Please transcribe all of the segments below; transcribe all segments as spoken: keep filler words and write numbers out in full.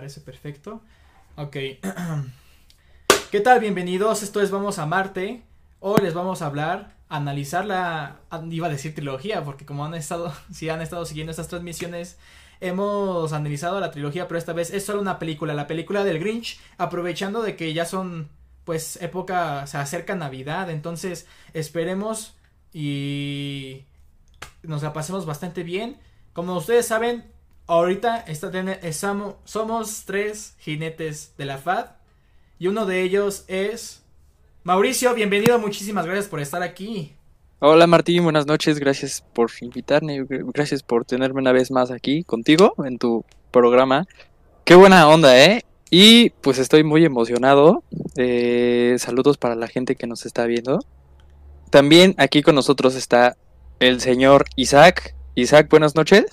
parece perfecto. Ok. ¿Qué tal? Bienvenidos. Esto es Vamos a Marte. Hoy les vamos a hablar, analizar la, iba a decir trilogía, porque como han estado, si han estado siguiendo estas transmisiones, hemos analizado la trilogía, pero esta vez es solo una película, la película del Grinch, aprovechando de que ya son, pues, época, se acerca Navidad, entonces esperemos y nos la pasemos bastante bien. Como ustedes saben, ahorita está, estamos, somos tres jinetes de la F A D y uno de ellos es Mauricio. Bienvenido, muchísimas gracias por estar aquí. Hola Martín, buenas noches, gracias por invitarme, gracias por tenerme una vez más aquí contigo en tu programa. Qué buena onda, ¿eh? Y pues estoy muy emocionado. Eh, saludos para la gente que nos está viendo. También aquí con nosotros está el señor Isaac. Isaac, buenas noches.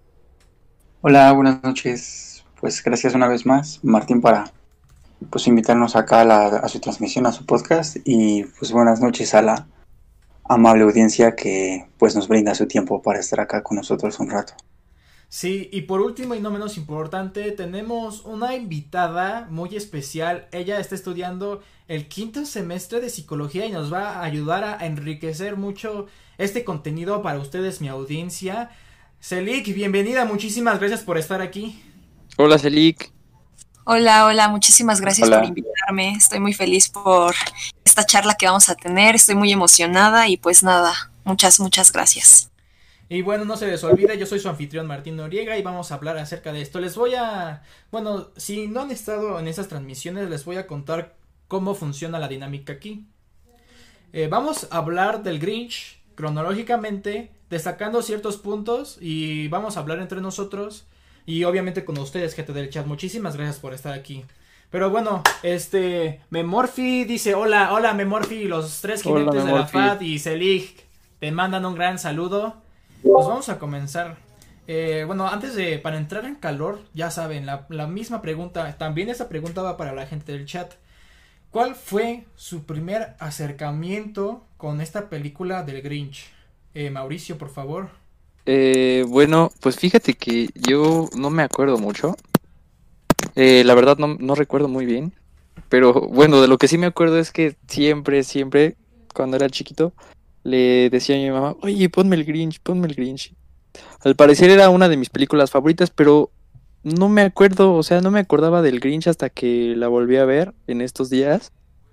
Hola, buenas noches. Pues gracias una vez más, Martín, para pues invitarnos acá a, la, a su transmisión, a su podcast. Y pues buenas noches a la amable audiencia que pues nos brinda su tiempo para estar acá con nosotros un rato. Sí, y por último y no menos importante, tenemos una invitada muy especial. Ella está estudiando el quinto semestre de psicología y nos va a ayudar a enriquecer mucho este contenido para ustedes, mi audiencia. Celik, bienvenida, muchísimas gracias por estar aquí. Hola Celik. Hola, hola, muchísimas gracias Hola. por invitarme. Estoy muy feliz por esta charla que vamos a tener. Estoy muy emocionada y pues nada, muchas, muchas gracias. Y bueno, no se les olvide, yo soy su anfitrión Martín Noriega y vamos a hablar acerca de esto. Les voy a, bueno, si no han estado en esas transmisiones, les voy a contar cómo funciona la dinámica aquí. Eh, vamos a hablar del Grinch cronológicamente, destacando ciertos puntos y vamos a hablar entre nosotros y obviamente con ustedes, gente del chat. Muchísimas gracias por estar aquí. Pero bueno, este, Memorphy dice, hola, hola Memorphy, los tres jinetes Hola, de la F A D y Celik te mandan un gran saludo. Pues vamos a comenzar. Eh, bueno, antes de, para entrar en calor, ya saben, la, la misma pregunta, también esta pregunta va para la gente del chat. ¿Cuál fue su primer acercamiento con esta película del Grinch? Eh, Mauricio, por favor. Eh, bueno, pues fíjate que yo no me acuerdo mucho. Eh, la verdad no, no recuerdo muy bien. Pero bueno, de lo que sí me acuerdo es que siempre, siempre, cuando era chiquito, le decía a mi mamá, oye, ponme el Grinch, ponme el Grinch. Al parecer era una de mis películas favoritas, pero no me acuerdo, o sea, no me acordaba del Grinch hasta que la volví a ver en estos días.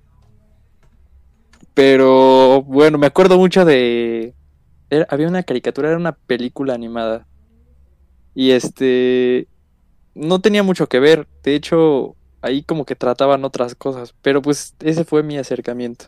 Pero bueno, me acuerdo mucho de... era- había una caricatura, era una película animada. Y este... no tenía mucho que ver. De hecho, ahí como que trataban otras cosas. Pero pues ese fue mi acercamiento.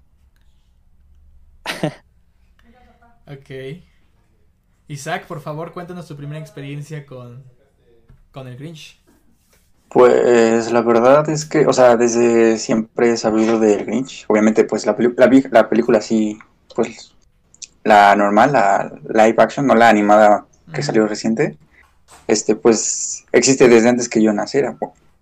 Ok. Isaac, por favor, cuéntanos tu primera experiencia con, con el Grinch. Pues la verdad es que, o sea, desde siempre he sabido del Grinch. Obviamente, pues la, peli- la, vi- la película sí, pues la normal, la live action, no la animada que Ujú. salió reciente, este, pues existe desde antes que yo naciera.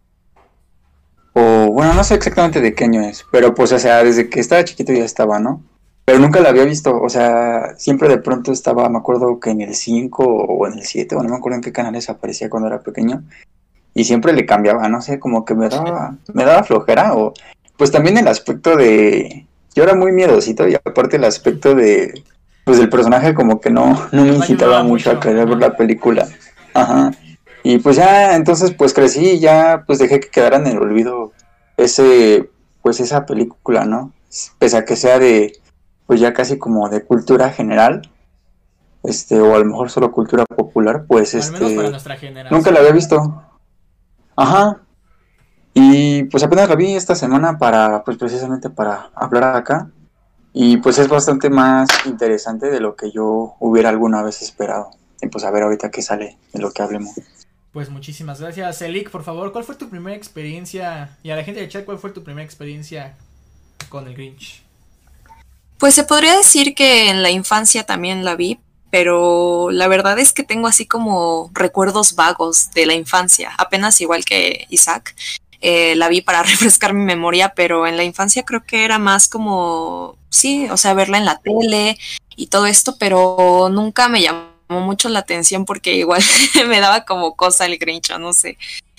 O bueno, no sé exactamente de qué año es, pero pues, o sea, desde que estaba chiquito ya estaba, ¿no? Pero nunca la había visto, o sea, siempre de pronto estaba, me acuerdo que en el cinco o en el siete o no me acuerdo en qué canales aparecía cuando era pequeño, y siempre le cambiaba, no sé, como que me daba, me daba flojera, o pues también el aspecto de, yo era muy miedosito, y aparte el aspecto de, pues del personaje como que no, no me No incitaba ayudaba mucho a mucho. querer ver Ajá. la película, ajá. Y pues ya, entonces pues crecí y ya pues dejé que quedara en el olvido ese, pues esa película, ¿no? Pese a que sea de, pues ya casi como de cultura general, este, o a lo mejor solo cultura popular, pues O al menos para este, nuestra nunca la había generación. visto. Ajá. Y pues apenas la vi esta semana para, pues precisamente para hablar acá. Y pues es bastante más interesante de lo que yo hubiera alguna vez esperado. Y pues a ver ahorita qué sale de lo que hablemos. Pues muchísimas gracias. Celik, por favor, ¿cuál fue tu primera experiencia? Y a la gente del chat, ¿cuál fue tu primera experiencia con el Grinch? Pues se podría decir que en la infancia también la vi, pero la verdad es que tengo así como recuerdos vagos de la infancia, apenas igual que Isaac. Eh, la vi para refrescar mi memoria, pero en la infancia creo que era más como, sí, o sea, verla en la tele y todo esto, pero nunca me llamó mucho la atención porque igual me daba como cosa el Grinch, o no sé.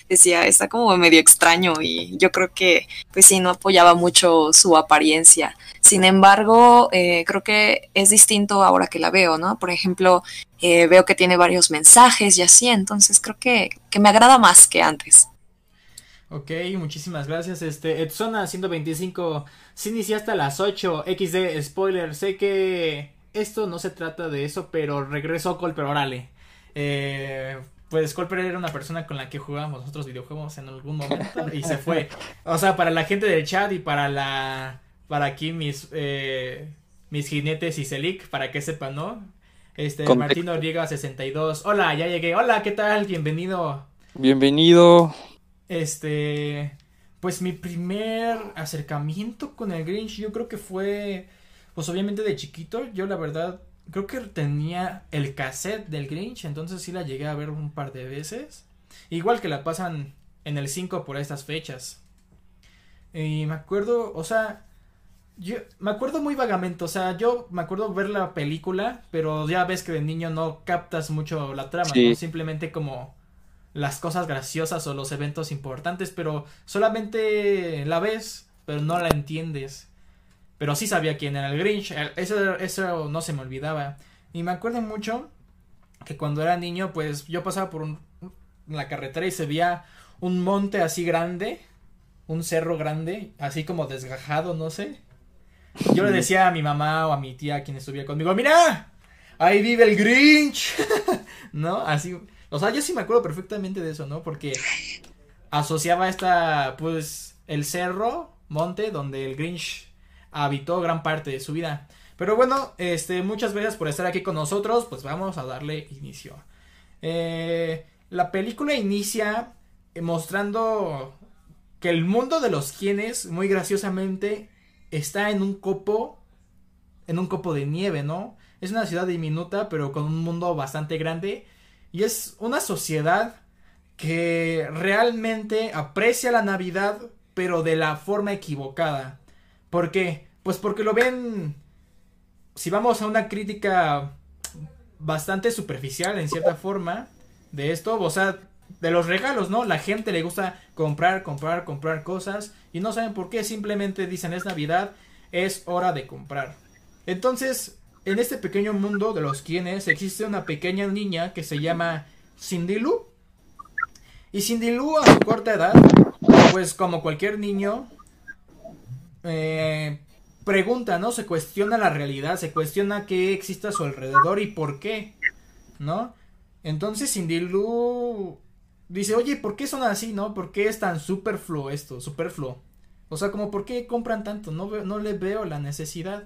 decía, está como medio extraño y yo creo que, pues sí, no apoyaba mucho su apariencia. Sin embargo, eh, creo que es distinto ahora que la veo, ¿no? Por ejemplo, eh, veo que tiene varios mensajes y así, entonces creo que, que me agrada más que antes. Ok, muchísimas gracias. Este, Edzona ciento veinticinco, sí iniciaste a las ocho, equis de, spoiler, sé que esto no se trata de eso, pero regresó Colper, órale. Eh, pues Colper era una persona con la que jugábamos nosotros videojuegos en algún momento y se fue. O sea, para la gente del chat y para la, para aquí mis, eh, mis jinetes y Selic, para que sepan, ¿no? Este, Con- Martín Noriega sesenta y dos, hola, ya llegué, hola, ¿qué tal? Bienvenido. Bienvenido. Este, pues mi primer acercamiento con el Grinch yo creo que fue, pues obviamente de chiquito, yo la verdad creo que tenía el cassette del Grinch, entonces sí la llegué a ver un par de veces, igual que la pasan en el cinco por estas fechas. Y me acuerdo, o sea, yo me acuerdo muy vagamente, o sea, yo me acuerdo ver la película, pero ya ves que de niño no captas mucho la trama, Sí. ¿no? Simplemente como las cosas graciosas o los eventos importantes, pero solamente la ves, pero no la entiendes. Pero sí sabía quién era el Grinch, el- eso, eso no se me olvidaba. Y me acuerdo mucho que cuando era niño, pues yo pasaba por un, la carretera y se veía un monte así grande, un cerro grande, así como desgajado, no sé. Yo le decía a mi mamá o a mi tía, quien estuviera conmigo, mira, ahí vive el Grinch, ¿no? Así, o sea, yo sí me acuerdo perfectamente de eso, ¿no? Porque asociaba esta, pues, el cerro, monte, donde el Grinch habitó gran parte de su vida. Pero bueno, este, muchas gracias por estar aquí con nosotros, pues vamos a darle inicio. Eh, la película inicia eh, mostrando que el mundo de los quienes, muy graciosamente, está en un copo, en un copo de nieve, ¿no? Es una ciudad diminuta, pero con un mundo bastante grande. Y es una sociedad que realmente aprecia la Navidad, pero de la forma equivocada. ¿Por qué? Pues porque lo ven, si vamos a una crítica bastante superficial en cierta forma de esto, o sea, de los regalos, ¿no? La gente le gusta comprar, comprar, comprar cosas y no saben por qué, simplemente dicen es Navidad, es hora de comprar. Entonces, en este pequeño mundo de los quienes existe una pequeña niña que se llama Cindy Lou. Y Cindy Lou a su corta edad, pues como cualquier niño, eh, pregunta, ¿no? Se cuestiona la realidad, se cuestiona qué existe a su alrededor y por qué, ¿no? Entonces Cindy Lou dice, oye, ¿por qué son así, no? ¿Por qué es tan superfluo esto, superfluo? O sea, como, ¿por qué compran tanto? No, veo, no le veo la necesidad.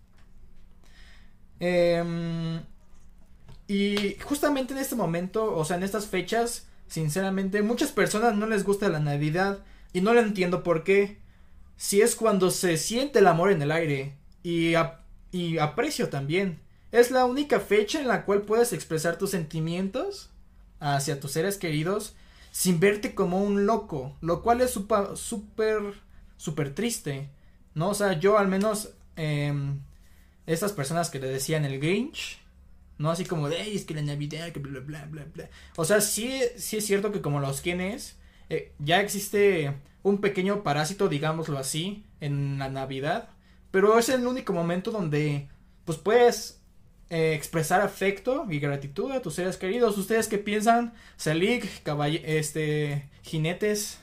Eh, y justamente en este momento, o sea, en estas fechas, sinceramente, muchas personas no les gusta la Navidad y no lo entiendo por qué. Si es cuando se siente el amor en el aire y, ap- y aprecio también. Es la única fecha en la cual puedes expresar tus sentimientos hacia tus seres queridos sin verte como un loco, lo cual es súper, súper, súper triste, ¿no? O sea, yo al menos, eh, estas personas que le decían el Grinch, no así como de, "Ey, es que la Navidad, que bla, bla, bla, bla". O sea, sí, sí es cierto que como los quienes, eh, ya existe un pequeño parásito, digámoslo así, en la Navidad, pero es el único momento donde, pues puedes eh, expresar afecto y gratitud a tus seres queridos. ¿Ustedes qué piensan? Selig, caball este, jinetes.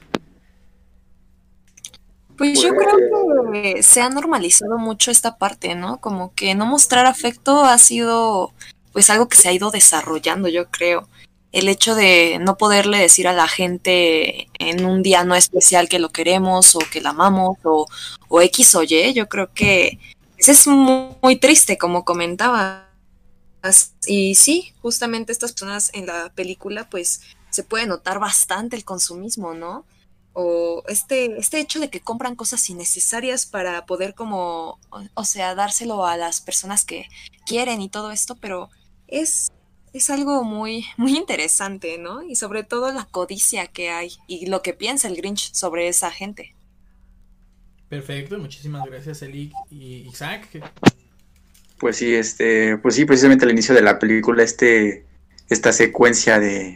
Pues yo creo que se ha normalizado mucho esta parte, ¿no? Como que no mostrar afecto ha sido pues algo que se ha ido desarrollando, yo creo. El hecho de no poderle decir a la gente en un día no especial que lo queremos o que la amamos o, o X o Y, yo creo que eso es muy, muy triste, como comentabas. Y sí, justamente estas personas en la película pues se puede notar bastante el consumismo, ¿no? O este, este hecho de que compran cosas innecesarias para poder como, o, o sea, dárselo a las personas que quieren y todo esto, pero es, es algo muy, muy interesante, ¿no? Y sobre todo la codicia que hay y lo que piensa el Grinch sobre esa gente. Perfecto, muchísimas gracias, Selig y Isaac. Pues sí, este, pues sí, precisamente al inicio de la película, este, esta secuencia de,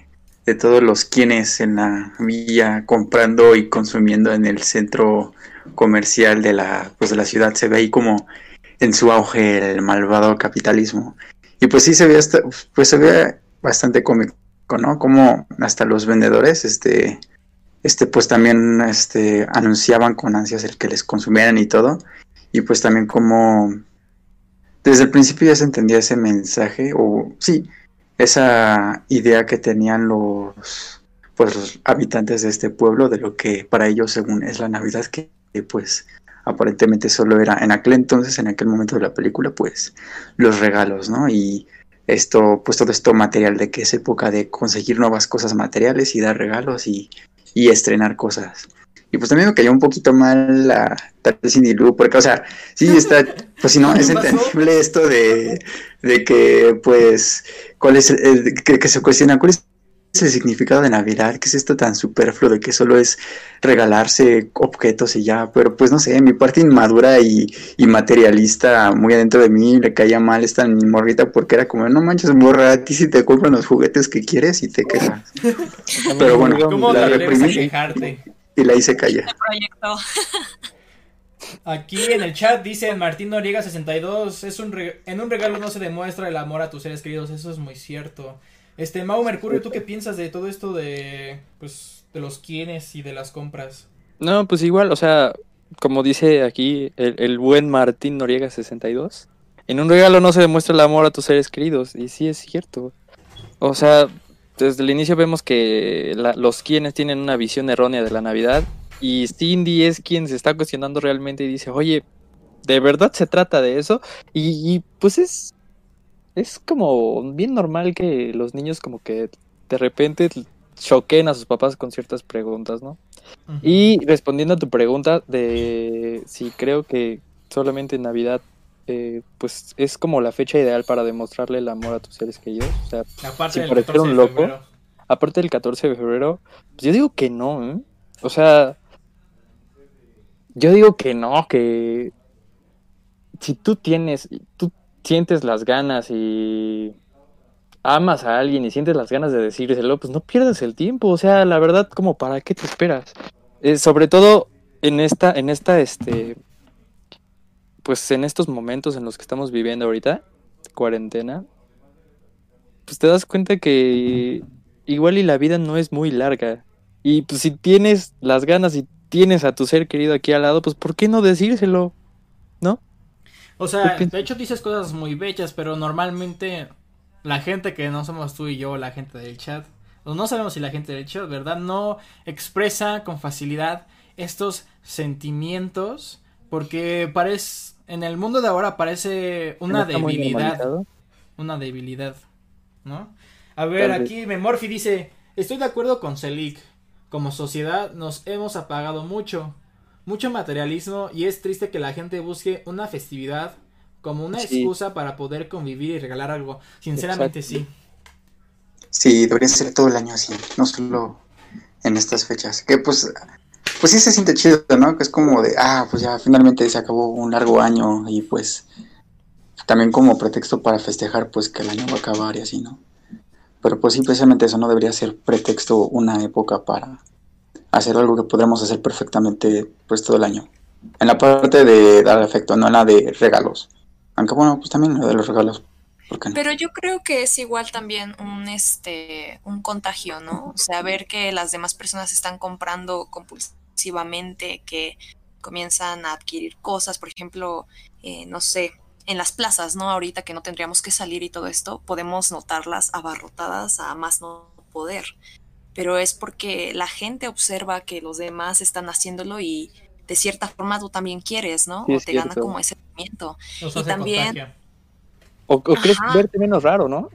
de todos los quienes en la villa comprando y consumiendo en el centro comercial de la, pues de la ciudad. Se ve ahí como en su auge el malvado capitalismo. Y pues sí se ve hasta, pues se ve bastante cómico, ¿no? Como hasta los vendedores, este, este, pues también este, anunciaban con ansias el que les consumieran y todo. Y pues también como desde el principio ya se entendía ese mensaje, o sí, esa idea que tenían los, pues, los habitantes de este pueblo de lo que para ellos según es la Navidad, que pues aparentemente solo era en aquel entonces, en aquel momento de la película, pues los regalos, ¿no? Y esto, pues todo esto material, de que es época de conseguir nuevas cosas materiales y dar regalos y, y estrenar cosas. Y pues también me cayó un poquito mal la tal vez Cindy Lou, porque, o sea, sí está, pues si no, es entendible esto de, de que, pues, cuál es, el, que, que se cuestiona, cuál es el significado de Navidad, qué es esto tan superfluo de que solo es regalarse objetos y ya, pero pues no sé, mi parte inmadura y, y materialista muy adentro de mí le caía mal esta morrita porque era como, no manches, morra, a ti si te compran los juguetes que quieres y te quejas. Pero bueno, ¿cómo la te atreves a reprimí quejarte? y la hice callar. Aquí en el chat dice Martín Noriega sesenta y dos, es un re- en un regalo no se demuestra el amor a tus seres queridos, eso es muy cierto. Este, Mau Mercurio, ¿tú qué piensas de todo esto de, pues, de los quienes y de las compras? No, pues igual, o sea, como dice aquí el, el buen Martín Noriega sesenta y dos, en un regalo no se demuestra el amor a tus seres queridos, y sí es cierto. O sea, desde el inicio vemos que la, los quienes tienen una visión errónea de la Navidad, y Cindy es quien se está cuestionando realmente y dice, oye, ¿de verdad se trata de eso? Y, y pues es, es como bien normal que los niños como que de repente choquen a sus papás con ciertas preguntas, ¿no? Uh-huh. Y respondiendo a tu pregunta de si creo que solamente en Navidad, eh, pues es como la fecha ideal para demostrarle el amor a tus seres queridos. O sea, aparte sin del parecer catorce un de loco, febrero. aparte del catorce de febrero, pues yo digo que no, ¿eh? O sea, yo digo que no, que si tú tienes, tú sientes las ganas y amas a alguien y sientes las ganas de decírselo, pues no pierdas el tiempo. O sea, la verdad, como para qué te esperas. Eh, sobre todo en esta, en esta, este, pues en estos momentos en los que estamos viviendo ahorita, cuarentena, pues te das cuenta que igual y la vida no es muy larga. Y pues si tienes las ganas y tienes a tu ser querido aquí al lado, pues ¿por qué no decírselo? ¿No? O sea, de hecho dices cosas muy bellas, pero normalmente la gente que no somos tú y yo, la gente del chat, o no sabemos si la gente del chat, ¿verdad? No expresa con facilidad estos sentimientos porque parece, en el mundo de ahora parece una debilidad, una debilidad, ¿no? A ver, aquí Memorphy dice, estoy de acuerdo con Selig, como sociedad nos hemos apagado mucho. Mucho materialismo y es triste que la gente busque una festividad como una sí. excusa para poder convivir y regalar algo. Sinceramente Exacto. sí. Sí, debería ser todo el año así, no solo en estas fechas. Que pues, pues sí se siente chido, ¿no? Que es como de, ah, pues ya finalmente se acabó un largo año y pues también como pretexto para festejar pues que el año va a acabar y así, ¿no? Pero pues sí, precisamente eso no debería ser pretexto, una época para hacer algo que podremos hacer perfectamente pues todo el año. En la parte de dar afecto, no en la de regalos. Aunque bueno, pues también la de los regalos. ¿Por qué no? Pero yo creo que es igual también un este un contagio, ¿no? O sea, ver que las demás personas están comprando compulsivamente, que comienzan a adquirir cosas, por ejemplo, eh, no sé, en las plazas, ¿no? Ahorita que no tendríamos que salir y todo esto, podemos notarlas abarrotadas a más no poder. Pero es porque la gente observa que los demás están haciéndolo y de cierta forma tú también quieres, ¿no? Sí, o te cierto. gana como ese sentimiento. Nos y también o, o crees verte menos raro, ¿no?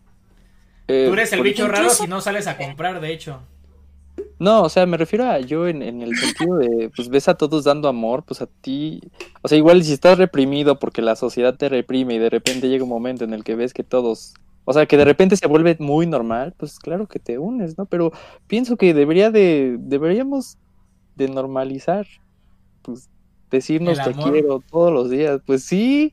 Eh, tú eres el bicho incluso... raro si no sales a comprar, de hecho. No, o sea, me refiero a yo en, en el sentido de, pues ves a todos dando amor, pues a ti, o sea, igual si estás reprimido porque la sociedad te reprime y de repente llega un momento en el que ves que todos... O sea, que de repente se vuelve muy normal, pues claro que te unes, ¿no? Pero pienso que debería de, deberíamos de normalizar, pues, decirnos te quiero todos los días, pues sí.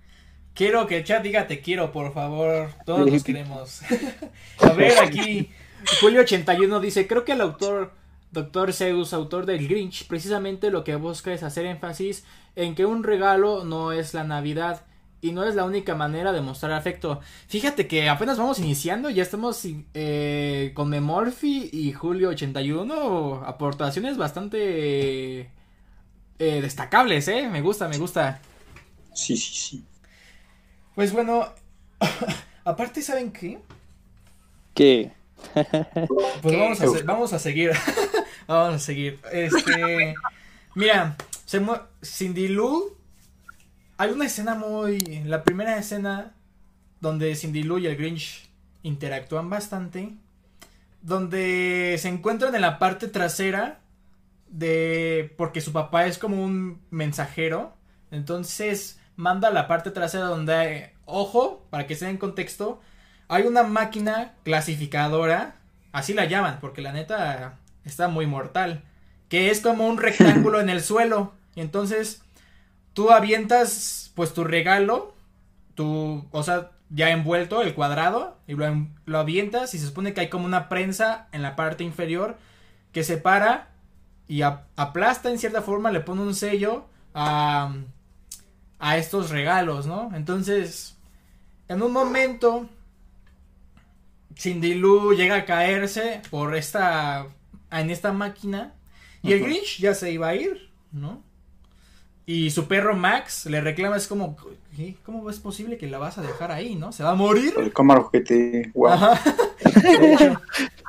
Quiero que el chat diga te quiero, por favor, todos sí. Nos queremos. A ver, aquí, Julio ochenta y uno dice, creo que el autor, doctor Seuss, autor del Grinch, precisamente lo que busca es hacer énfasis en que un regalo no es la Navidad y no es la única manera de mostrar afecto. Fíjate que apenas vamos iniciando, ya estamos eh, con Memorphy y Julio ochenta y uno, aportaciones bastante eh, destacables, ¿eh? Me gusta, me gusta. Sí, sí, sí. Pues bueno, aparte, ¿saben qué? ¿Qué? Pues vamos a, se- vamos a seguir. Vamos a seguir. Este. Mira, se mu- Cindy Lou. Hay una escena muy. La primera escena donde Cindy Lou y el Grinch interactúan bastante. Donde se encuentran en la parte trasera de. Porque su papá es como un mensajero. Entonces manda a la parte trasera donde hay. Ojo, para que se den contexto. Hay una máquina clasificadora, así la llaman, porque la neta está muy mortal, que es como un rectángulo en el suelo. Y entonces tú avientas pues tu regalo, tu, o sea, ya envuelto el cuadrado, y lo, en- lo avientas y se supone que hay como una prensa en la parte inferior que separa y a- aplasta en cierta forma, le pone un sello a, a estos regalos, ¿no? Entonces, en un momento Cindy Lou llega a caerse por esta en esta máquina y el Ujú. Grinch ya se iba a ir, ¿no? Y su perro Max le reclama, es como, ¿qué? ¿Cómo es posible que la vas a dejar ahí, no? ¿Se va a morir? El cámara que te. Wow. Ajá. De hecho.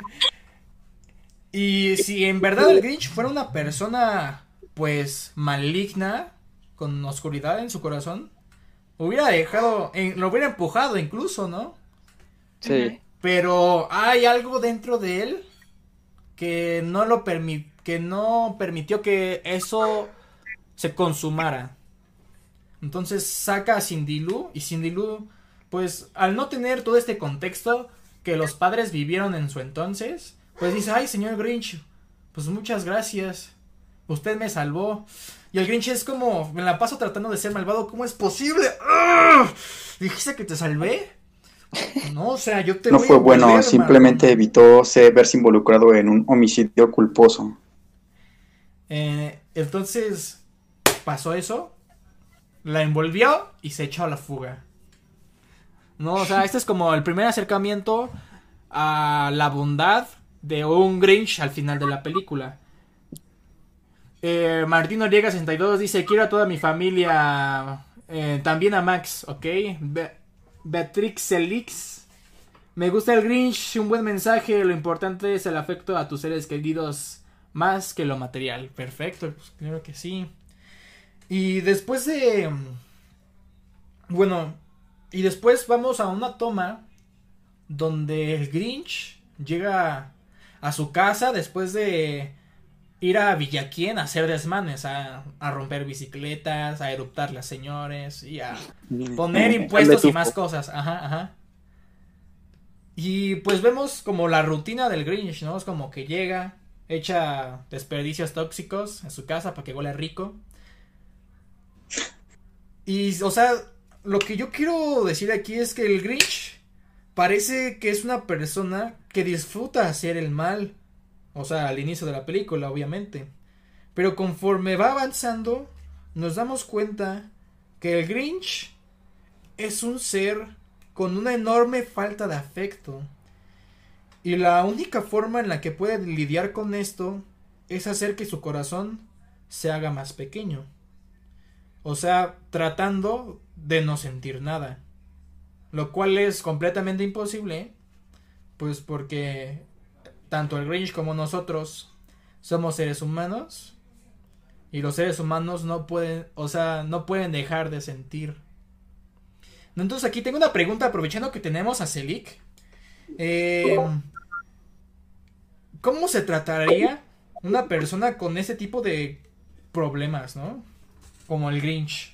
Y si en verdad el Grinch fuera una persona, pues, maligna, con oscuridad en su corazón, hubiera dejado, en- lo hubiera empujado incluso, ¿no? Sí. Pero hay algo dentro de él que no lo permi- que no permitió que eso se consumara. Entonces saca a Cindy Lou y Cindy Lou, pues al no tener todo este contexto que los padres vivieron en su entonces, pues dice, ay señor Grinch, pues muchas gracias, usted me salvó. Y el Grinch es como, me la paso tratando de ser malvado, ¿cómo es posible? ¡Ah! ¿Dijiste que te salvé? No, o sea, yo te No voy a fue bueno, envolver, simplemente marrón. evitó ser, verse involucrado en un homicidio culposo. Eh, entonces pasó eso, la envolvió y se echó a la fuga. No, o sea, este es como el primer acercamiento a la bondad de un Grinch al final de la película. Eh, Martín Noriega sesenta y dos dice, quiero a toda mi familia, eh, también a Max, ¿ok? Be- Beatrix Elix, me gusta el Grinch, un buen mensaje, lo importante es el afecto a tus seres queridos más que lo material. Perfecto, pues claro que sí. Y después de... Bueno, y después vamos a una toma donde el Grinch llega a su casa después de ir a Villaquién a hacer desmanes, a, a romper bicicletas, a eruptar las señores y a poner impuestos y más cosas. Ajá, ajá. Y pues vemos como la rutina del Grinch, ¿no? Es como que llega, echa desperdicios tóxicos en su casa para que huela rico. Y, o sea, lo que yo quiero decir aquí es que el Grinch parece que es una persona que disfruta hacer el mal. O sea, al inicio de la película, obviamente. Pero conforme va avanzando, nos damos cuenta que el Grinch es un ser con una enorme falta de afecto. Y la única forma en la que puede lidiar con esto es hacer que su corazón se haga más pequeño. O sea, tratando de no sentir nada. Lo cual es completamente imposible, pues porque tanto el Grinch como nosotros somos seres humanos y los seres humanos no pueden, o sea, no pueden dejar de sentir. Entonces aquí tengo una pregunta aprovechando que tenemos a Selik. Eh, ¿Cómo se trataría una persona con ese tipo de problemas, no? Como el Grinch.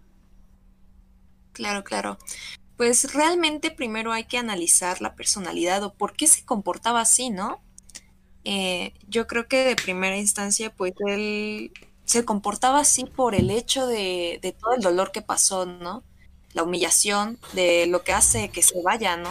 Claro, claro. Pues realmente primero hay que analizar la personalidad o por qué se comportaba así, ¿no? Eh, yo creo que de primera instancia, pues él se comportaba así por el hecho de, de todo el dolor que pasó, ¿no? La humillación, de lo que hace que se vaya, ¿no?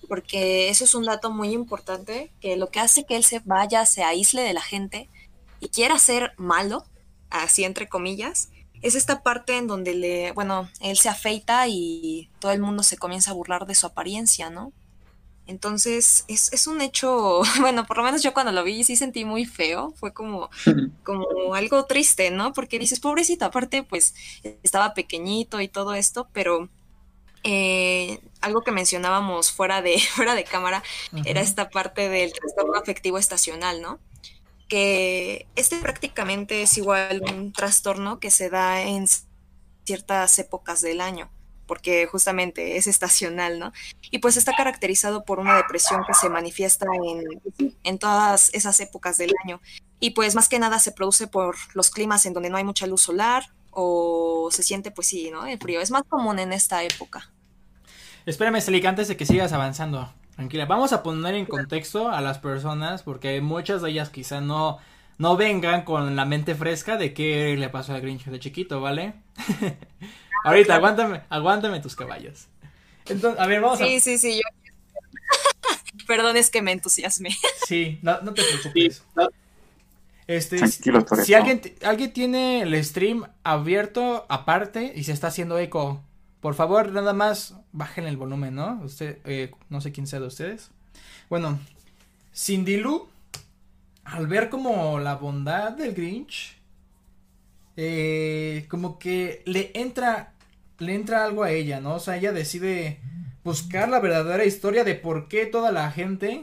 porque eso es un dato muy importante, que lo que hace que él se vaya, se aísle de la gente y quiera ser malo, así entre comillas, es esta parte en donde le, bueno, él se afeita y todo el mundo se comienza a burlar de su apariencia, ¿no? Entonces, es, es un hecho, bueno, por lo menos yo cuando lo vi sí sentí muy feo, fue como, como algo triste, ¿no? Porque dices, pobrecito, aparte, pues estaba pequeñito y todo esto, pero eh, algo que mencionábamos fuera de, fuera de cámara era Ujú. esta parte del trastorno afectivo estacional, ¿no? Que este prácticamente es igual un trastorno que se da en ciertas épocas del año, porque justamente es estacional, ¿no? Y pues está caracterizado por una depresión que se manifiesta en, en todas esas épocas del año. Y pues más que nada se produce por los climas en donde no hay mucha luz solar o se siente, pues sí, ¿no? El frío es más común en esta época. Espérame, Celica, antes de que sigas avanzando. Tranquila, vamos a poner en contexto a las personas porque muchas de ellas quizá no, no vengan con la mente fresca de qué le pasó al Grinch de chiquito, ¿vale? Ahorita, Claro. aguántame, aguántame tus caballos. Entonces, a ver, vamos a... Sí, sí, sí, yo, perdón, es que me entusiasmé. Sí, no, no te preocupes. Este, si, Tranquilo, si Toreto. alguien, alguien tiene el stream abierto aparte y se está haciendo eco, por favor, nada más bajen el volumen, ¿no? Usted, eh, no sé quién sea de ustedes. Bueno, Cindy Lou, al ver como la bondad del Grinch, eh, como que le entra, le entra algo a ella, ¿no? O sea, ella decide buscar la verdadera historia de por qué toda la gente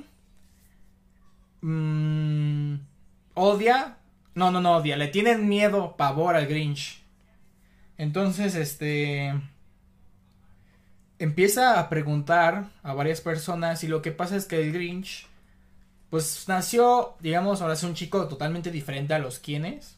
mm, odia, no, no, no odia, le tienen miedo, pavor al Grinch. Entonces, este, empieza a preguntar a varias personas y lo que pasa es que el Grinch, pues nació, digamos, ahora es un chico totalmente diferente a los quienes.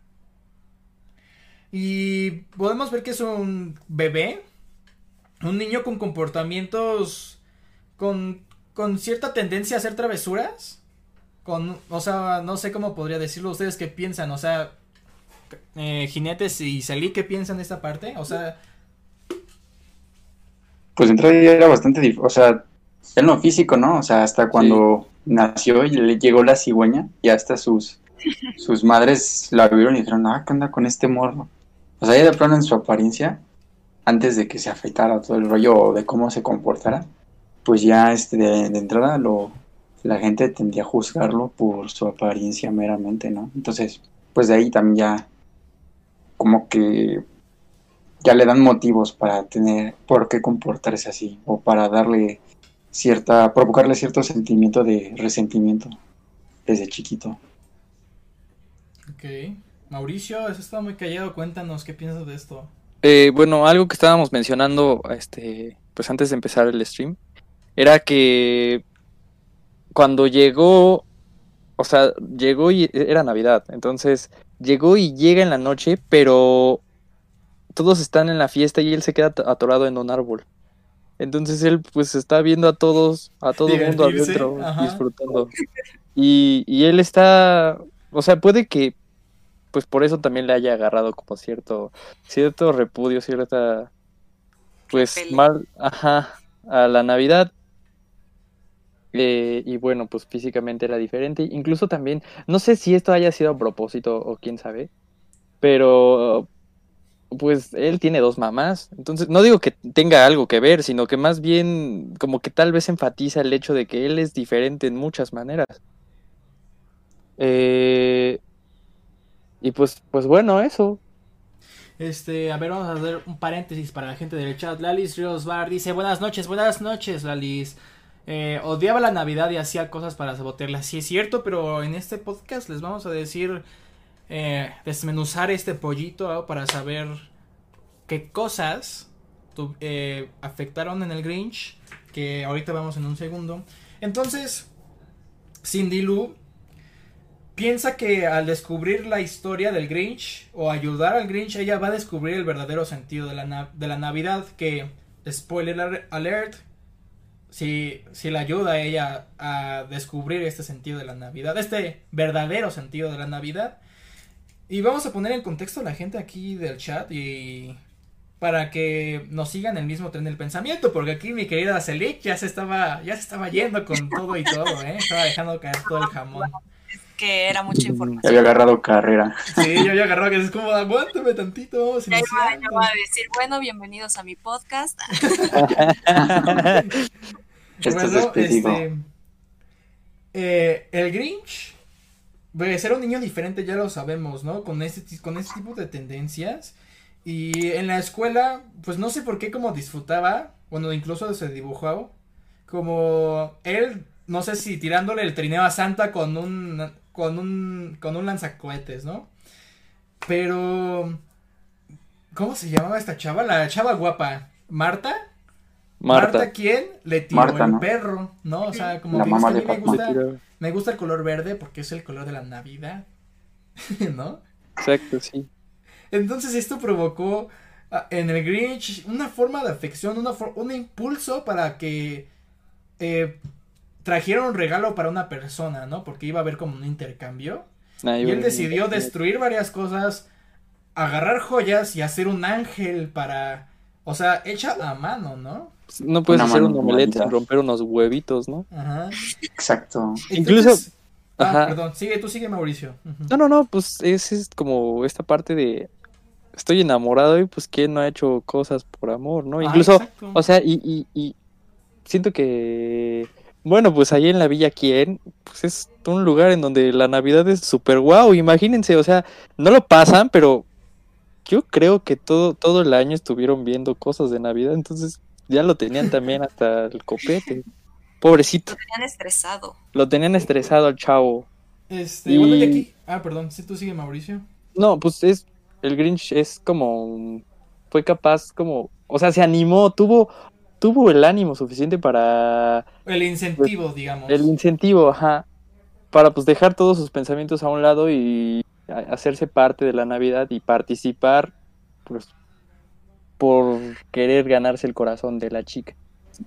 Y podemos ver que es un bebé, un niño con comportamientos, con, con cierta tendencia a hacer travesuras. Con, o sea, no sé cómo podría decirlo, ustedes qué piensan, o sea, eh, Jinetes y Salí, ¿qué piensan de esta parte? O sea, Pues de entrada ya era bastante difícil, o sea, él no físico, ¿no? O sea, hasta Sí, cuando nació y le llegó la cigüeña y hasta sus, sus madres la vieron y dijeron, ah, ¿qué onda con este morro? O sea, ya de plano en su apariencia, antes de que se afeitara todo el rollo o de cómo se comportara, pues ya este de, de entrada lo la gente tendía a juzgarlo por su apariencia meramente, ¿no? Entonces, pues de ahí también ya como que ya le dan motivos para tener por qué comportarse así o para darle cierta, provocarle cierto sentimiento de resentimiento desde chiquito. ok. Mauricio, eso está muy callado, cuéntanos qué piensas de esto. eh, bueno, algo que estábamos mencionando, este, pues antes de empezar el stream, era que cuando llegó, o sea, llegó y era Navidad, entonces llegó y llega en la noche, pero todos están en la fiesta y él se queda atorado en un árbol. Entonces él pues está viendo a todos, a todo mundo Divertirse, adentro, ajá. disfrutando. Y, y él está, o sea, puede que pues por eso también le haya agarrado como cierto, cierto repudio, cierta, pues Repele. mal, ajá, a la Navidad. Eh, y bueno, pues físicamente era diferente. Incluso también, no sé si esto haya sido a propósito o quién sabe, pero pues él tiene dos mamás. Entonces, no digo que tenga algo que ver, sino que más bien como que tal vez enfatiza el hecho de que él es diferente en muchas maneras. Eh, y pues, pues bueno, eso. Este, a ver, vamos a hacer un paréntesis para la gente del chat. Lalis Ríos Bar dice, buenas noches, buenas noches, Lalis. Eh, odiaba la Navidad y hacía cosas para sabotearla. Sí es cierto, pero en este podcast les vamos a decir, eh, desmenuzar este pollito, ¿no? Para saber qué cosas tu, eh, afectaron en el Grinch, que ahorita vamos en un segundo. Entonces, Cindy Lou piensa que al descubrir la historia del Grinch o ayudar al Grinch, ella va a descubrir el verdadero sentido de la, na- de la Navidad. Que, spoiler alert, si, si la ayuda a ella a descubrir este sentido de la Navidad, este verdadero sentido de la Navidad. Y vamos a poner en contexto a la gente aquí del chat y para que nos sigan el mismo tren del pensamiento, porque aquí mi querida Celik ya se estaba, ya se estaba yendo con todo y todo, ¿eh? Estaba dejando caer todo el jamón. Que era mucha información. Ya había agarrado carrera. Sí, yo había agarrado que es como, aguántame tantito, vamos Ya iba, ya iniciando. iba a decir, bueno, bienvenidos a mi podcast. Esto es Bueno, despedido. este, eh, el Grinch, pues era un niño diferente, ya lo sabemos, ¿no? Con este, ti- con este tipo de tendencias. Y en la escuela, pues no sé por qué como disfrutaba, bueno, incluso se dibujó, como él, no sé si tirándole el trineo a Santa con un, con un, con un lanzacohetes, ¿no? Pero, ¿cómo se llamaba esta chava? La chava guapa, ¿Marta? Marta. Marta, ¿quién? Le tiró Marta, el ¿no? perro, ¿no? O sea, como La que mamá es que a de mí me Fatma. gusta, Tira- me gusta el color verde porque es el color de la Navidad, ¿no? Exacto, sí. Entonces esto provocó ah, en el Grinch una forma de afección, una for- un impulso para que eh, trajera un regalo para una persona, ¿no? Porque iba a haber como un intercambio. Nah, Y yo- él decidió destruir varias cosas, agarrar joyas y hacer un ángel para, o sea, hecha a mano, ¿no? No puedes Una hacer un omelette sin manualidad. romper unos huevitos, ¿no? Ajá. Exacto. Incluso- Entonces- Ah, ajá. perdón, sigue, tú sigue, Mauricio. Ujú. No, no, no, pues es, es como esta parte de estoy enamorado y pues quién no ha hecho cosas por amor, ¿no? Ah, Incluso, exacto. o sea, y, y, y siento que, bueno, pues ahí en la Villa Quién, pues es un lugar en donde la Navidad es súper guau, imagínense, o sea, no lo pasan, pero yo creo que todo, todo el año estuvieron viendo cosas de Navidad, entonces ya lo tenían también hasta el copete. Pobrecito, Lo tenían estresado. lo tenían estresado al chavo. Este, y- bueno, y aquí, ah, perdón, si tú sigue, Mauricio. No, pues es, el Grinch es como, fue capaz como, o sea, se animó, tuvo, tuvo el ánimo suficiente para El incentivo, digamos. el incentivo, ajá, para pues dejar todos sus pensamientos a un lado y a- hacerse parte de la Navidad y participar, pues, por querer ganarse el corazón de la chica.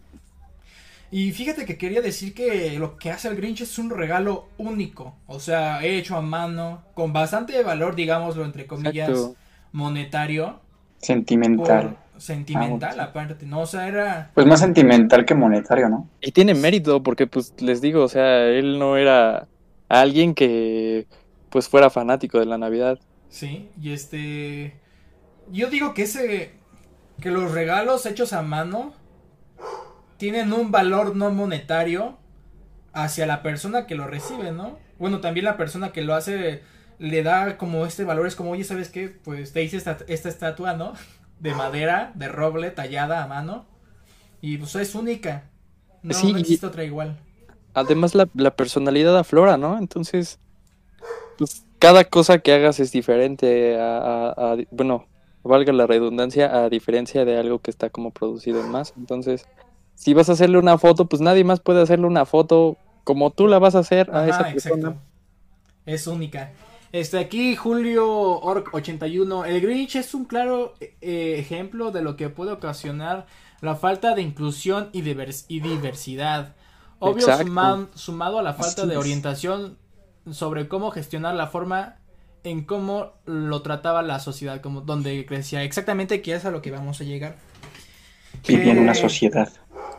Y fíjate que quería decir que lo que hace el Grinch es un regalo único, o sea, hecho a mano, con bastante valor, digámoslo, entre comillas, Exacto. monetario, Sentimental. por sentimental Ah, aparte, ¿no? O sea, era... Pues más sentimental que monetario, ¿no? Y tiene mérito porque pues les digo, o sea, él no era alguien que pues fuera fanático de la Navidad. Sí, y este... Yo digo que ese... Que los regalos hechos a mano tienen un valor no monetario hacia la persona que lo recibe, ¿no? Bueno, también la persona que lo hace le da como este valor, es como, oye, ¿sabes qué? Pues te hice esta, esta estatua, ¿no? De madera, de roble, tallada a mano. Y pues es única. No, Sí, no y- existe otra igual. Además la, la personalidad aflora, ¿no? Entonces, pues cada cosa que hagas es diferente a, a- a- bueno, valga la redundancia, a diferencia de algo que está como producido en masa. Entonces, si vas a hacerle una foto, pues nadie más puede hacerle una foto como tú la vas a hacer a esa Ajá, persona. exacto. Es única. Este, aquí Julio Orc ochenta y uno. El Grinch es un claro eh, ejemplo de lo que puede ocasionar la falta de inclusión y, divers- y diversidad. Obvio, Exacto. suma- sumado a la falta Así de es. orientación sobre cómo gestionar la forma en cómo lo trataba la sociedad, como donde crecía. Exactamente, que es a lo que vamos a llegar. Vivía en Que- una sociedad.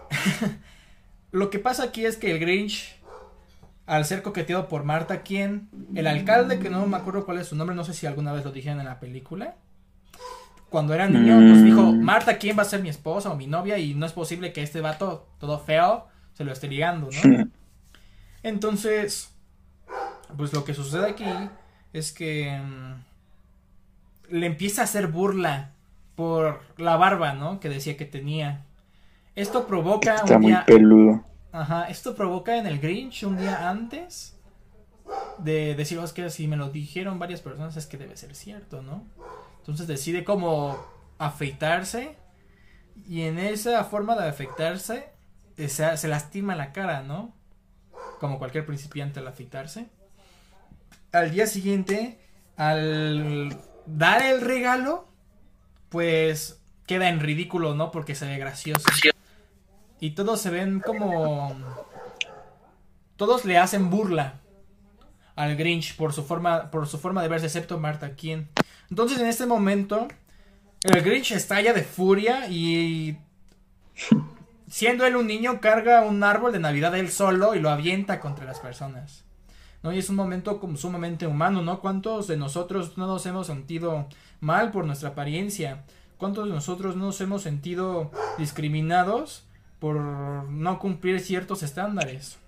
Lo que pasa aquí es que el Grinch, al ser coqueteado por Marta, quien el alcalde, que no me acuerdo cuál es su nombre, no sé si alguna vez lo dijeron en la película, cuando era niño, pues Mm. dijo, Marta, ¿quién va a ser mi esposa o mi novia? Y no es posible que este vato, todo feo, se lo esté ligando, ¿no? Entonces, pues lo que sucede aquí es que mm, le empieza a hacer burla por la barba, ¿no? Que decía que tenía. Esto provoca Está un muy día... peludo. Ajá, esto provoca en el Grinch un día antes de decir, "Oh, es que si me lo dijeron varias personas es que debe ser cierto, ¿no?" Entonces decide como afeitarse y en esa forma de afeitarse eh, se, se lastima la cara, ¿no? Como cualquier principiante al afeitarse. Al día siguiente, al dar el regalo, pues queda en ridículo, ¿no? Porque se ve gracioso. Y todos se ven como... Todos le hacen burla al Grinch por su forma, por su forma de verse, excepto Marta, quien. Entonces en este momento El Grinch estalla de furia y siendo él un niño carga un árbol de Navidad él solo y lo avienta contra las personas, ¿no? Y es un momento como sumamente humano, ¿no? ¿Cuántos de nosotros no nos hemos sentido mal por nuestra apariencia? ¿Cuántos de nosotros no nos hemos sentido discriminados por no cumplir ciertos estándares?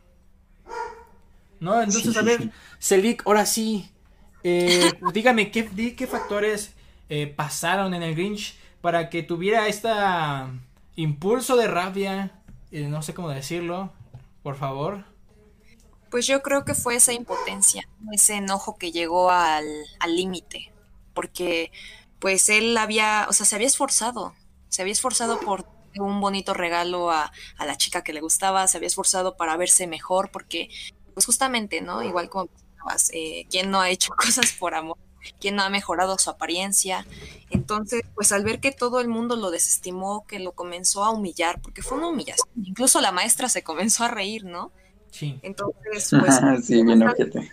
¿No? Entonces, Sí, a sí, ver, sí. Selik, ahora sí, eh, dígame, ¿qué, di- qué factores eh, pasaron en el Grinch para que tuviera esta impulso de rabia? Eh, no sé cómo decirlo, por favor. Pues yo creo que fue esa impotencia, ese enojo que llegó al al límite, porque pues él había, o sea, se había esforzado, se había esforzado por un bonito regalo a, a la chica que le gustaba, se había esforzado para verse mejor, porque pues justamente, ¿no? Igual como mencionabas, eh, ¿quién no ha hecho cosas por amor? ¿Quién no ha mejorado su apariencia? Entonces, pues al ver que todo el mundo lo desestimó, que lo comenzó a humillar, porque fue una humillación, incluso la maestra se comenzó a reír, ¿no? Sí, Entonces, pues, Sí, bien ojete.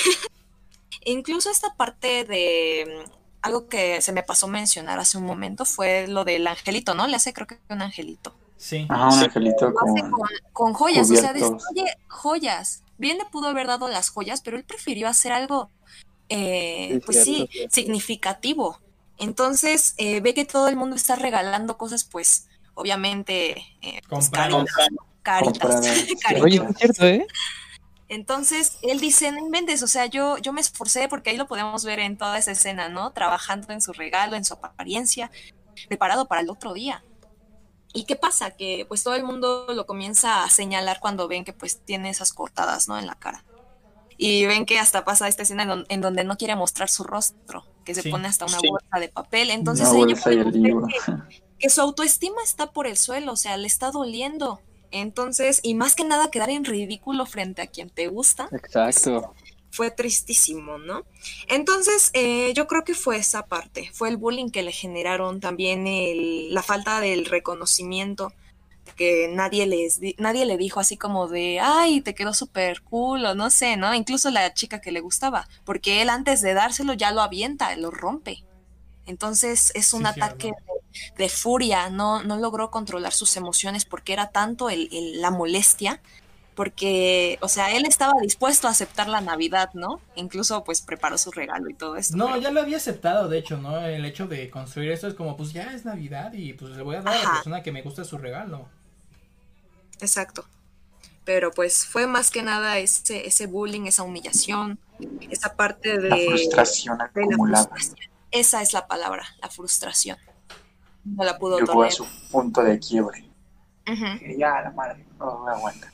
e incluso esta parte de mm, algo que se me pasó mencionar hace un momento fue lo del angelito, ¿no? Le hace creo que un angelito. sí, Ajá, un angelito Lo hace con con, con joyas, o sea, cubiertos. destruye joyas. Bien le pudo haber dado las joyas, pero él prefirió hacer algo, Sí, eh, pues cierto. sí, significativo. Entonces, eh, ve que todo el mundo está regalando cosas, pues, obviamente, eh, pues compradas. caritas, caritas, Compradas, sí, Oye, cariño. sí es cierto, ¿eh? Entonces, él dice, no inventes, o sea, yo, yo me esforcé porque ahí lo podemos ver en toda esa escena, ¿no? Trabajando en su regalo, en su apariencia, preparado para el otro día. ¿Y qué pasa? Que pues todo el mundo lo comienza a señalar cuando ven que pues tiene esas cortadas, ¿no? En la cara. Y ven que hasta pasa esta escena en, don- en donde no quiere mostrar su rostro, que se Sí. pone hasta una Sí. bolsa de papel. Entonces Una ahí ya bolsa y el podemos ver libro. que, que su autoestima está por el suelo, o sea, le está doliendo. Entonces, y más que nada quedar en ridículo frente a quien te gusta, pues Exacto. fue tristísimo, ¿no? Entonces, eh, yo creo que fue esa parte, fue el bullying que le generaron, también el, la falta del reconocimiento, que nadie les di- nadie le dijo así como de, ay, te quedó súper cool, o no sé, ¿no? Incluso la chica que le gustaba, porque él antes de dárselo ya lo avienta, lo rompe. Entonces es un Sí, ataque cierto. de, de furia, no, no logró controlar sus emociones porque era tanto el, el- la molestia, porque, o sea, él estaba dispuesto a aceptar la Navidad, ¿no? Incluso pues preparó su regalo y todo esto, No, pero ya lo había aceptado, de hecho, ¿no? El hecho de construir esto es como, pues ya es Navidad y pues le voy a dar a la ajá, persona que me gusta su regalo. exacto. Pero pues fue más que nada ese, ese bullying, esa humillación, esa parte La de, frustración de la acumulada frustración. Esa es la palabra, la frustración. No la pudo llegó a tolerar. su punto de quiebre. Ujú. Dije, ya, la madre, no me aguanta.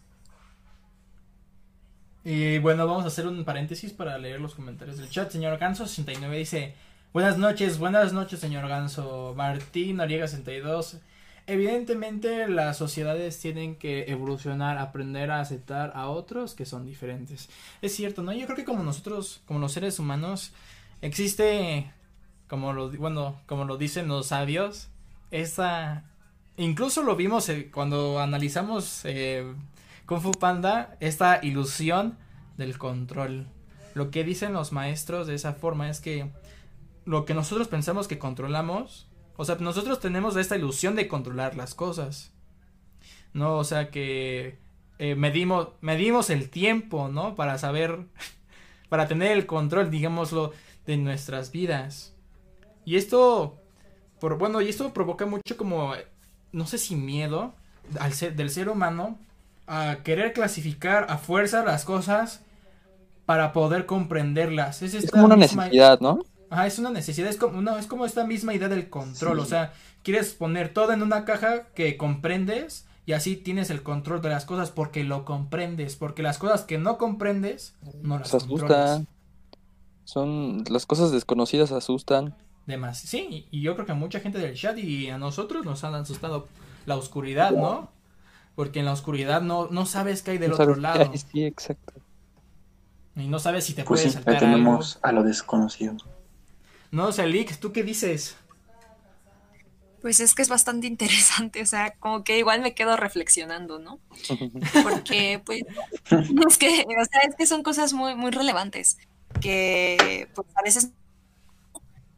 Y bueno, vamos a hacer un paréntesis para leer los comentarios del chat. Señor Ganso sesenta y nueve dice, buenas noches, buenas noches, señor Ganso. Martín Noriega sesenta y dos. Evidentemente las sociedades tienen que evolucionar, aprender a aceptar a otros que son diferentes. Es cierto, ¿no? Yo creo que como nosotros, como los seres humanos, existe, como lo, bueno, como lo dicen los sabios, esa... Incluso lo vimos eh, cuando analizamos eh, Kung Fu Panda, esta ilusión del control. Lo que dicen los maestros de esa forma es que lo que nosotros pensamos que controlamos, o sea, nosotros tenemos esta ilusión de controlar las cosas, ¿no? O sea, que eh, medimos, medimos el tiempo, ¿no? Para saber, para tener el control, digámoslo, de nuestras vidas. Y esto, por, bueno, y esto provoca mucho como, no sé si miedo al ser, del ser humano a querer clasificar a fuerza las cosas para poder comprenderlas. Es Es esta como una misma... necesidad, ¿no? Ajá, es una necesidad, es como, no, es como esta misma idea del control, Sí. o sea, quieres poner todo en una caja que comprendes y así tienes el control de las cosas porque lo comprendes, porque las cosas que no comprendes no las Se controlas. asustan. Son las cosas desconocidas asustan. Demás, sí, y yo creo que a mucha gente del chat y a nosotros nos han asustado la oscuridad, ¿no? Porque en la oscuridad no, no sabes qué hay del No otro sabes qué lado hay, sí, exacto. y no sabes si te Pues puede sí, le saltar algo. tenemos a lo desconocido. No, Salik, ¿tú qué dices? Pues es que es bastante interesante, o sea, como que igual me quedo reflexionando, ¿no? Porque, pues, es que, o sea, es que son cosas muy, muy relevantes, que pues a veces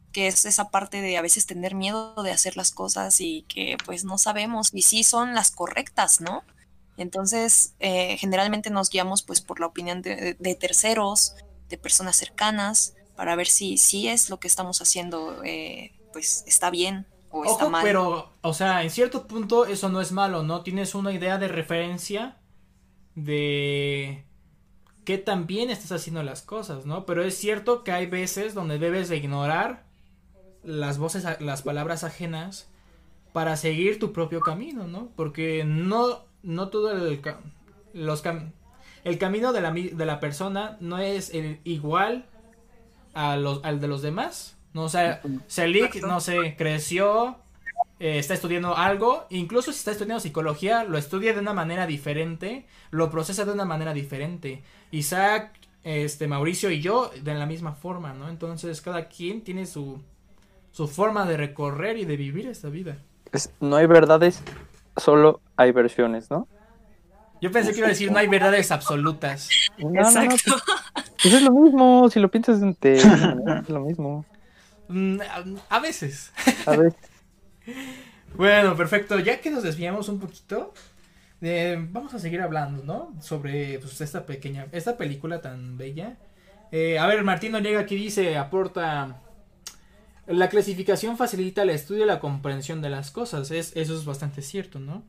que es esa parte de a veces tener miedo de hacer las cosas y que pues no sabemos y sí son las correctas, ¿no? Entonces, eh, generalmente nos guiamos pues por la opinión de, de terceros, de personas cercanas, para ver si, si es lo que estamos haciendo, eh, pues está bien o está Ojo, mal. pero, o sea, en cierto punto eso no es malo, ¿no? Tienes una idea de referencia de qué tan bien estás haciendo las cosas, ¿no? Pero es cierto que hay veces donde debes de ignorar las voces, las palabras ajenas para seguir tu propio camino, ¿no? Porque no, no todo el, los cam, el camino de la, de la persona no es el igual a los, al de los demás, ¿no? O sea, Selik, no sé, creció, eh, está estudiando algo, incluso si está estudiando psicología, lo estudia de una manera diferente, lo procesa de una manera diferente. Isaac, este, Mauricio y yo de la misma forma, ¿no? Entonces cada quien tiene su, su forma de recorrer y de vivir esta vida. Es, no hay verdades, solo hay versiones, ¿no? Yo pensé que iba a decir no hay verdades absolutas. No, Exacto. no, no, pues, pues es lo mismo, si lo piensas de, es lo mismo. Mm, a, a veces. A ver. Bueno, perfecto. Ya que nos desviamos un poquito, eh, vamos a seguir hablando, ¿no? Sobre pues, esta pequeña, esta película tan bella. Eh, a ver, Martín Noriega aquí dice, aporta, la clasificación facilita el estudio y la comprensión de las cosas. Es, eso es bastante cierto, ¿no?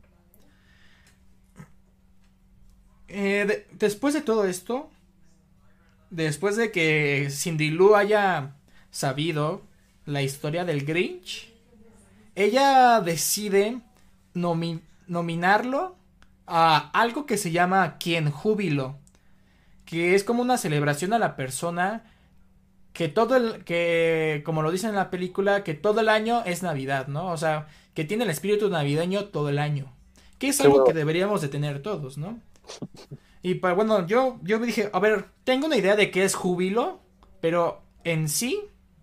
Eh, de, después de todo esto, después de que Cindy Lou haya sabido la historia del Grinch, ella decide nomi nominarlo a algo que se llama Quien Júbilo, que es como una celebración a la persona que todo el, que como lo dice en la película, que todo el año es Navidad, ¿no? O sea, que tiene el espíritu navideño todo el año, que es algo que deberíamos de tener todos, ¿no? Y para, bueno, yo, yo dije, a ver, tengo una idea de qué es júbilo, pero en sí,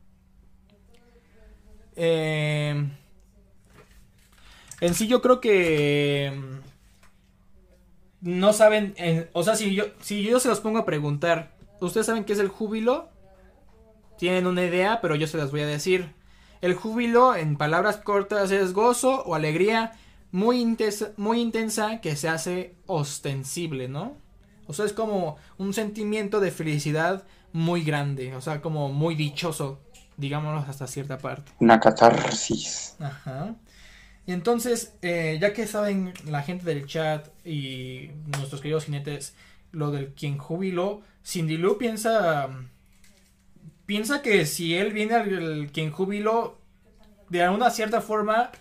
eh, en sí yo creo que no saben, eh, o sea, si yo, si yo se los pongo a preguntar, ¿ustedes saben qué es el júbilo? Tienen una idea, pero yo se las voy a decir. El júbilo, en palabras cortas, es gozo o alegría muy intensa, muy intensa que se hace ostensible, ¿no? O sea, es como un sentimiento de felicidad muy grande, o sea, como muy dichoso, digámoslo hasta cierta parte. Una catarsis. Ajá. Y entonces, eh, ya que saben la gente del chat y nuestros queridos jinetes lo del quien júbilo, Cindy Lou piensa, piensa que si él viene al quien júbilo, de alguna cierta forma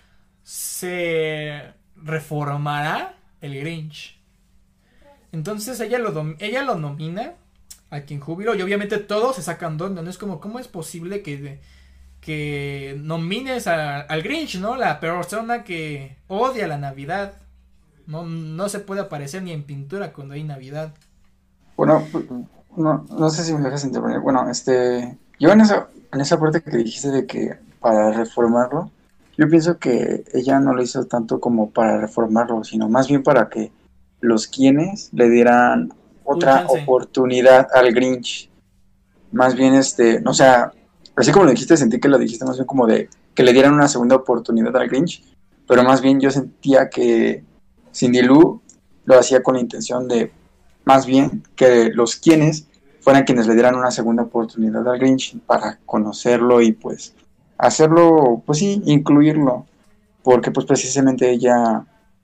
se reformará el Grinch. Entonces ella lo, ella lo nomina a quien júbilo y obviamente todos se sacan de onda, ¿no? Es como, ¿cómo es posible que, que nomines a, al Grinch, ¿no? La persona que odia la Navidad. No, no se puede aparecer ni en pintura cuando hay Navidad. Bueno, no, no sé si me dejas intervenir. Bueno, este, yo en esa, en esa parte que dijiste de que para reformarlo, yo pienso que ella no lo hizo tanto como para reformarlo, sino más bien para que los quienes le dieran otra oportunidad al Grinch. Más bien, este, o sea, así como lo dijiste, sentí que lo dijiste más bien como de que le dieran una segunda oportunidad al Grinch, pero más bien yo sentía que Cindy Lou lo hacía con la intención de, más bien, que los quienes fueran quienes le dieran una segunda oportunidad al Grinch para conocerlo y pues hacerlo, pues sí, incluirlo, porque pues precisamente ella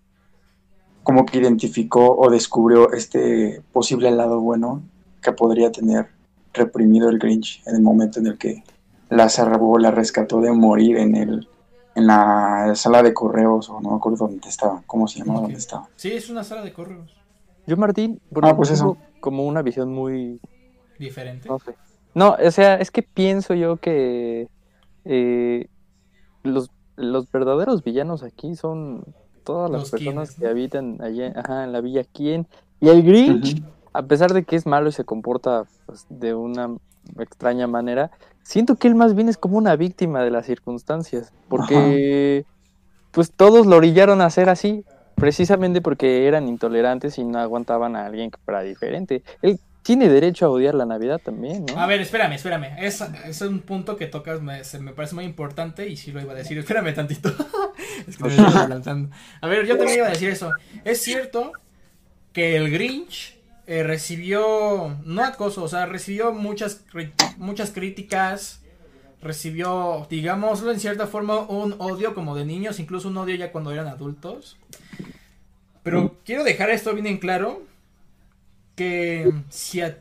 como que identificó o descubrió este posible lado bueno que podría tener reprimido el Grinch en el momento en el que la salvó, la rescató de morir en el en la sala de correos, o no me acuerdo dónde estaba, cómo se llamaba, okay. Dónde estaba. Sí, es una sala de correos. Yo, Martín, ah, pues eso. Como una visión muy diferente. No sé. No, o sea, es que pienso yo que eh, los, los verdaderos villanos aquí son todas las los personas quienes, que ¿no? habitan allá, ajá, en la Villa Quien. Y el Grinch, uh-huh. a pesar de que es malo y se comporta pues, de una extraña manera, siento que él más bien es como una víctima de las circunstancias, porque ajá. pues todos lo orillaron a ser así, precisamente porque eran intolerantes y no aguantaban a alguien que fuera diferente. Él tiene derecho a odiar la Navidad también, ¿no? A ver, espérame, espérame. Es, es un punto que tocas, me, se, me parece muy importante y sí lo iba a decir. Espérame tantito. Es que me estoy adelantando. A ver, yo también iba a decir eso. Es cierto que el Grinch eh, recibió, no acoso, o sea, recibió muchas, muchas críticas, recibió, digámoslo en cierta forma, un odio como de niños, incluso un odio ya cuando eran adultos. Pero quiero dejar esto bien en claro, que si a,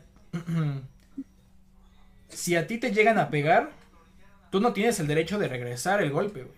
si a ti te llegan a pegar, tú no tienes el derecho de regresar el golpe, güey.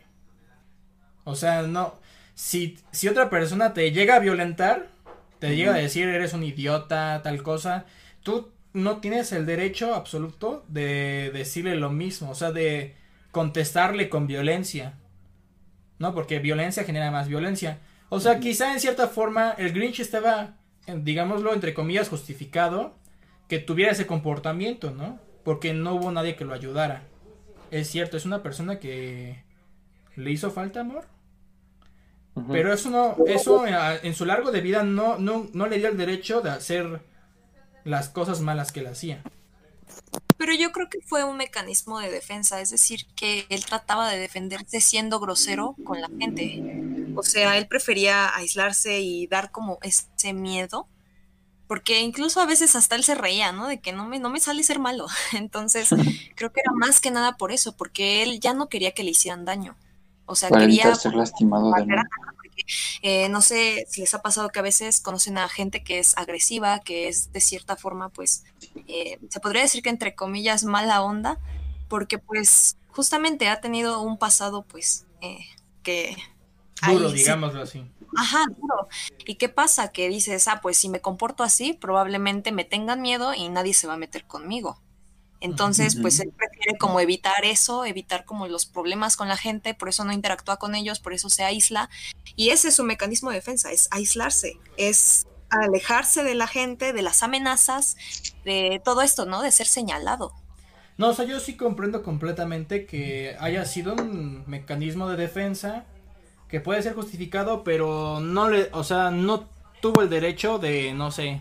O sea, no, si, si otra persona te llega a violentar, te llega a decir eres un idiota, tal cosa, tú no tienes el derecho absoluto de decirle lo mismo, o sea, de contestarle con violencia, ¿no? Porque violencia genera más violencia. O sea, quizá en cierta forma el Grinch estaba, digámoslo, entre comillas, justificado que tuviera ese comportamiento, ¿no? Porque no hubo nadie que lo ayudara. Es cierto, es una persona que le hizo falta amor. Uh-huh. Pero eso no, eso en su largo de vida no, no, no le dio el derecho de hacer las cosas malas que él hacía. Pero yo creo que fue un mecanismo de defensa, es decir, que él trataba de defenderse siendo grosero con la gente. O sea, él prefería aislarse y dar como ese miedo, porque incluso a veces hasta él se reía, ¿no? De que no me, no me sale ser malo. Entonces, creo que era más que nada por eso, porque él ya no quería que le hicieran daño. O sea, para quería ser lastimado de nuevo. Eh, no sé si les ha pasado que a veces conocen a gente que es agresiva, que es de cierta forma, pues, eh, se podría decir que entre comillas mala onda, porque pues justamente ha tenido un pasado, pues, eh, que... Duro, digámoslo así. Ajá, duro. ¿Y qué pasa? Que dices, ah, pues si me comporto así, probablemente me tengan miedo y nadie se va a meter conmigo. Entonces, pues él prefiere como evitar eso, evitar como los problemas con la gente, por eso no interactúa con ellos, por eso se aísla. Y ese es su mecanismo de defensa, es aislarse, es alejarse de la gente, de las amenazas, de todo esto, ¿no? De ser señalado. No, o sea, yo sí comprendo completamente que haya sido un mecanismo de defensa que puede ser justificado, pero no le, o sea, no tuvo el derecho de, no sé,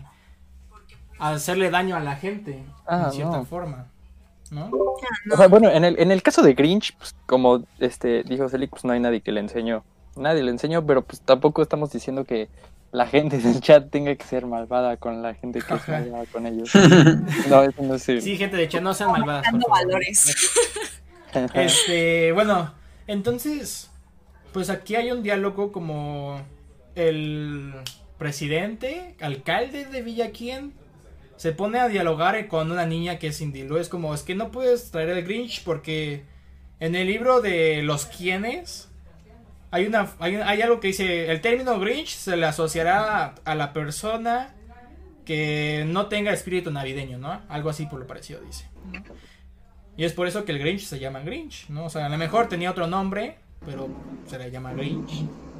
hacerle daño a la gente, ah, en cierta no. forma, ¿no? no. O sea, bueno, en el, en el caso de Grinch, pues, como este dijo Celic, pues no hay nadie que le enseñó. Nadie le enseñó, pero pues tampoco estamos diciendo que la gente del chat tenga que ser malvada con la gente que es malvada con ellos. No, eso no es el... Sí, gente de chat, no sean malvadas. Dando valores. Este, bueno, entonces, pues aquí hay un diálogo como el presidente, alcalde de Villaquién, se pone a dialogar con una niña que es Cindy. Es como, es que no puedes traer el Grinch porque en el libro de los quienes hay una hay, hay algo que dice, el término Grinch se le asociará a, a la persona que no tenga espíritu navideño, ¿no? Algo así por lo parecido dice. Y es por eso que el Grinch se llama Grinch, ¿no? O sea, a lo mejor tenía otro nombre, pero se le llama Grinch.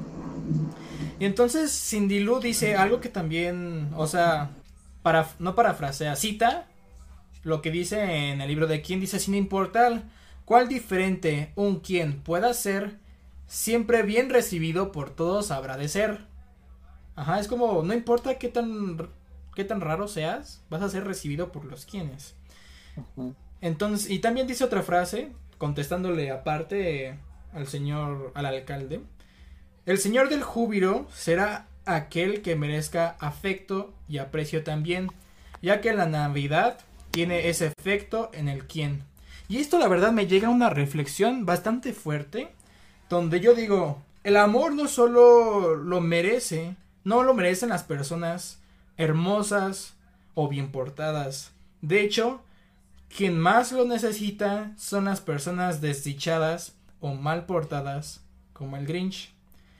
Y entonces Cindy Lou dice algo que también, o sea, para, no parafrasea, cita lo que dice en el libro de Quién, dice, sin importar cuál diferente un quien pueda ser, siempre bien recibido por todos habrá de ser. Ajá, es como, no importa qué tan, qué tan raro seas, vas a ser recibido por los quienes. Uh-huh. Entonces, y también dice otra frase, contestándole aparte al señor, al alcalde, el señor del júbilo será aquel que merezca afecto y aprecio también, ya que la Navidad tiene ese efecto en el quién. Y esto la verdad me llega a una reflexión bastante fuerte, donde yo digo, el amor no solo lo merece, no lo merecen las personas hermosas o bien portadas. De hecho, quien más lo necesita son las personas desdichadas o mal portadas, como el Grinch.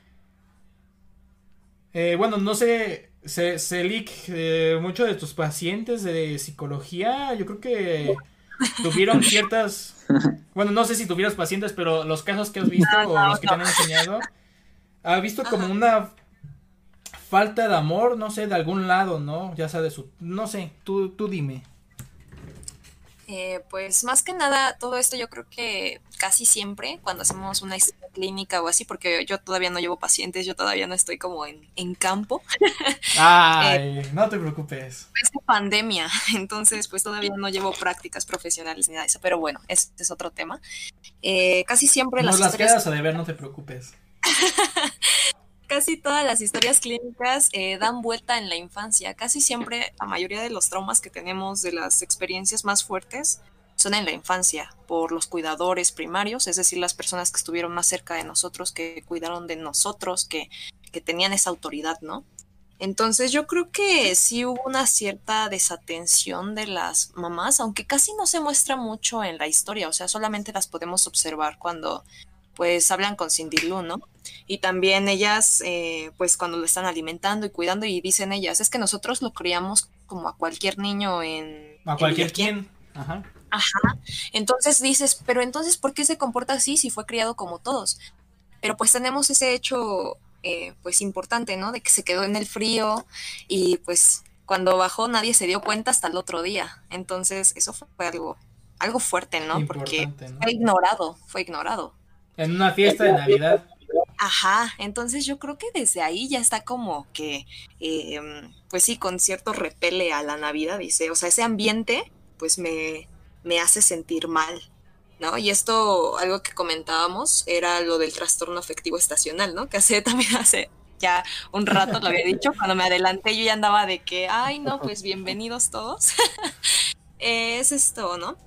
Eh, bueno, no sé, Celic, eh, muchos de tus pacientes de psicología, yo creo que tuvieron ciertas, bueno, no sé si tuvieras pacientes, pero los casos que has visto no, no, o los que no. te han enseñado, ¿has visto como Ajá. una falta de amor, no sé, de algún lado, ¿no? Ya sea de su, no sé, tú, tú dime. Eh, pues más que nada, todo esto yo creo que casi siempre cuando hacemos una historia clínica o así, porque yo todavía no llevo pacientes, yo todavía no estoy como en, en campo, eh, Ay, no te preocupes. es de pandemia, entonces pues todavía no llevo prácticas profesionales ni nada de eso, pero bueno, ese es otro tema. Eh, casi siempre Nos las las historias, quedas a deber, no te preocupes. casi todas las historias clínicas eh, dan vuelta en la infancia, casi siempre la mayoría de los traumas que tenemos, de las experiencias más fuertes, son en la infancia, por los cuidadores primarios, es decir, las personas que estuvieron más cerca de nosotros, que cuidaron de nosotros, que, que tenían esa autoridad, ¿no? Entonces yo creo que sí hubo una cierta desatención de las mamás, aunque casi no se muestra mucho en la historia, o sea, solamente las podemos observar cuando pues hablan con Cindy Lou, ¿no? Y también ellas, eh, pues cuando lo están alimentando y cuidando y dicen ellas, es que nosotros lo criamos como a cualquier niño en, A en cualquier Villaquién. quien. Ajá. Ajá. Entonces dices, pero entonces, ¿por qué se comporta así si fue criado como todos? Pero pues tenemos ese hecho, eh, pues importante, ¿no? De que se quedó en el frío y pues cuando bajó nadie se dio cuenta hasta el otro día. Entonces eso fue algo, algo fuerte, ¿no? Porque Importante, ¿no? fue ignorado, fue ignorado. En una fiesta de Navidad. Ajá, entonces yo creo que desde ahí ya está como que, eh, pues sí, con cierto repele a la Navidad, dice, o sea, ese ambiente, pues me, me hace sentir mal, ¿no? Y esto, algo que comentábamos, era lo del trastorno afectivo estacional, ¿no? Que hace también hace ya un rato lo había dicho, cuando me adelanté yo ya andaba de que, ay, no, pues bienvenidos todos. Eh, es esto, ¿no?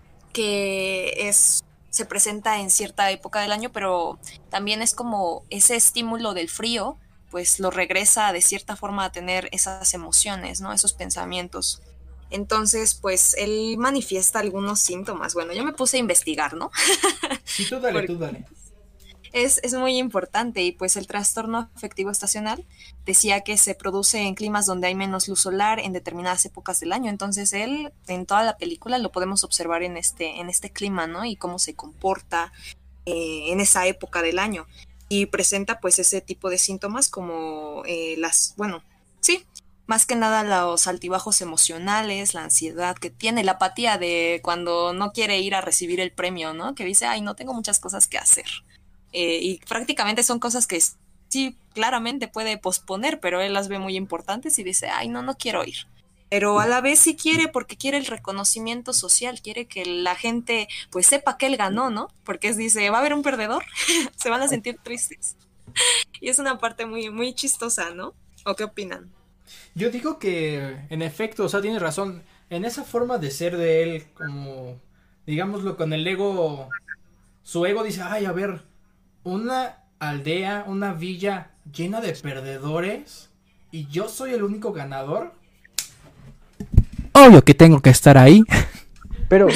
Que es se presenta en cierta época del año, pero también es como ese estímulo del frío, pues lo regresa de cierta forma a tener esas emociones, ¿no? Esos pensamientos. Entonces, pues él manifiesta algunos síntomas. Bueno, yo me puse a investigar, ¿no? Sí, tú dale, tú dale. Es, es muy importante y pues el trastorno afectivo estacional decía que se produce en climas donde hay menos luz solar en determinadas épocas del año. Entonces él en toda la película lo podemos observar en este, en este clima, ¿no? Y cómo se comporta eh, en esa época del año. Y presenta pues ese tipo de síntomas como eh, las, bueno, sí, más que nada los altibajos emocionales, la ansiedad que tiene, la apatía de cuando no quiere ir a recibir el premio, ¿no? Que dice, ay, no tengo muchas cosas que hacer. Eh, y prácticamente son cosas que sí, claramente puede posponer, pero él las ve muy importantes y dice, ay, no, no quiero ir. Pero a la vez sí quiere porque quiere el reconocimiento social, quiere que la gente pues sepa que él ganó, ¿no? Porque es, dice, va a haber un perdedor, se van a sentir tristes. Y es una parte muy, muy chistosa, ¿no? ¿O qué opinan? Yo digo que, en efecto, o sea, tienes razón. En esa forma de ser de él, como, digámoslo, con el ego, su ego dice, ay, a ver, una aldea, una villa llena de perdedores y yo soy el único ganador. Obvio que tengo que estar ahí. Pero,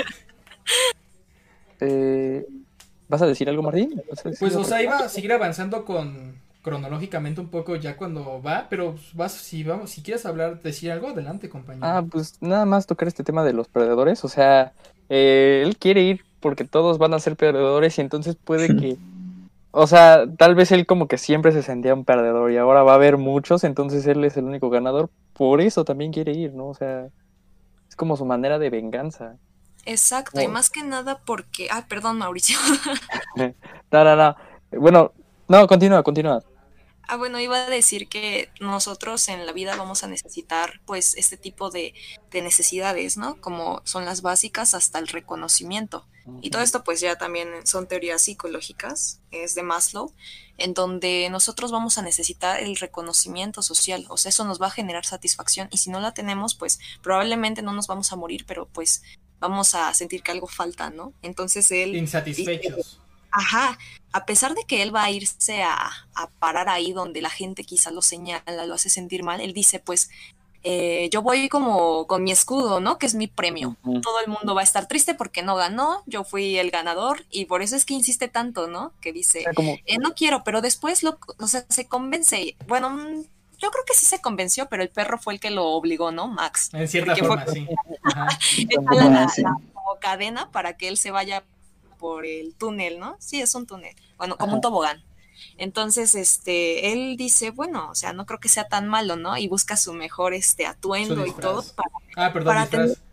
eh, ¿vas a decir algo, Martín? ¿Vas a decir Pues, o algo? sea, iba a seguir avanzando con cronológicamente un poco ya cuando va, pero vas, si vamos, si quieres hablar, decir algo, adelante, compañero. Ah, pues nada más tocar este tema de los perdedores. O sea, eh, él quiere ir porque todos van a ser perdedores y entonces puede que, o sea, tal vez él como que siempre se sentía un perdedor y ahora va a haber muchos, entonces él es el único ganador. Por eso también quiere ir, ¿no? O sea, es como su manera de venganza. Exacto, y Oh. más que nada porque, ah, perdón, Mauricio. No, no, no. Bueno, no, continúa, continúa. Ah, bueno, iba a decir que nosotros en la vida vamos a necesitar pues este tipo de, de necesidades, ¿no? Como son las básicas hasta el reconocimiento. Y todo esto pues ya también son teorías psicológicas, es de Maslow, en donde nosotros vamos a necesitar el reconocimiento social, o sea, eso nos va a generar satisfacción y si no la tenemos pues probablemente no nos vamos a morir, pero pues vamos a sentir que algo falta, ¿no? Entonces él... Insatisfechos. Ajá, a pesar de que él va a irse a, a parar ahí donde la gente quizá lo señala, lo hace sentir mal, él dice, pues, eh, yo voy como con mi escudo, ¿no? Que es mi premio. Ujú. Todo el mundo va a estar triste porque no ganó, yo fui el ganador y por eso es que insiste tanto, ¿no? Que O dice, sea, como, eh, no quiero, pero después lo, o sea, se convence. Bueno, mm, yo creo que sí se convenció, pero el perro fue el que lo obligó, ¿no? Max. En cierta Porque fue forma, sí. Ajá. está la, la- Ah, sí. la como cadena para que él se vaya por el túnel, ¿no? Sí, es un túnel, bueno, como ajá. un tobogán. Entonces, este, él dice, bueno, o sea, no creo que sea tan malo, ¿no? Y busca su mejor, este, Su atuendo y todo disfraz. para, Ah, perdón, para tener, disfraz.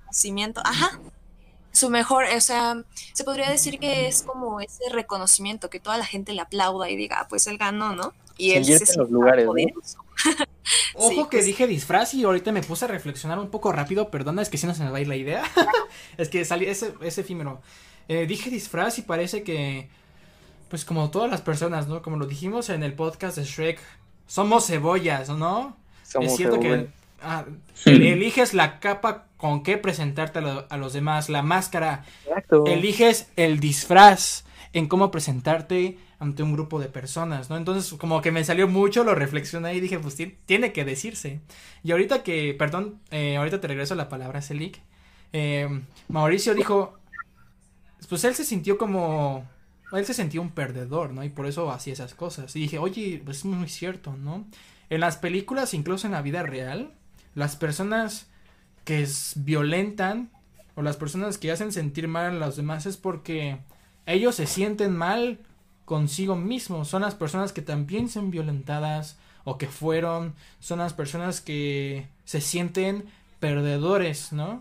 reconocimiento, ajá, su mejor, o sea, se podría decir que es como ese reconocimiento, que toda la gente le aplauda y diga, ah, pues él ganó, ¿no? Y él se Sentirte en los sienta lugares, ¿no? poderoso. Sí, Ojo que justo. dije disfraz y ahorita me puse a reflexionar un poco rápido, perdona, es que si no se me va a ir la idea. Es que salí ese, ese efímero. Eh, dije disfraz y parece que, pues como todas las personas, ¿no? Como lo dijimos en el podcast de Shrek, somos cebollas, ¿no? Es Somos cierto cebolla. que ah, el- eliges la capa con que presentarte a, lo- a los demás, la máscara, Exacto. eliges el disfraz en cómo presentarte ante un grupo de personas, ¿no? Entonces, como que me salió mucho, lo reflexioné y dije, pues ti- tiene que decirse. Y ahorita que, perdón, eh, ahorita te regreso la palabra, Celik. Eh, Mauricio dijo, pues él se sintió como, él se sintió un perdedor, ¿no? Y por eso hacía esas cosas. Y dije, oye, pues es muy cierto, ¿no? En las películas, incluso en la vida real, las personas que es- violentan o las personas que hacen sentir mal a los demás es porque ellos se sienten mal consigo mismos. Son las personas que también son violentadas o que fueron. Son las personas que se sienten perdedores, ¿no?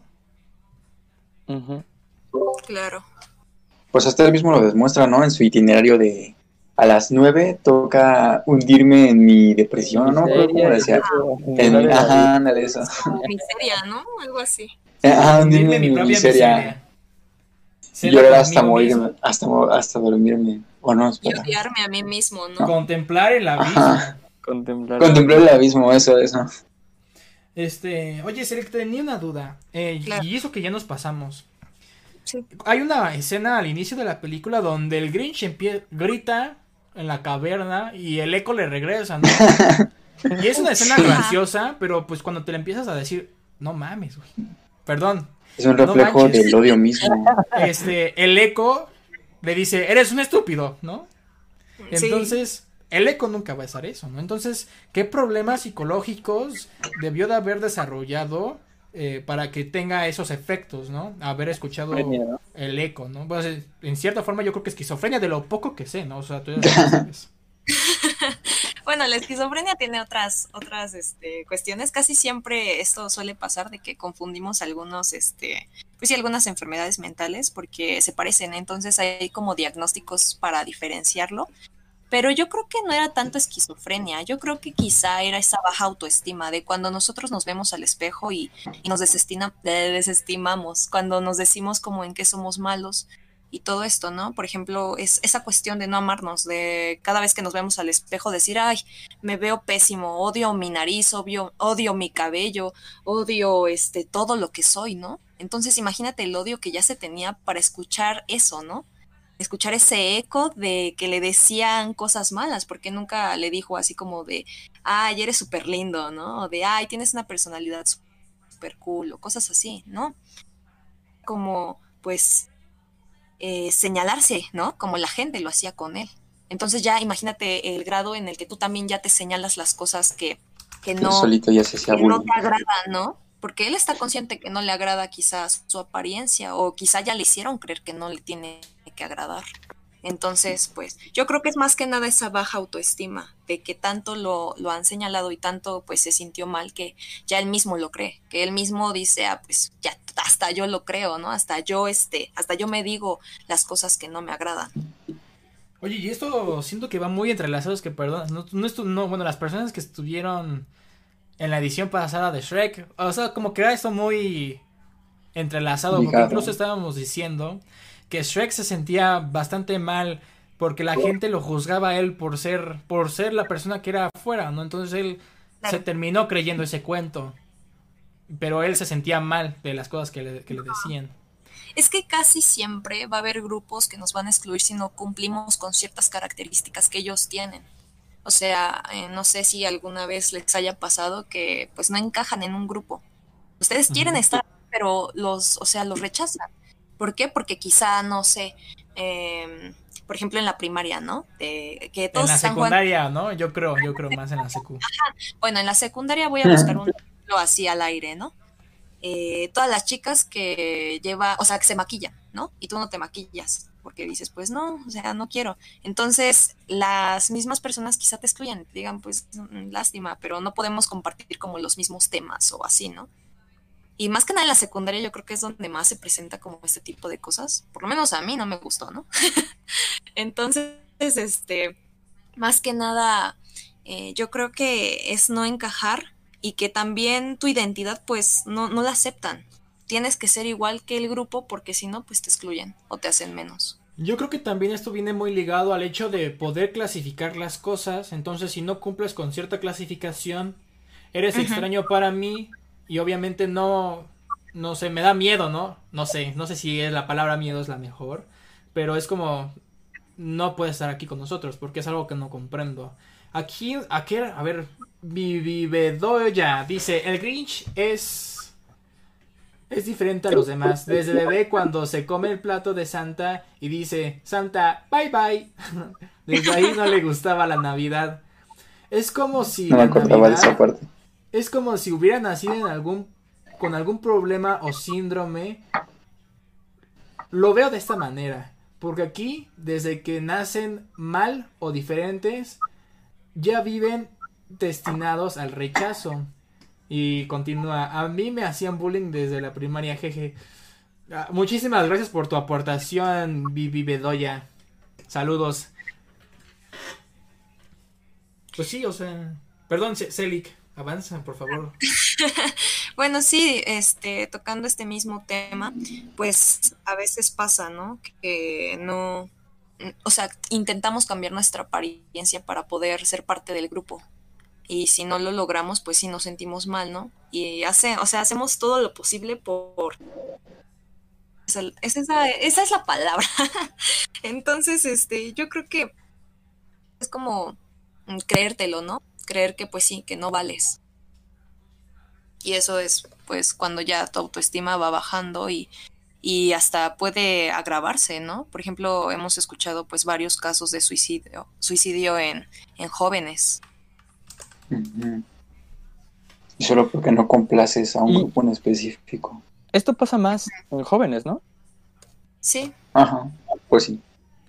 Ujú. Claro. Pues hasta él mismo lo demuestra, ¿no? En su itinerario de a las nueve toca hundirme en mi depresión, ¿no? Creo como Miseria y decía. luego En acumular mi, en la vida. ajá, ándale eso. Es como miseria, ¿no? Algo así. Eh, Ajá, hundirme Hundirme en en mi mi propia miseria. miseria. Y Cena llorar hasta conmigo morirme, mismo. hasta, mo- hasta dormirme. O no, Y espera. odiarme a mí mismo, ¿no? No. Contemplar el Ajá. abismo. Contemplar. Contemplar el abismo, eso, eso. Este, oye, Selec, tenía una duda. Eh, Claro. y eso que ya nos pasamos. Sí. Hay una escena al inicio de la película donde el Grinch empie- grita en la caverna y el eco le regresa, ¿no? Y es una escena Ajá. graciosa, pero pues cuando te la empiezas a decir, no mames, güey. Perdón. Es un No reflejo manches. del odio mismo. Este, el eco le dice, eres un estúpido, ¿no? Sí. Entonces, el eco nunca va a hacer eso, ¿no? Entonces, ¿qué problemas psicológicos debió de haber desarrollado eh, para que tenga esos efectos, ¿no? Haber escuchado Esquizofrenia, ¿no? el eco, ¿no? Pues, eh, en cierta forma yo creo que esquizofrenia de lo poco que sé, ¿no? O sea, tú ya sabes. Bueno, la esquizofrenia tiene otras, otras, este, cuestiones. Casi siempre esto suele pasar de que confundimos algunos, este, pues sí, algunas enfermedades mentales porque se parecen. Entonces hay como diagnósticos para diferenciarlo. Pero yo creo que no era tanto esquizofrenia. Yo creo que quizá era esa baja autoestima de cuando nosotros nos vemos al espejo y, y nos desestima, eh, desestimamos, cuando nos decimos como en qué somos malos y todo esto, ¿no? Por ejemplo, es esa cuestión de no amarnos, de cada vez que nos vemos al espejo decir, ay, me veo pésimo, odio mi nariz, odio, odio mi cabello, odio este todo lo que soy, ¿no? Entonces imagínate el odio que ya se tenía para escuchar eso, ¿no? Escuchar ese eco de que le decían cosas malas, porque nunca le dijo así como de, ay, eres súper lindo, ¿no? O de, ay, tienes una personalidad súper cool, o cosas así, ¿no? Como, pues, eh, señalarse, ¿no? Como la gente lo hacía con él. Entonces ya imagínate el grado en el que tú también ya te señalas las cosas que, que Él no, solito ya se hacía que no bullying. te agradan, ¿no? Porque él está consciente que no le agrada quizás su apariencia o quizá ya le hicieron creer que no le tiene que agradar. Entonces, pues yo creo que es más que nada esa baja autoestima de que tanto lo, lo han señalado y tanto pues se sintió mal que ya él mismo lo cree, que él mismo dice, ah, pues ya hasta yo lo creo, ¿no? Hasta yo este, hasta yo me digo las cosas que no me agradan. Oye, y esto siento que va muy entrelazado, es que perdón, no, no, estu- no, bueno, las personas que estuvieron en la edición pasada de Shrek, o sea, como que era esto muy entrelazado, porque Ligado. incluso estábamos diciendo que Shrek se sentía bastante mal porque la gente lo juzgaba a él por ser, por ser la persona que era afuera, ¿no? Entonces él Claro. se terminó creyendo ese cuento, pero él se sentía mal de las cosas que le, que le decían. Es que casi siempre va a haber grupos que nos van a excluir si no cumplimos con ciertas características que ellos tienen. O sea, eh, no sé si alguna vez les haya pasado que pues no encajan en un grupo. Ustedes quieren Ujú. estar, pero los, o sea, los rechazan. ¿Por qué? Porque quizá, no sé, eh, por ejemplo en la primaria, ¿no? De, que En todos la están jugando. secundaria, ¿no? Yo creo, yo creo más en la secu. Bueno, en la secundaria voy a buscar un ejemplo así al aire, ¿no? Eh, todas las chicas que lleva, o sea, que se maquillan, ¿no? Y tú no te maquillas, porque dices, pues no, o sea, no quiero. Entonces, las mismas personas quizá te excluyan, te digan, pues mm, lástima, pero no podemos compartir como los mismos temas o así, ¿no? Y más que nada en la secundaria yo creo que es donde más se presenta como este tipo de cosas. Por lo menos a mí no me gustó, ¿no? Entonces, este, más que nada, eh, yo creo que es no encajar y que también tu identidad pues no, no la aceptan. Tienes que ser igual que el grupo porque si no pues te excluyen o te hacen menos. Yo creo que también esto viene muy ligado al hecho de poder clasificar las cosas. Entonces, si no cumples con cierta clasificación, eres Ujú. extraño para mí y obviamente no, no sé, me da miedo, ¿no? No sé, no sé si es la palabra miedo es la mejor, pero es como no puedes estar aquí con nosotros porque es algo que no comprendo. Aquí, aquí, a ver, Vivibedoya dice, el Grinch es es diferente a los demás. Desde bebé cuando se come el plato de Santa y dice, Santa, bye bye. Desde ahí no le gustaba la Navidad. Es como si No me la acordaba de esa Navidad, parte. es como si hubiera nacido en algún, con algún problema o síndrome. Lo veo de esta manera. Porque aquí, desde que nacen mal o diferentes, ya viven destinados al rechazo. Y continúa, a mí me hacían bullying desde la primaria, jeje. Ah, muchísimas gracias por tu aportación, Vivi Bedoya. Saludos. Pues sí, o sea... Perdón, Ce- Celic, avanza, por favor. Bueno, sí, este, tocando este mismo tema, pues a veces pasa, ¿no? Que no, o sea, intentamos cambiar nuestra apariencia para poder ser parte del grupo. Y si no lo logramos, pues sí nos sentimos mal, ¿no? Y hace, o sea, hacemos todo lo posible por... Esa, esa, esa es la palabra. Entonces, este, yo creo que es como mm, creértelo, ¿no? Creer que pues sí, que no vales. Y eso es pues cuando ya tu autoestima va bajando y, y hasta puede agravarse, ¿no? Por ejemplo, hemos escuchado pues varios casos de suicidio, suicidio en, en jóvenes. Ujú. Y solo porque no complaces a un Y grupo en específico. esto pasa más en jóvenes, ¿no? Sí, Ajá, pues sí.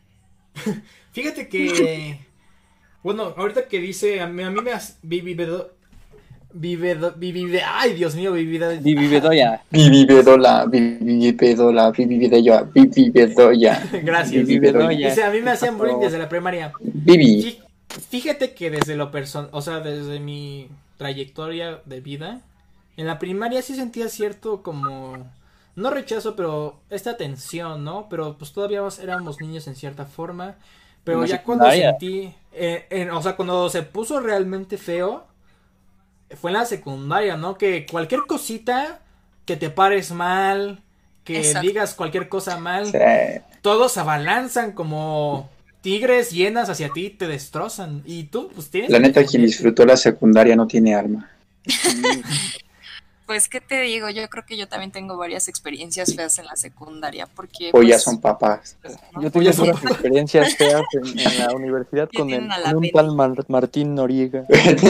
Fíjate que... Bueno, ahorita que dice, a mí, a mí me hace... Vivi Bedo... Vive... Vive... Ay, Dios mío, Vivi... Vivi Bedoya. Vivi Bedola, Vivi Bedola, Vivi Bedoya, Vivi Bedoya, Gracias. Vivi Vivi Bedoya. Bedoya. Dice, a mí me Por hacían bullying favor. desde la primaria. Vivi. Fí- Fíjate que desde lo personal, o sea, desde mi trayectoria de vida, en la primaria sí sentía cierto como, no rechazo, pero esta tensión, ¿no? Pero pues todavía éramos niños en cierta forma, En pero la ya cuando secundaria. sentí, eh, en- o sea, cuando se puso realmente feo, fue en la secundaria, ¿no? Que cualquier cosita, que te pares mal, que exacto. digas cualquier cosa mal, Sí. todos se abalanzan como tigres llenas hacia ti, te destrozan. Y tú, pues tienes La que neta, quien defenderte. disfrutó la secundaria no tiene alma. Sí. Pues, ¿qué te digo? Yo creo que yo también tengo varias experiencias feas en la secundaria, porque O ya pues, son papás. ¿no? Yo tuve unas experiencias feas en, en la universidad Ya con, tienen el, a la con un Penny. tal Mar- Martín Noriega.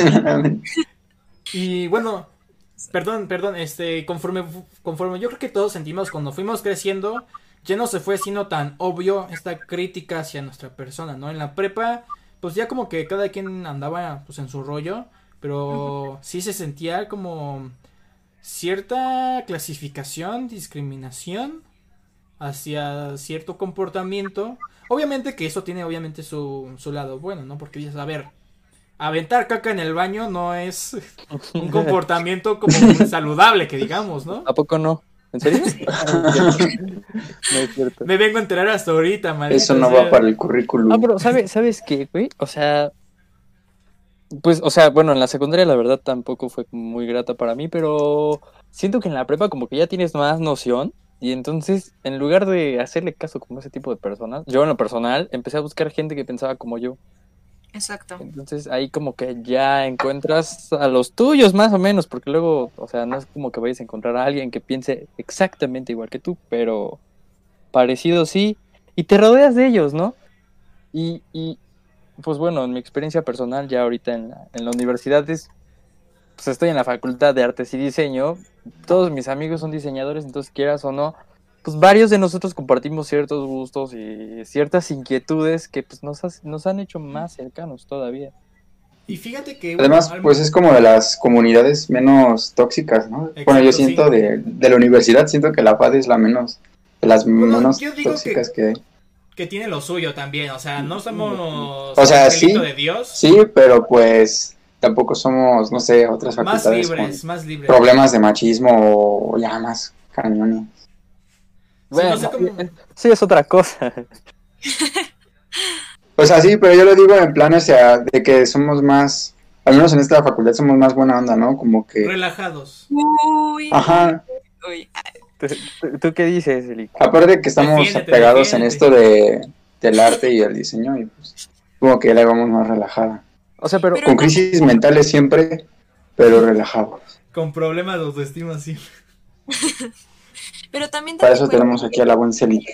Y bueno, perdón, perdón, este, conforme, conforme yo creo que todos sentimos cuando fuimos creciendo, ya no se fue siendo tan obvio esta crítica hacia nuestra persona, ¿no? En la prepa, pues ya como que cada quien andaba pues en su rollo, pero sí se sentía como cierta clasificación, discriminación hacia cierto comportamiento. Obviamente que eso tiene obviamente su, su lado bueno, ¿no? Porque dices, a ver, aventar caca en el baño no es un comportamiento como muy saludable, que digamos, ¿no? ¿A poco no? ¿En serio? No es cierto. Me vengo a enterar hasta ahorita, maldita Eso no sea. va para el currículum. Ah, pero ¿sabes, ¿sabes qué, güey? O sea, pues, o sea, bueno, en la secundaria la verdad tampoco fue muy grata para mí, pero siento que en la prepa como que ya tienes más noción y entonces en lugar de hacerle caso como ese tipo de personas, yo en lo personal empecé a buscar gente que pensaba como yo. Exacto. Entonces ahí como que ya encuentras a los tuyos más o menos, porque luego, o sea, no es como que vayas a encontrar a alguien que piense exactamente igual que tú, pero parecido sí, y te rodeas de ellos, ¿no? Y, y pues bueno, en mi experiencia personal ya ahorita en la, en la universidad es, pues estoy en la facultad de artes y diseño, todos mis amigos son diseñadores, entonces quieras o no, pues varios de nosotros compartimos ciertos gustos y ciertas inquietudes que pues nos, has- nos han hecho más cercanos todavía. Y fíjate que... Bueno, Además, al- pues es como de las comunidades menos tóxicas, ¿no? Exacto, Bueno, yo sí. siento de, de la universidad, siento que la F A D es la menos, de las Bueno, menos yo digo tóxicas que, que hay. que tiene lo suyo también, o sea, no somos O sea, angelito sí, de Dios, sí, pero pues tampoco somos, no sé, otras más facultades libres, con más libres. problemas de machismo o ya más cañones. Sí, no Bueno, sé cómo... sí es otra cosa. O sea, sí, pero yo lo digo en plan, o sea, de que somos más, al menos en esta facultad somos más buena onda, ¿no? Como que, Relajados. Uy, ajá, uy. ¿Tú, tú- tú qué dices, Eli? aparte de que estamos Defiéndete, apegados en defiéndete. esto de, del arte y el diseño, y pues como que ya la vamos más relajada. O sea, pero, Pero Con también- crisis mentales siempre, pero relajados. Con problemas de autoestima, sí. Pero también Para date eso cuenta tenemos aquí a la buen Celita.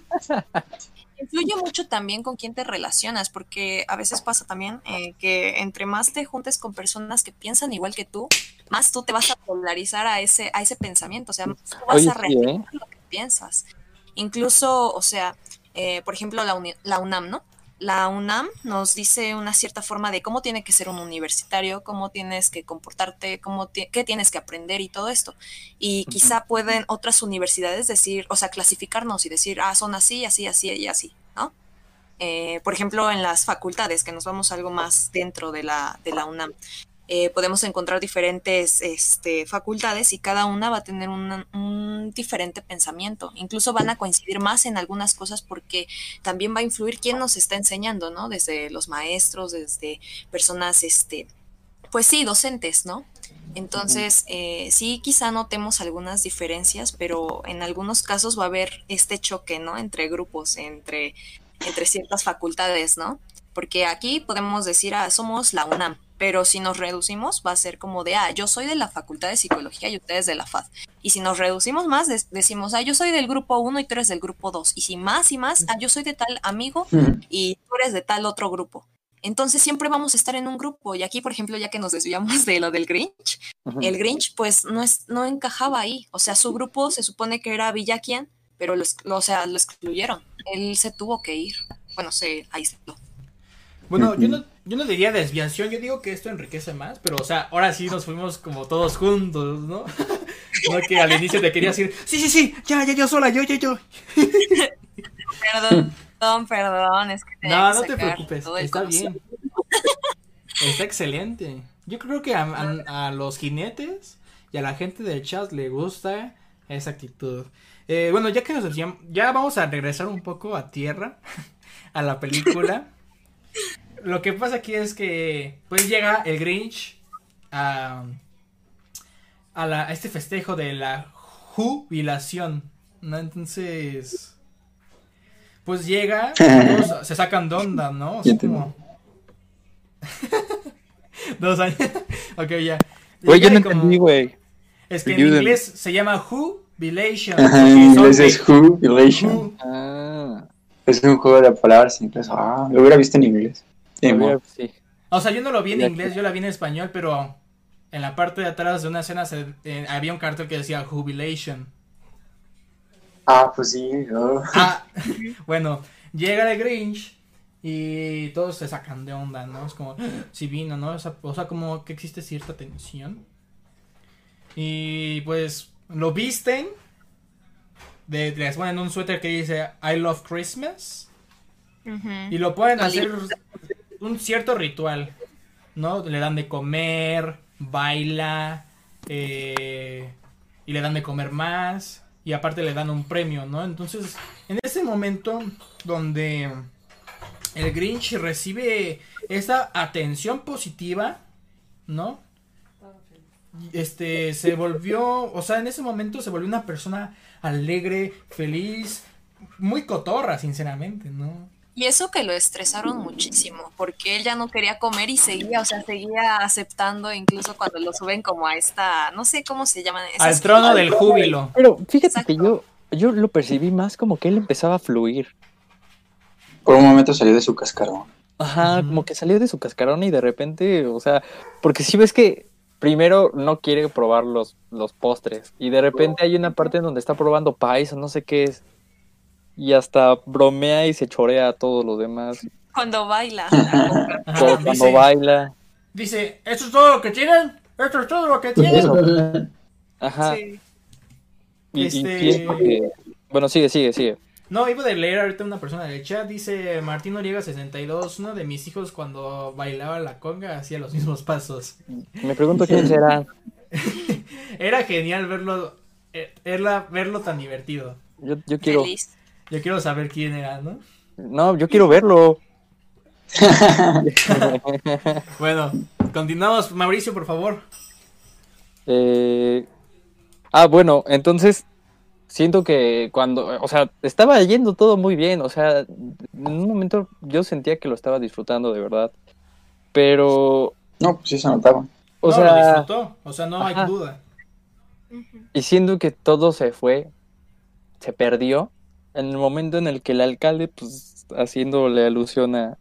que influye mucho también con quién te relacionas, porque a veces pasa también eh, que entre más te juntes con personas que piensan igual que tú, más tú te vas a polarizar a ese, a ese pensamiento, o sea, más tú vas oye, a sí, reafirmar ¿eh? lo que piensas. Incluso, o sea, eh, por ejemplo, la, uni- la UNAM, ¿no? La UNAM nos dice una cierta forma de cómo tiene que ser un universitario, cómo tienes que comportarte, cómo ti- qué tienes que aprender y todo esto. Y quizá pueden otras universidades decir, o sea, clasificarnos y decir, ah, son así, así, así y así, ¿no? Eh, por ejemplo, en las facultades, que nos vamos algo más dentro de la, de la UNAM, eh, podemos encontrar diferentes este, facultades y cada una va a tener una- un diferente pensamiento. Incluso van a coincidir más en algunas cosas porque también va a influir quién nos está enseñando, ¿no? Desde los maestros, desde personas, este, pues sí, docentes, ¿no? Entonces, eh, sí, quizá notemos algunas diferencias, pero en algunos casos va a haber este choque, ¿no? Entre grupos, entre, entre ciertas facultades, ¿no? Porque aquí podemos decir, ah, somos la UNAM, pero si nos reducimos va a ser como de, ah, yo soy de la Facultad de Psicología y ustedes de la F A D. Y si nos reducimos más, des- decimos, ah, yo soy del grupo uno y tú eres del grupo dos. Y si más y más, ah, yo soy de tal amigo y tú eres de tal otro grupo. Entonces siempre vamos a estar en un grupo. Y aquí, por ejemplo, ya que nos desviamos de lo del Grinch, Ujú. el Grinch pues no, es, no encajaba ahí. O sea, su grupo se supone que era Villaquién, pero lo, ex- lo- o sea, lo excluyeron. Él se tuvo que ir. Bueno, se aisló. Bueno, yo no, yo no diría desviación, yo digo que esto enriquece más, pero o sea, ahora sí nos fuimos como todos juntos, ¿no? No que al inicio te querías decir, sí, sí, sí, ya, ya, yo sola, yo, yo, yo. Perdón, perdón, perdón. Es que tenía No, que no te sacar preocupes, todo el está conocimiento. bien. Está excelente. Yo creo que a, a- a los jinetes y a la gente del chat le gusta esa actitud. Eh, bueno, ya que nos decíamos, ya vamos a regresar un poco a tierra, a la película. Lo que pasa aquí es que pues llega el Grinch a, a, la, a este festejo de la jubilación, ¿no? Entonces, pues llega, todos se sacan de onda, ¿no? O sea, como... Dos años. Ok, ya. Güey, yo Llega no y como- entendí, güey. Es que en Ayúdenme. inglés se llama jubilation. Ajá, porque en son inglés de es Jubilation. ju- Ah, Es un juego de palabras en inglés. Ah, lo hubiera visto en inglés. Sí, a ver, mo. sí. O sea, yo no lo vi en Ya inglés, que- yo la vi en español, pero en la parte de atrás de una escena se- eh, había un cartel que decía jubilation. Ah, pues sí. Oh. Ah, bueno, llega el Grinch y todos se sacan de onda, ¿no? Es como, si vino, ¿no? O sea, o sea, como que existe cierta tensión. Y pues lo visten, de, les ponen un suéter que dice I love Christmas Ujú. y lo pueden Lo hacer un cierto ritual, ¿no? Le dan de comer, baila, eh, y le dan de comer más. Y aparte le dan un premio, ¿no? Entonces, en ese momento donde el Grinch recibe esa atención positiva, ¿no? Este, se volvió, o sea, en ese momento se volvió una persona alegre, feliz, muy cotorra, sinceramente, ¿no? Y eso que lo estresaron muchísimo, porque él ya no quería comer y seguía, o sea, seguía aceptando incluso cuando lo suben como a esta, no sé cómo se llaman esas. Al trono del júbilo. Pero fíjate Exacto. que yo, yo lo percibí más como que él empezaba a fluir. Por un momento salió de su cascarón. Ajá, Ujú. como que salió de su cascarón y de repente, o sea, porque si ves que primero no quiere probar los, los postres y de repente hay una parte en donde está probando pies o no sé qué es y hasta bromea y se chorea a todos los demás Cuando baila. Ajá, todo cuando dice, baila. dice, ¿esto es todo lo que tienen? ¿Esto es todo lo que tienen? Ajá. Sí. Y, Este- y pienso que- Bueno, sigue, sigue, sigue. No, iba de leer ahorita una persona del chat, dice Martín Noriega sesenta y dos, uno de mis hijos cuando bailaba la conga hacía los mismos pasos. Me pregunto quién será. Era genial verlo, eh, verla- verlo tan divertido. Yo, yo quiero... Feliz. Yo quiero saber quién era, ¿no? No, yo quiero verlo. Bueno, continuamos, Mauricio, por favor. Eh, Ah, bueno, entonces siento que cuando, o sea, estaba yendo todo muy bien, o sea, en un momento yo sentía que lo estaba disfrutando de verdad, pero, No, pues sí se notaba. o no, lo sea, disfrutó, o sea, no ajá. hay duda. Ujú. y siendo que todo se fue, se perdió, en el momento en el que el alcalde, pues, haciéndole alusión a,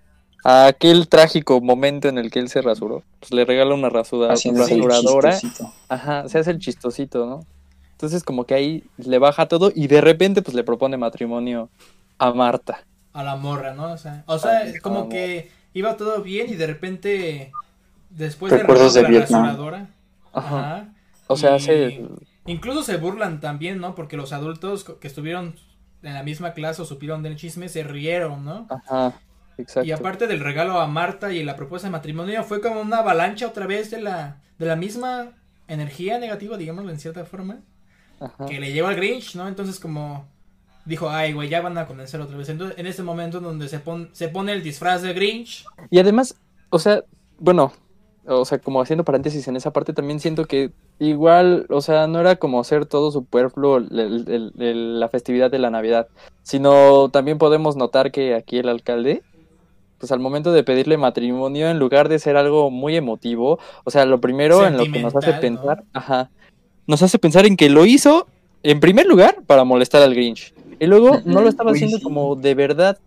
a aquel trágico momento en el que él se rasuró, pues le regala una rasura, Haciéndose el rasuradora. chistosito. Ajá, se hace el chistosito, ¿no? Entonces como que ahí le baja todo y de repente pues le propone matrimonio a Marta. A la morra, ¿no? O sea, o sea, Ah, como ah, que iba todo bien y de repente, después Recuerdos de de Vietnam. rasuradora, Ajá. ajá, O sea, y hace... incluso se burlan también, ¿no? Porque los adultos co- que estuvieron en la misma clase o supieron del chisme se rieron, ¿no? Ajá, exacto. Y aparte del regalo a Marta y la propuesta de matrimonio, fue como una avalancha otra vez de la, de la misma energía negativa, digámoslo en cierta forma, Ajá. que le llevó al Grinch, ¿no? Entonces como dijo, ay, güey, ya van a convencer otra vez. Entonces, en ese momento donde se, pon, se pone el disfraz de Grinch, Y además, o sea, bueno, o sea, como haciendo paréntesis en esa parte, también siento que igual, o sea, no era como hacer todo superfluo el- el- el- el- la festividad de la Navidad, sino también podemos notar que aquí el alcalde, pues al momento de pedirle matrimonio, en lugar de ser algo muy emotivo, o sea, lo primero en lo que nos hace Sentimental, pensar, ¿no? ajá, nos hace pensar en que lo hizo, en primer lugar, para molestar al Grinch, y luego no lo estaba Uy, haciendo sí. como de verdad,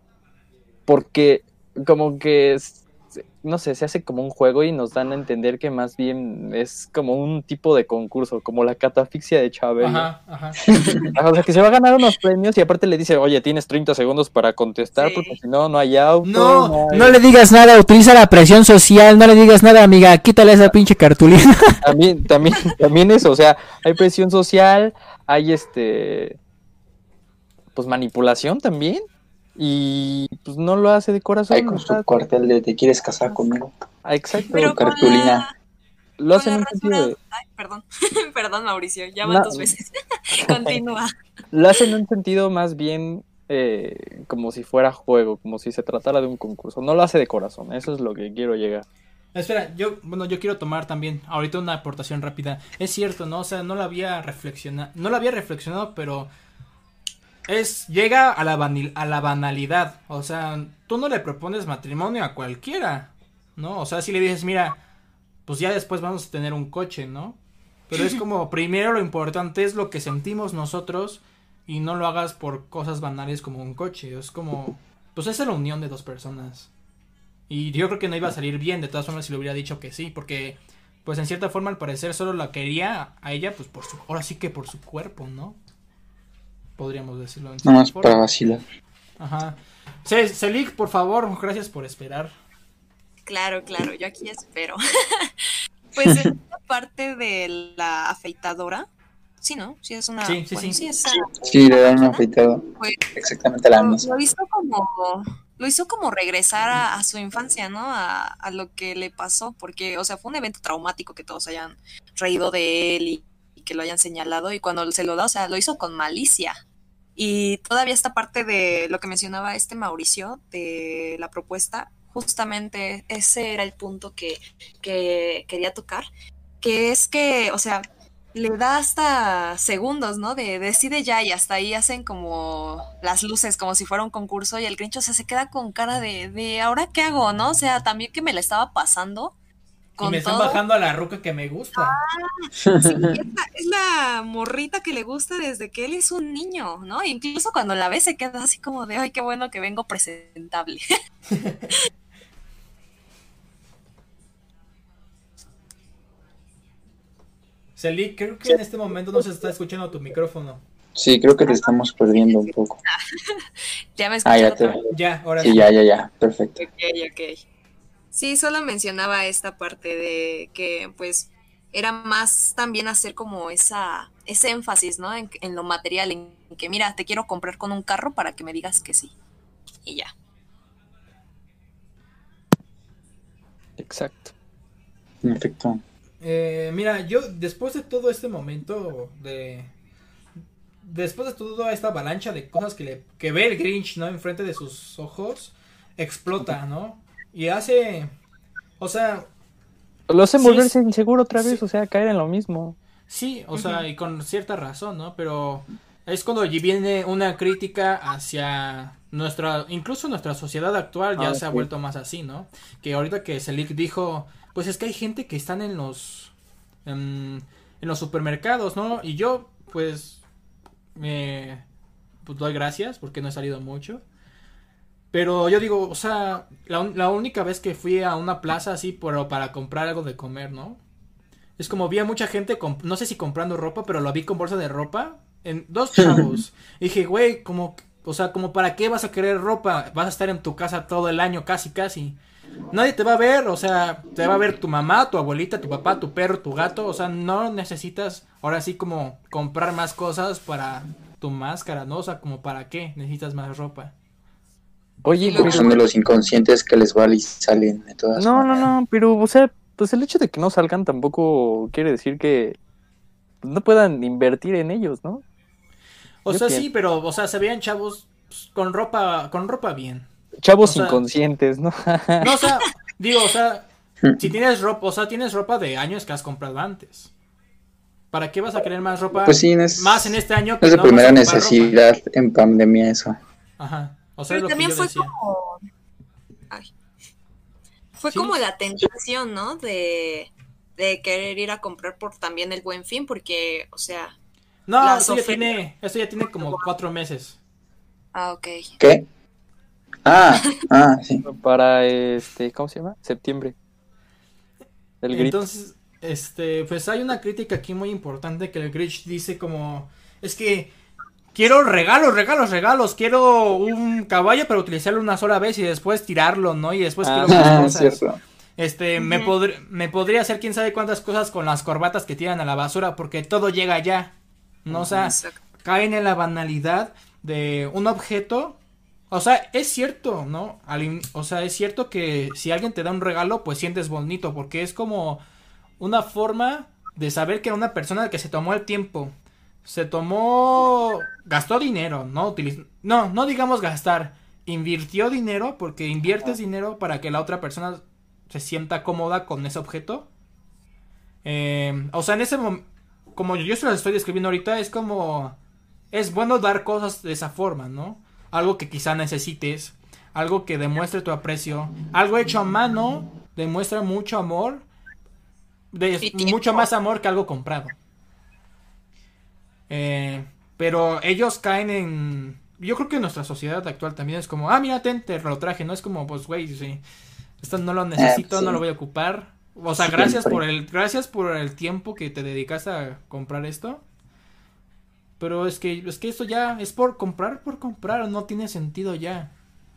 porque como que, s- no sé, se hace como un juego y nos dan a entender que más bien es como un tipo de concurso, como la catafixia de Chabelo. ajá, ajá. Ajá, o sea, que se va a ganar unos premios y aparte le dice, oye, tienes treinta segundos para contestar Sí. porque si no, no hay auto. No, hay- no le digas nada, utiliza la presión social, no le digas nada, amiga, quítale esa pinche cartulina. También, también, también eso, o sea, hay presión social, hay este, pues manipulación también y pues no lo hace de corazón. Ahí con o sea, su cuartel de ¿te quieres casar conmigo? ah, exacto, Pero con cartulina. la, lo con hace en la un sentido rasura... de... Ay, perdón. Perdón, Mauricio, ya van No. dos veces. Continúa. Lo hace en un sentido más bien eh, como si fuera juego, como si se tratara de un concurso. No lo hace de corazón, eso es lo que quiero llegar. Espera, yo, bueno, yo quiero tomar también ahorita una aportación rápida. Es cierto, ¿no? O sea, no lo había reflexionado, no lo había reflexionado, pero es, llega a la, vanil, a la banalidad. O sea, tú no le propones matrimonio a cualquiera, ¿no? O sea, si le dices, mira, pues ya después vamos a tener un coche, ¿no? Pero es como, primero lo importante es lo que sentimos nosotros y no lo hagas por cosas banales como un coche. Es como, pues es la unión de dos personas. Y yo creo que no iba a salir bien, de todas formas, si le hubiera dicho que sí, porque, pues en cierta forma, al parecer, solo la quería a ella, pues por su, ahora sí que por su cuerpo, ¿no? Podríamos decirlo. En Nada cierta más forma. para vacilar. Ajá. Ce- Celik, por favor, gracias por esperar. Claro, claro, yo aquí espero. Pues en esta parte de la afeitadora, sí, ¿no? Sí es una... Sí, sí, bueno, sí. es Sí, le dan una afeitada Pues, exactamente a la lo, misma. lo hizo como lo hizo como regresar a, a su infancia, ¿no? A, a lo que le pasó, porque, o sea, fue un evento traumático que todos hayan reído de él y, y que lo hayan señalado, y cuando se lo da, o sea, lo hizo con malicia. Y todavía esta parte de lo que mencionaba este Mauricio, de la propuesta, justamente ese era el punto que, que quería tocar, que es que, o sea, le da hasta segundos, ¿no? De decide ya y hasta ahí hacen como las luces, como si fuera un concurso y el Grinch, o sea, se queda con cara de, de ¿ahora qué hago, no? O sea, también que me la estaba pasando Y con me están todo. bajando a la ruca que me gusta. Sí, es la, es la morrita que le gusta desde que él es un niño, ¿no? Incluso cuando la ve se queda así como de, ay, qué bueno que vengo presentable. Celik, creo que en este momento no se está escuchando tu micrófono. Sí, creo que te estamos perdiendo un poco. Ya me Ah, ya escucharon te... otra vez. Ya, ahora Sí, sí. ya, ya, ya. Perfecto. Ok, ok. Sí, solo mencionaba esta parte de que pues era más también hacer como esa ese énfasis, ¿no? En, en lo material, en que mira, te quiero comprar con un carro para que me digas que sí. Y ya. Exacto. En efecto. Eh, mira, yo después de todo este momento de... Después de toda esta avalancha de cosas que, le, que ve el Grinch, ¿no? Enfrente de sus ojos, explota, ¿no? Y hace... O sea... Lo hacen Sí, volverse es- inseguro otra vez, sí. o sea, caer en lo mismo. Sí, o sea, y con cierta razón, ¿no? Pero es cuando allí viene una crítica hacia nuestra, incluso nuestra sociedad actual ya Ah, se ha sí. vuelto más así, ¿no? Que ahorita que Selic dijo, pues es que hay gente que están en los, em, en los supermercados, ¿no? Y yo, pues, me, pues doy gracias porque no he salido mucho. Pero yo digo, o sea, la, un- la única vez que fui a una plaza así, pero para comprar algo de comer, ¿no? Es como vi a mucha gente, comp- no sé si comprando ropa, pero lo vi con bolsa de ropa en dos chavos. Y dije, güey, como, o sea, como para qué vas a querer ropa, vas a estar en tu casa todo el año, casi, casi. Nadie te va a ver, o sea, te va a ver tu mamá, tu abuelita, tu papá, tu perro, tu gato, o sea, no necesitas ahora sí como comprar más cosas para tu máscara, ¿no? O sea, como para qué necesitas más ropa. Oye, Y luego Porque pero... son de los inconscientes que les vale y salen de todas No, no, maneras. no, pero, o sea, pues el hecho de que no salgan tampoco quiere decir que pues, no puedan invertir en ellos, ¿no? O Yo sea, sí, pienso. pero, o sea, se veían chavos pues, con ropa, con ropa bien. O Chavos sea, inconscientes, ¿no? no, o sea, digo, o sea, si tienes ropa, o sea, tienes ropa de años que has comprado antes. ¿Para qué vas a querer más Pues ropa sí, no más en es, este año no que es de no vas a primera ocupar ropa? necesidad en pandemia eso. Ajá. O sea, es pero lo que también yo fue decía. como ay, fue Sí. como la tentación, ¿no? De de querer ir a comprar por también el Buen Fin porque, o sea, No, las esto ya ofertas. tiene, esto ya tiene como cuatro meses. Ah, ok. ¿Qué? Ah, ah, sí. Para este, ¿cómo se llama? Septiembre. El grito. Entonces, este, pues hay una crítica aquí muy importante que el Grinch dice como, es que quiero regalos, regalos, regalos, quiero un caballo para utilizarlo una sola vez y después tirarlo, ¿no? Y después Ah, quiero más Ah, es cosas. cierto. Este, me, Ujú. podr- me podría hacer quién sabe cuántas cosas con las corbatas que tiran a la basura porque todo llega allá, ¿no? O sea, Exacto. caen en la banalidad de un objeto. O sea, es cierto, ¿no? Al in- o sea, es cierto que si alguien te da un regalo, pues sientes bonito porque es como una forma de saber que era una persona que se tomó el tiempo. Se tomó, gastó dinero, ¿no? Utiliz- no, no digamos gastar, invirtió dinero porque inviertes dinero para que la otra persona se sienta cómoda con ese objeto. Eh, o sea, en ese momento, como yo se las estoy describiendo ahorita, es como, es bueno dar cosas de esa forma, ¿no? Algo que quizá necesites, algo que demuestre tu aprecio, algo hecho a mano demuestra mucho amor, de, Y mucho tiempo. más amor que algo comprado. Eh, pero ellos caen en... Yo creo que en nuestra sociedad actual también es como, ah, mira, ten, te lo traje, no es como, pues, güey, sí, esto no lo necesito, pues sí. no lo voy a ocupar. O sea, gracias Siempre. por el, gracias por el tiempo que te dedicaste a comprar esto. Pero es que, es que esto ya es por comprar, por comprar, no tiene sentido ya.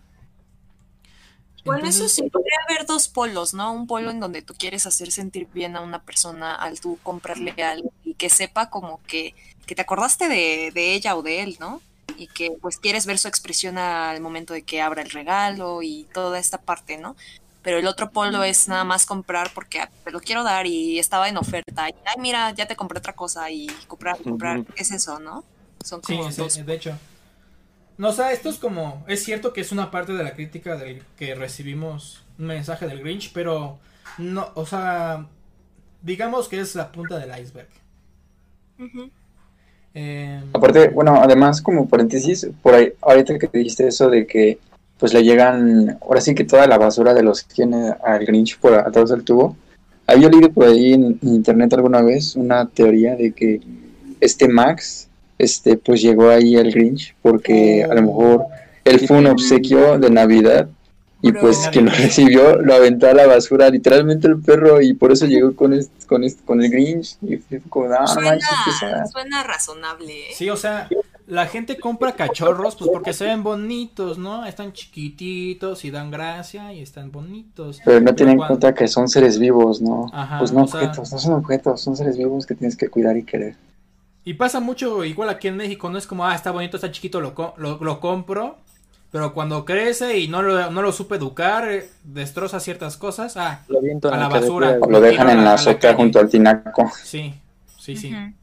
Bueno, eso Entonces, sí, podría haber dos polos, ¿no? Un polo en donde tú quieres hacer sentir bien a una persona al tú comprarle algo y que sepa como que, que te acordaste de, de ella o de él, ¿no? Y que pues quieres ver su expresión al momento de que abra el regalo y toda esta parte, ¿no? Pero el otro polo es nada más comprar porque ah, te lo quiero dar y estaba en oferta y, ay, mira, ya te compré otra cosa y comprar, comprar, es eso, ¿no? Son sí, como es- dos. de hecho. No, o sea, esto es como, es cierto que es una parte de la crítica del que recibimos un mensaje del Grinch, pero no, o sea, digamos que es la punta del iceberg. Ujú. Eh, Aparte, bueno, además como paréntesis, por ahí, ahorita que dijiste eso de que pues le llegan, ahora sí que toda la basura de los que tiene al Grinch por a través del tubo. Había leído por ahí en, en internet alguna vez una teoría de que este Max, este, pues llegó ahí al Grinch porque a lo mejor él fue un obsequio de Navidad y Bro. pues quien lo recibió lo aventó a la basura, literalmente el perro, y por eso llegó con este, con este, con el Grinch y fue como, ah, no Suena, manches, que sea. suena razonable, ¿eh? sí, o sea, la gente compra cachorros pues porque se ven bonitos, ¿no? Están chiquititos y dan gracia y están bonitos. Pero no tienen en cuando... cuenta que son seres vivos, ¿no? Ajá, pues no o sea... objetos, no son objetos, son seres vivos que tienes que cuidar y querer. Y pasa mucho igual aquí en México, no es como, ah, está bonito, está chiquito, lo, co lo, lo compro. Pero cuando crece y no lo, no lo supe educar, eh, destroza ciertas cosas, ah, Lo aviento a en la la basura. carretera, O lo dejan en la azotea junto al tinaco. Sí, sí, sí. Ujú.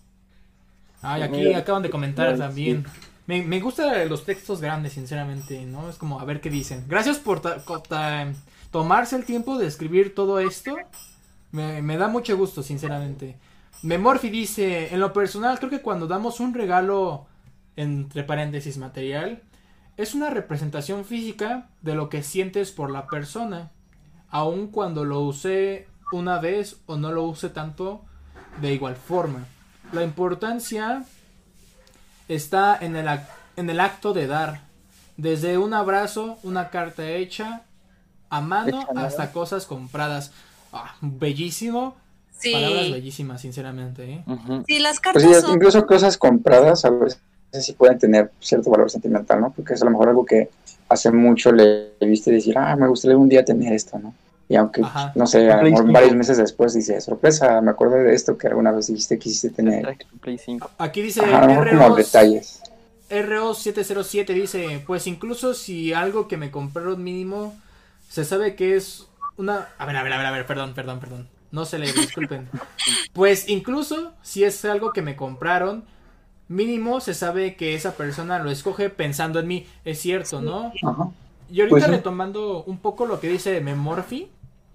Ay, aquí Mira, acaban de comentar sí. también. Me, me gustan los textos grandes, sinceramente, ¿no? Es como, a ver qué dicen. Gracias por ta ta tomarse el tiempo de escribir todo esto. Me, me da mucho gusto, sinceramente. Memorphy dice, en lo personal, creo que cuando damos un regalo, entre paréntesis, material, es una representación física de lo que sientes por la persona. Aun cuando lo use una vez o no lo use tanto, de igual forma. La importancia está en el, en el acto de dar. Desde un abrazo, una carta hecha a mano, Hecha nada. hasta cosas compradas. Ah, bellísimo. Sí. Palabras bellísimas, sinceramente. ¿eh? Ujú. Sí, las Pues cartas sí, son... incluso cosas compradas a veces sí pueden tener cierto valor sentimental, ¿no? Porque es a lo mejor algo que hace mucho le viste decir, ah, me gustaría un día tener esto, ¿no? Y aunque, Ajá. no sé, a lo Play mejor cinco. varios meses después dice, sorpresa, me acuerdo de esto que alguna vez dijiste que quisiste tener. Play cinco. Aquí dice Ajá, a lo mejor como detalles. R O siete cero siete dice, pues incluso si algo que me compraron mínimo, se sabe que es una... A ver, a ver, a ver, a ver, perdón, perdón, perdón. No se le disculpen. Pues incluso si es algo que me compraron, mínimo se sabe que esa persona lo escoge pensando en mí. Es cierto, ¿no? Ajá. Y ahorita Pues sí. retomando un poco lo que dice Memorphy,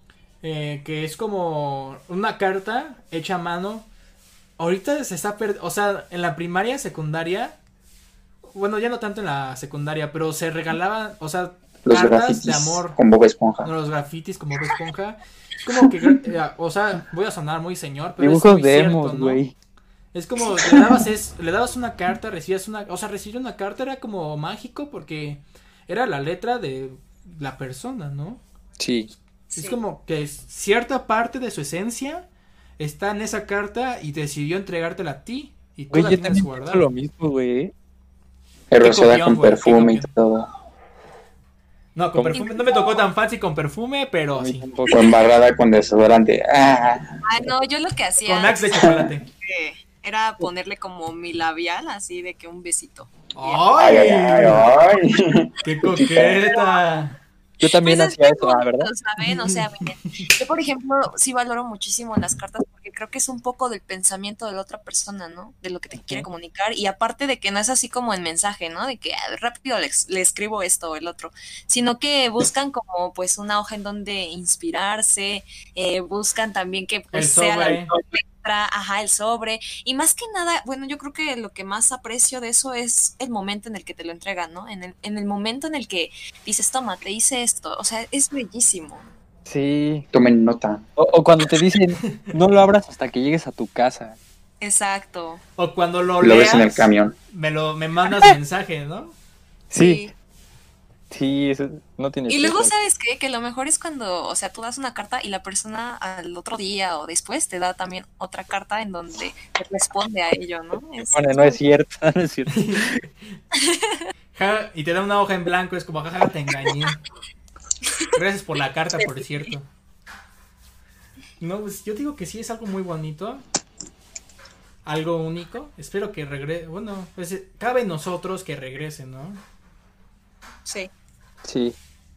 eh, que es como una carta hecha a mano. Ahorita se está perdiendo, o sea, en la primaria, secundaria, bueno, ya no tanto en la secundaria, pero se regalaban, o sea, Los cartas grafitis de amor. con Bob Esponja. No, los grafitis como Bob Esponja. Es como que, eh, o sea, voy a sonar muy señor, pero Dibujos es muy de cierto, emos, ¿no? güey. Es como, le dabas, es, le dabas una carta, recibías una, o sea, recibir una carta era como mágico porque era la letra de la persona, ¿no? Sí. Es Sí. como que cierta parte de su esencia está en esa carta y decidió entregártela a ti y tú Güey, la yo tienes también guardada. pienso lo mismo, güey. Es rociada copión, con güey, qué perfume y copión. todo. No, con ¿Cómo? perfume, no me tocó tan fancy con perfume, pero A mí sí. tampoco. O embarrada con desodorante. Ah, Ah, no, yo lo que hacía Con Axe de chocolate. eh, era ponerle como mi labial, así de que un besito. ay, ¡Ay! ay, ay, ay. ¡Qué coqueta! Yo también Pues es hacía que eso, ah, ¿verdad? bonito, ¿saben? O sea, miren, yo por ejemplo sí valoro muchísimo las cartas porque creo que es un poco del pensamiento de la otra persona, ¿no? De lo que te quiere comunicar y aparte de que no es así como en mensaje, ¿no? De que ah, rápido le, le escribo esto o el otro, sino que buscan como pues una hoja en donde inspirarse, eh, buscan también que pues, El sea la sobre. letra, ajá, el sobre y más que nada, bueno, yo creo que lo que más aprecio de eso es el momento en el que te lo entregan, ¿no? En el, en el momento en el que dices, toma, te hice esto, o sea, es bellísimo. Sí. Tomen nota. O, o cuando te dicen, no lo abras hasta que llegues a tu casa. Exacto. O cuando lo Lo ves en el leas, camión. me lo me mandas mensaje, ¿no? Sí. Sí, eso no tiene Y luego, precio. ¿sabes qué? Que lo mejor es cuando, o sea, tú das una carta y la persona al otro día o después te da también otra carta en donde te responde a ello, ¿no? Es- Bueno, no es cierto, no es cierto. Ja, y te da una hoja en blanco, es como, jaja, te engañé. Gracias por la carta, por cierto. No, pues yo digo que sí es algo muy bonito. Algo único. Espero que regrese. Bueno, pues eh, cabe en nosotros que regrese, ¿no? Sí. Sí.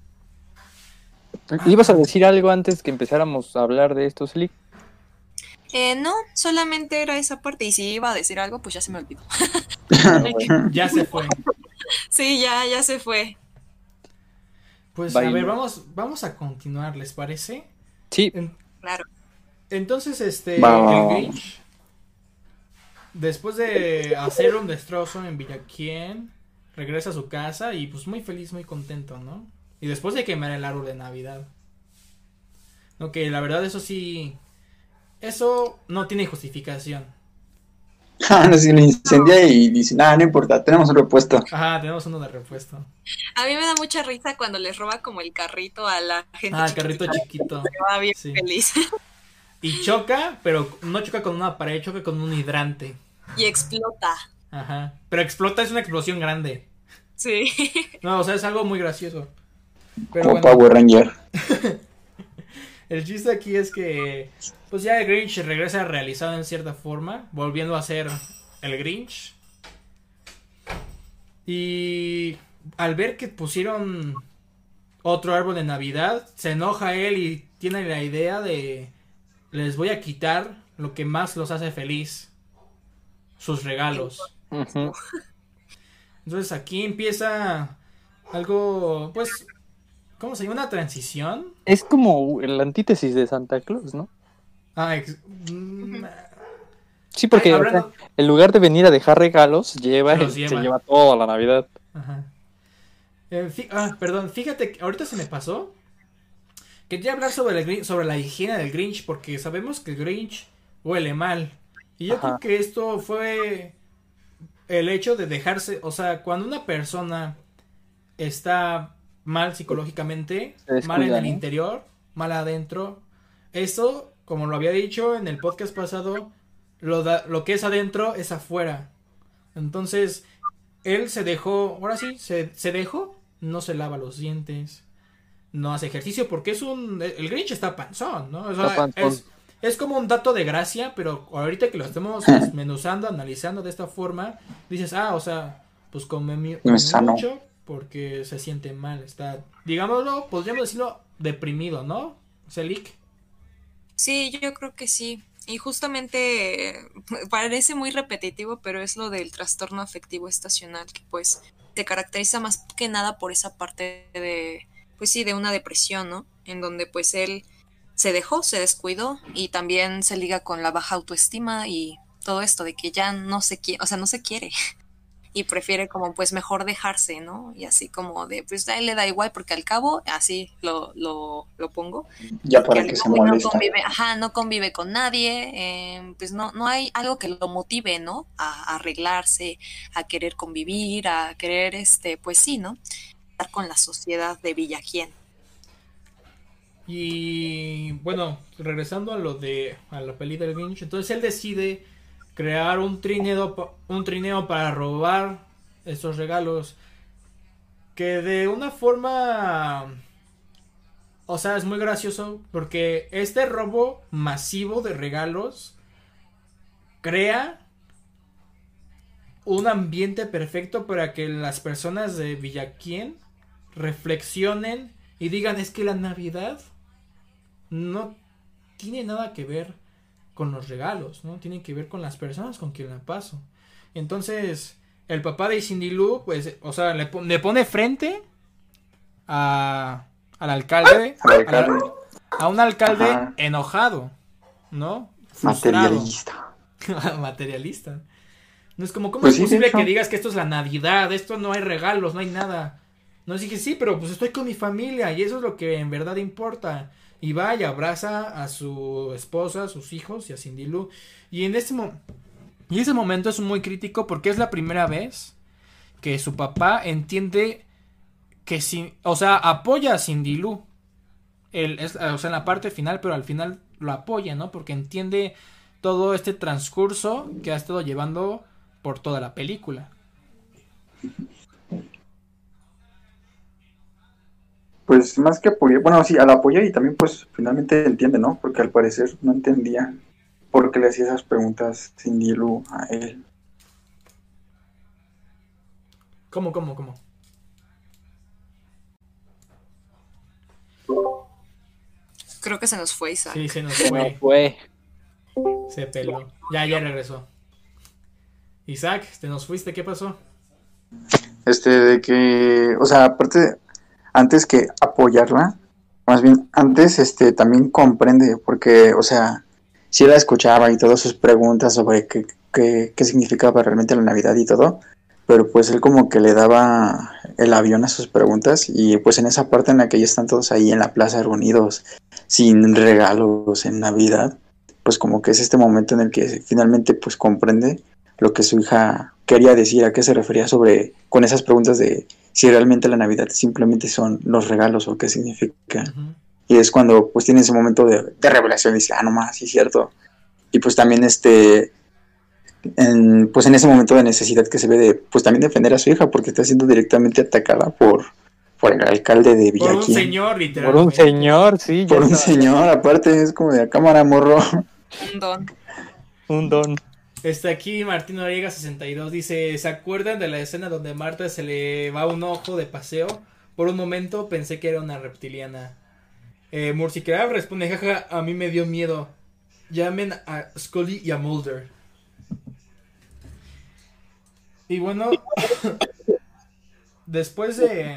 ¿Ibas a decir algo antes que empezáramos a hablar de esto, Slick? Eh, no, solamente era esa parte y si iba a decir algo, pues ya se me olvidó. Ya se fue. Sí, ya, ya se fue. Pues Bye. a ver, vamos, vamos a continuar, ¿les parece? Sí. En- Claro. entonces, este, Va. el Gage, después de hacer un destrozo en Villaquien, regresa a su casa y pues muy feliz, muy contento, ¿no? Y después de quemar el árbol de Navidad. Ok, la verdad eso sí, eso no tiene justificación. Ah, no, si lo incendia y dice, nada, no importa, tenemos un repuesto. Ajá, tenemos uno de repuesto. A mí me da mucha risa cuando les roba como el carrito a la gente. Ah, el carrito chiquitita. chiquito. Se va bien Sí. feliz. Y choca, pero no choca con una pared, choca con un hidrante. Y explota. Ajá. Pero explota, es una explosión grande. Sí. No, o sea, es algo muy gracioso. Pero Como bueno, Power Ranger. el chiste aquí es que, pues ya el Grinch regresa realizado en cierta forma, volviendo a ser el Grinch. Y al ver que pusieron otro árbol de Navidad, se enoja él y tiene la idea de, les voy a quitar lo que más los hace feliz, sus regalos. Ujú. Entonces aquí empieza algo, pues, ¿cómo se llama? Una transición. Es como el antítesis de Santa Claus, ¿no? Ah, ex- mm, Sí, porque Ay, o hablando- sea, en lugar de venir a dejar regalos, lleva, Se los se lleva. lleva toda la Navidad. Ajá. Eh, fi- ah, perdón, fíjate que ahorita se me pasó. Quería hablar sobre, el Grinch- sobre la higiene del Grinch, porque sabemos que el Grinch huele mal. Y yo Ajá. creo que esto fue el hecho de dejarse, o sea, cuando una persona está mal psicológicamente, Se descuida, mal en el ¿no? interior, mal adentro, eso, como lo había dicho en el podcast pasado, lo, da- lo que es adentro es afuera. Entonces, él se dejó, ahora sí, se, se dejó, no se lava los dientes, no hace ejercicio porque es un, el Grinch está panzón, ¿no? O sea, Está panzón. es, es como un dato de gracia, pero ahorita que lo estemos desmenuzando, analizando de esta forma, dices, ah, o sea, pues come, mi- come es sano. mucho porque se siente mal, está, digámoslo, podríamos decirlo, deprimido, ¿no? Celik. Sí, yo creo que sí. Y justamente eh, parece muy repetitivo, pero es lo del trastorno afectivo estacional, que pues se caracteriza más que nada por esa parte de, pues sí, de una depresión, ¿no? En donde pues él se dejó, se descuidó y también se liga con la baja autoestima y todo esto de que ya no se quiere, o sea, no se quiere y prefiere como pues mejor dejarse, ¿no? Y así como de, pues a él le da igual porque al cabo, así lo, lo, lo pongo, Ya que para al que se cabo no molesta. convive, ajá, no convive con nadie, eh, pues no, no hay algo que lo motive, ¿no? A, a arreglarse, a querer convivir, a querer, este, pues sí, ¿no? Estar con la sociedad de Villaquién. Y bueno, regresando a lo de a la peli del Grinch, entonces él decide crear un trineo pa- un trineo para robar estos regalos que de una forma, o sea, es muy gracioso porque este robo masivo de regalos crea un ambiente perfecto para que las personas de Villaquién reflexionen y digan, es que la Navidad no tiene nada que ver con los regalos, ¿no? Tiene que ver con las personas con quien la paso. Entonces, el papá de Cindy Lou, pues, o sea, le, pon- le pone frente a, al alcalde, Al alcalde. a, a un alcalde Ajá. enojado, ¿no? Frustrado. Materialista. Materialista. No es como, ¿cómo Pues es sí, de posible hecho. que digas que esto es la Navidad? Esto no hay regalos, no hay nada. No dije, sí, pero pues estoy con mi familia y eso es lo que en verdad importa. Y va y abraza a su esposa, a sus hijos y a Cindy Lou. Y en ese, mo- y ese momento es muy crítico porque es la primera vez que su papá entiende que, sin, o sea, apoya a Cindy Lou. Él es, o sea, en la parte final, pero al final lo apoya, ¿no? Porque entiende todo este transcurso que ha estado llevando por toda la película. Pues más que apoyar, bueno, sí, al apoyar y también pues finalmente entiende, ¿no? Porque al parecer no entendía por qué le hacía esas preguntas Cindy Lou a él. ¿Cómo, cómo, cómo? Creo que se nos fue Isaac. Sí, se nos Se nos fue. fue. Se peló. Ya, ya regresó. Isaac, te nos fuiste, ¿qué pasó? Este, de que, o sea, aparte, antes que apoyarla, más bien, antes, este, también comprende, porque, o sea, sí la escuchaba y todas sus preguntas sobre qué, qué, qué significaba realmente la Navidad y todo, pero pues él como que le daba el avión a sus preguntas y pues en esa parte en la que ya están todos ahí en la plaza reunidos, sin regalos en Navidad, pues como que es este momento en el que finalmente pues comprende lo que su hija quería decir, a qué se refería sobre con esas preguntas de si realmente la Navidad simplemente son los regalos o qué significa. Ujú. Y es cuando pues tiene ese momento de, de revelación y dice, ah, no más, sí es cierto. Y pues también este en, pues en ese momento de necesidad que se ve de, pues también defender a su hija, porque está siendo directamente atacada por, por el alcalde de Por un Villaquín. señor, Por literalmente. un señor, sí. Por ya un está. señor, aparte es como de a cámara morro. Un don. Un don. Está aquí Martín Noriega sesenta y dos, dice, ¿se acuerdan de la escena donde Marta se le va un ojo de paseo? Por un momento pensé que era una reptiliana. Eh, Murcikrab responde, jaja, a mí me dio miedo. Llamen a Scully y a Mulder. Y bueno, después de...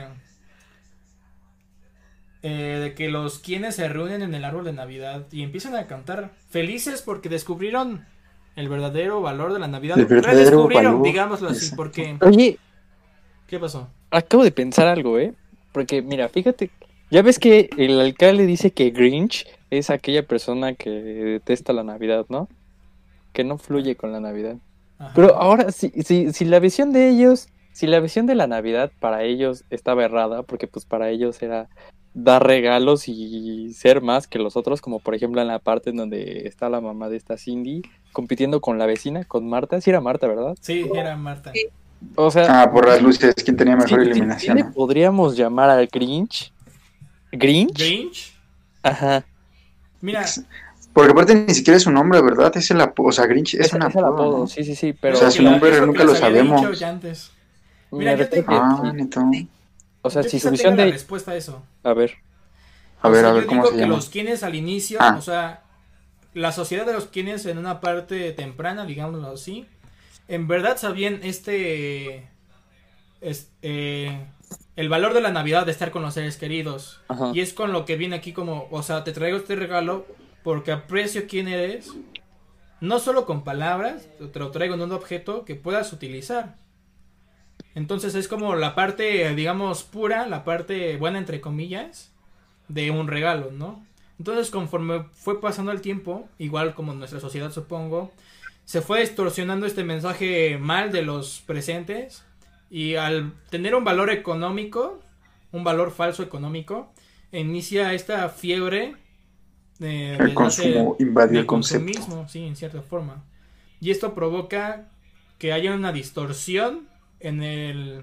Eh, de que los quienes se reúnen en el árbol de Navidad y empiezan a cantar felices porque descubrieron el verdadero valor de la Navidad. El verdadero Redescubrieron, valor. digámoslo así, Exacto. porque... Oye, ¿Qué pasó? acabo de pensar algo, ¿eh? Porque, mira, fíjate, ya ves que el alcalde dice que Grinch es aquella persona que detesta la Navidad, ¿no? Que no fluye con la Navidad. Ajá. Pero ahora, si, si, si la visión de ellos, si la visión de la Navidad para ellos estaba errada, porque pues para ellos era dar regalos y ser más que los otros, como por ejemplo en la parte en donde está la mamá de esta Cindy compitiendo con la vecina, con Marta, sí era Marta, ¿verdad? Sí, era Marta. Sí. O sea, Ah, por las luces, ¿quién tenía mejor sí, sí, iluminación? sí le podríamos llamar al Grinch. ¿Grinch? Grinch. Ajá. Mira, Porque aparte ni siquiera es un nombre, ¿verdad? Es el apodo, o sea, Grinch es, Es, un es el apodo, apodo, ¿no? sí, sí, sí, pero... O sea, es su que la- nombre es porque nunca las lo había sabemos. dicho ya antes. Mira, me yo te- refiero que Ah, sí. neto. O sea, yo si quizá su visión tenga la de... respuesta a eso. A ver. A O ver, sea, a ver, yo ¿cómo digo se que llama? los quienes al inicio, Ah. o sea, la sociedad de los quienes en una parte temprana, digámoslo así, en verdad sabían este, es- eh, el valor de la Navidad, de estar con los seres queridos. Ajá. Y es con lo que viene aquí como, o sea, te traigo este regalo porque aprecio quién eres, no solo con palabras, te lo traigo en un objeto que puedas utilizar. Entonces es como la parte, digamos, pura, la parte buena entre comillas, de un regalo, ¿no? Entonces conforme fue pasando el tiempo, igual como nuestra sociedad supongo, se fue distorsionando este mensaje mal de los presentes y al tener un valor económico, un valor falso económico, inicia esta fiebre de, El de- consumo de- invadió del el concepto. consumismo, sí, en cierta forma. Y esto provoca que haya una distorsión en el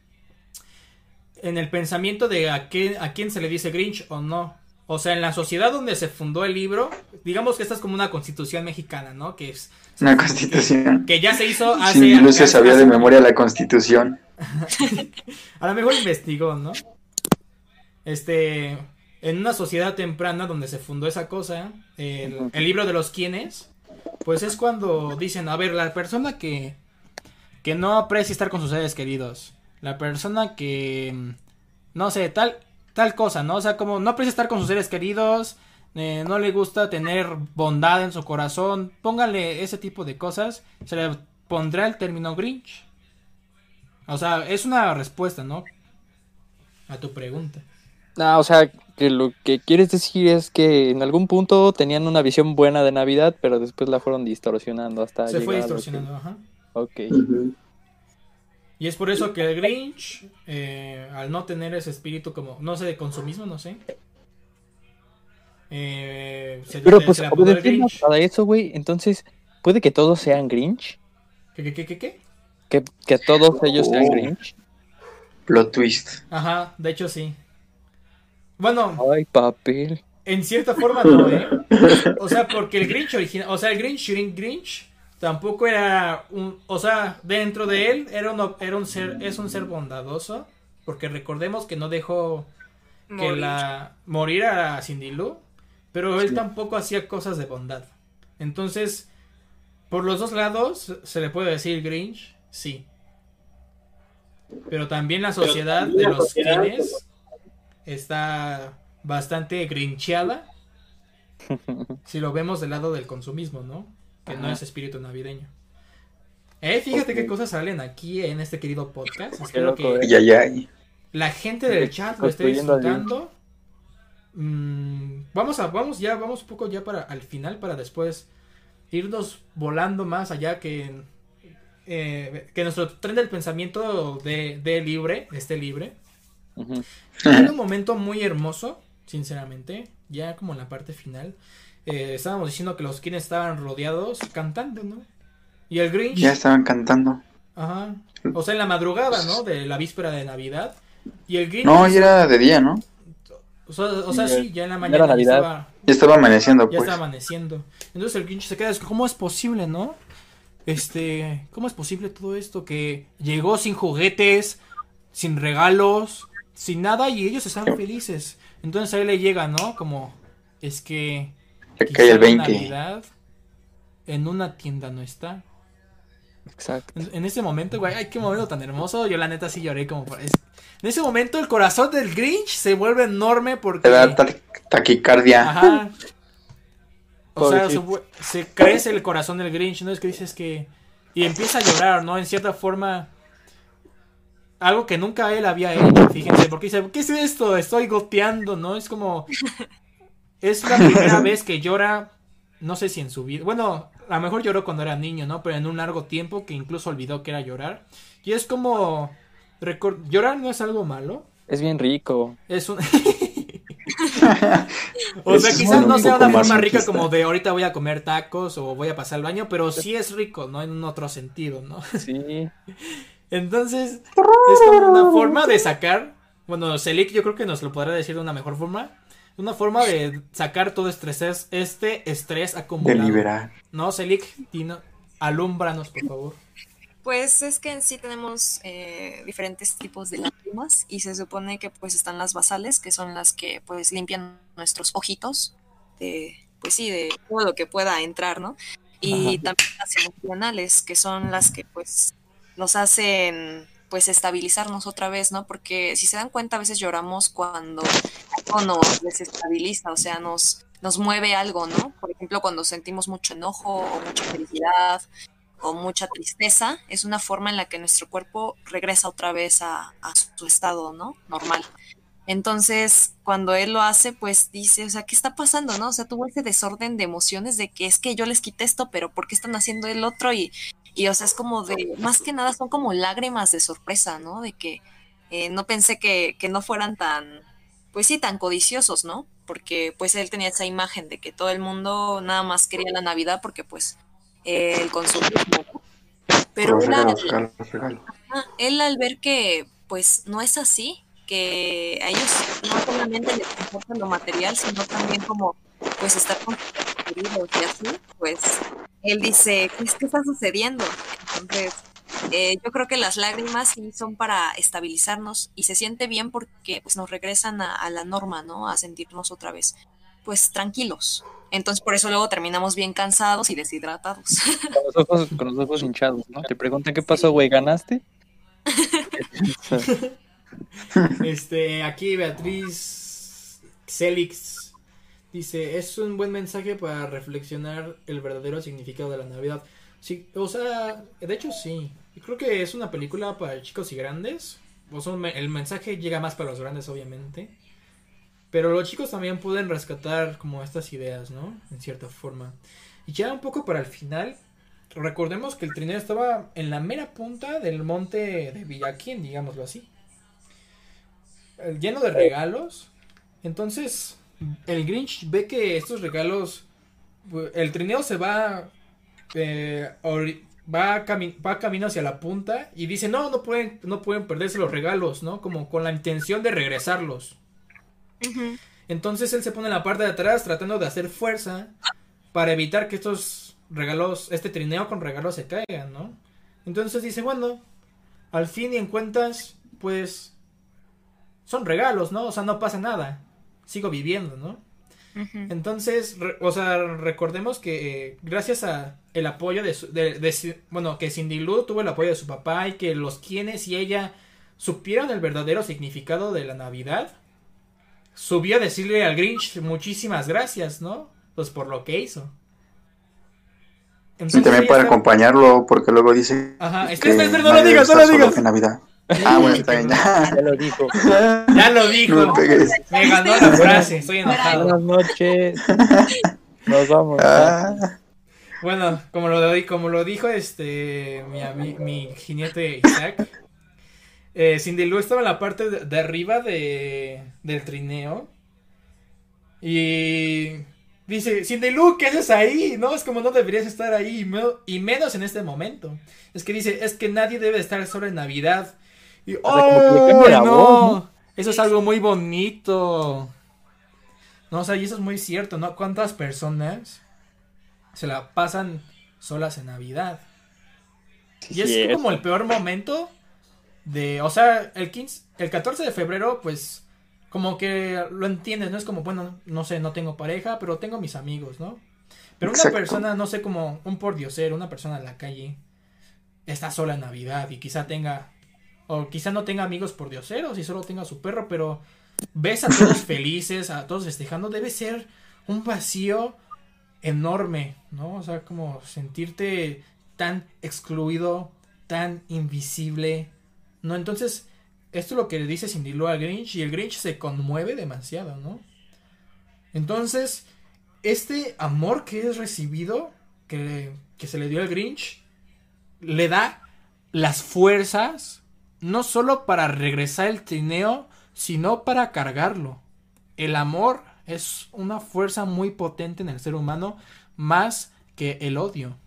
en el pensamiento de a qué, a quién se le dice Grinch o no. O sea, en la sociedad donde se fundó el libro, digamos que esta es como una constitución mexicana, ¿no? Que es Una constitución. que ya se hizo hace... Sin luz se hace- sabía hace- de memoria la constitución. A lo mejor investigó, ¿no? Este, en una sociedad temprana donde se fundó esa cosa, el, el libro de los quienes, pues es cuando dicen, a ver, la persona que, que no aprecia estar con sus seres queridos, la persona que, no sé, tal, tal cosa, ¿no? O sea, como no aprecia estar con sus seres queridos, eh, no le gusta tener bondad en su corazón, póngale ese tipo de cosas, se le pondrá el término Grinch. O sea, es una respuesta, ¿no? A tu pregunta. Ah, o sea, que lo que quieres decir es que en algún punto tenían una visión buena de Navidad, pero después la fueron distorsionando hasta Se fue llegar a lo distorsionando, ajá. que- Ok. Y es por eso que el Grinch, eh, al no tener ese espíritu como, no sé, de consumismo, no sé. Eh, se, Pero se- pues, se le apodó el obedeciendo Grinch. a eso, güey, entonces, ¿puede que todos sean Grinch? ¿Qué, qué, qué, qué, qué? ¿Que, que todos ellos sean Oh. Grinch? Plot twist. Ajá, de hecho sí. Bueno, Ay, papel. en cierta forma no, ¿eh? O sea, porque el Grinch original, o sea, el Grinch Grinch Grinch tampoco era un, o sea, dentro de él era un, era un ser, es un ser bondadoso, porque recordemos que no dejó que Morir. la morir a Cindy Lou, pero él tampoco hacía cosas de bondad. Entonces, por los dos lados se le puede decir Grinch, sí. Pero también la sociedad de los quienes está bastante grincheada si lo vemos del lado del consumismo, ¿no? Que no Ajá. es espíritu navideño. Eh, fíjate qué cosas salen aquí en este querido podcast. Espero loco, que eh. Ay, ay, ay. la gente del chat lo esté Construyendo al disfrutando. Mm, vamos a, vamos ya, vamos un poco ya para al final para después irnos volando más allá que eh, que nuestro tren del pensamiento de, de libre esté libre. Ujú. Hay un momento muy hermoso, sinceramente, ya como en la parte final. Eh, estábamos diciendo que los quienes estaban rodeados cantando, ¿no? Y el Grinch, Ya estaban cantando. ajá, o sea, en la madrugada, ¿no? De la víspera de Navidad. Y el Grinch, No, ya era de día, ¿no? o sea, o sea, Ya- sí, ya en la ya mañana era ya Navidad. estaba, Ya estaba amaneciendo, ya pues. estaba amaneciendo. Entonces el Grinch se queda, es que, ¿cómo es posible, no? Este, ¿cómo es posible todo esto? Que llegó sin juguetes, sin regalos, sin nada y ellos están felices. Entonces ahí le llega, ¿no? Como, es que Ya quizá cae el la veinte. Navidad en una tienda no está. Exacto. En, en ese momento, güey, ay, qué momento tan hermoso. Yo la neta sí lloré como por... es- En ese momento el corazón del Grinch se vuelve enorme porque... Te da ta- taquicardia. Ajá. O sea, se, Pobrecito. vu- se crece el corazón del Grinch, ¿no? Es que dices que... Y empieza a llorar, ¿no? En cierta forma... Algo que nunca él había hecho, fíjense. Porque dice, ¿qué es esto? Estoy goteando, ¿no? Es como... Es la primera vez que llora... No sé si en su vida... Bueno, a lo mejor lloró cuando era niño, ¿no? Pero en un largo tiempo que incluso olvidó que era llorar. Y es como... recor- Llorar no es algo malo. Es bien rico. Es un... O sea, Es quizás un no sea poco una forma rica masoquista. como de ahorita voy a comer tacos o voy a pasar al baño, pero sí es rico, ¿no? En un otro sentido, ¿no? Sí. Entonces, es como una forma de sacar, bueno, Selik yo creo que nos lo podrá decir de una mejor forma, una forma de sacar todo estrés, este estrés De acumulado. liberar. ¿No, Selik? Tino, alúmbranos, por favor. Pues es que en sí tenemos eh, diferentes tipos de lágrimas y se supone que pues están las basales, que son las que pues limpian nuestros ojitos de, pues sí, de todo lo que pueda entrar, ¿no? Y Ajá. también las emocionales, que son las que pues nos hacen pues estabilizarnos otra vez, ¿no? Porque si se dan cuenta a veces lloramos cuando algo nos desestabiliza, o sea, nos, nos mueve algo, ¿no? Por ejemplo, cuando sentimos mucho enojo o mucha felicidad o mucha tristeza, es una forma en la que nuestro cuerpo regresa otra vez a, a su estado, ¿no? Normal. Entonces, cuando él lo hace, pues dice, o sea, ¿qué está pasando, no? O sea, tuvo ese desorden de emociones de que es que yo les quité esto, pero ¿por qué están haciendo el otro? Y, y o sea, es como de, más que nada son como lágrimas de sorpresa, ¿no? De que eh, no pensé que, que no fueran tan, pues sí, tan codiciosos, ¿no? Porque pues él tenía esa imagen de que todo el mundo nada más quería la Navidad porque pues eh, el consumismo, ¿no? Pero Los él al, regalos, regalos, regalos. ah, él al ver que pues no es así, que a ellos no solamente les importa lo material, sino también como pues estar con sus seres queridos y así, pues él dice, ¿qué es que está sucediendo? Entonces, eh, yo creo que las lágrimas sí son para estabilizarnos y se siente bien porque pues nos regresan a, a la norma, ¿no? A sentirnos otra vez pues tranquilos. Entonces por eso luego terminamos bien cansados y deshidratados. Con los ojos, con los ojos hinchados, ¿no? Te preguntan, ¿qué pasó, güey? ¿Ganaste? Este, aquí Beatriz Celix dice, es un buen mensaje para reflexionar el verdadero significado de la Navidad. Sí, o sea, de hecho sí. Yo creo que es una película para chicos y grandes. O sea, el mensaje llega más para los grandes, obviamente. Pero los chicos también pueden rescatar como estas ideas, ¿no? En cierta forma. Y ya un poco para el final, recordemos que el trineo estaba en la mera punta del monte de Villaquín, digámoslo así. Lleno de regalos. Entonces, el Grinch ve que estos regalos, el trineo se va, eh, va, cami va camino hacia la punta y dice, no, no pueden, no pueden perderse los regalos, ¿no? Como con la intención de regresarlos. Uh-huh. Entonces él se pone en la parte de atrás tratando de hacer fuerza para evitar que estos regalos, este trineo con regalos se caigan, ¿no? Entonces dice, bueno, al fin y en cuentas, pues son regalos, ¿no? O sea, no pasa nada. Sigo viviendo, ¿no? Uh-huh. Entonces, re, o sea, recordemos que eh, gracias a el apoyo de, su, de, de, bueno, que Cindy Lou tuvo el apoyo de su papá y que los quienes y ella supieron el verdadero significado de la Navidad, subió a decirle al Grinch muchísimas gracias, ¿no? Pues por lo que hizo. Entonces, sí, también para está... acompañarlo, porque luego dice... Ajá, espera, espera, espera, no lo digas, no lo digas. En Navidad. Ah, bueno, está bien, ya. Ya lo dijo. Ya lo dijo. No me ganó la frase, estoy enojado. Buenas noches. Nos vamos. Ah. Bueno, como lo, como lo dijo este mi, mi, mi jinete Isaac, eh, Cindy Lou estaba en la parte de, de arriba de, del trineo y Dice, Cindy Lou, ¿qué haces ahí? No, es como no deberías estar ahí, y, me- y menos en este momento. Es que dice, es que nadie debe estar solo en Navidad. Y, O sea, como que le ¡oh, cambia la voz, ¿no? no! Eso es algo muy bonito. No, o sea, y eso es muy cierto, ¿no? ¿Cuántas personas se la pasan solas en Navidad? Sí, Y es sí, como el peor momento de, o sea, el quince, el catorce de febrero, pues, como que lo entiendes, ¿no? Es como, bueno, no sé, no tengo pareja, pero tengo mis amigos, ¿no? Pero una Exacto. persona, no sé, como un pordiosero, una persona en la calle, está sola en Navidad y quizá tenga, o quizá no tenga amigos pordioseros y solo tenga su perro, pero ves a todos felices, a todos festejando, debe ser un vacío enorme, ¿no? O sea, como sentirte tan excluido, tan invisible, ¿no? Entonces, esto es lo que le dice Cindy Lou al Grinch y el Grinch se conmueve demasiado, ¿no? Entonces, este amor que es recibido, que, que se le dio al Grinch, le da las fuerzas, no solo para regresar el trineo, sino para cargarlo. El amor es una fuerza muy potente en el ser humano, más que el odio.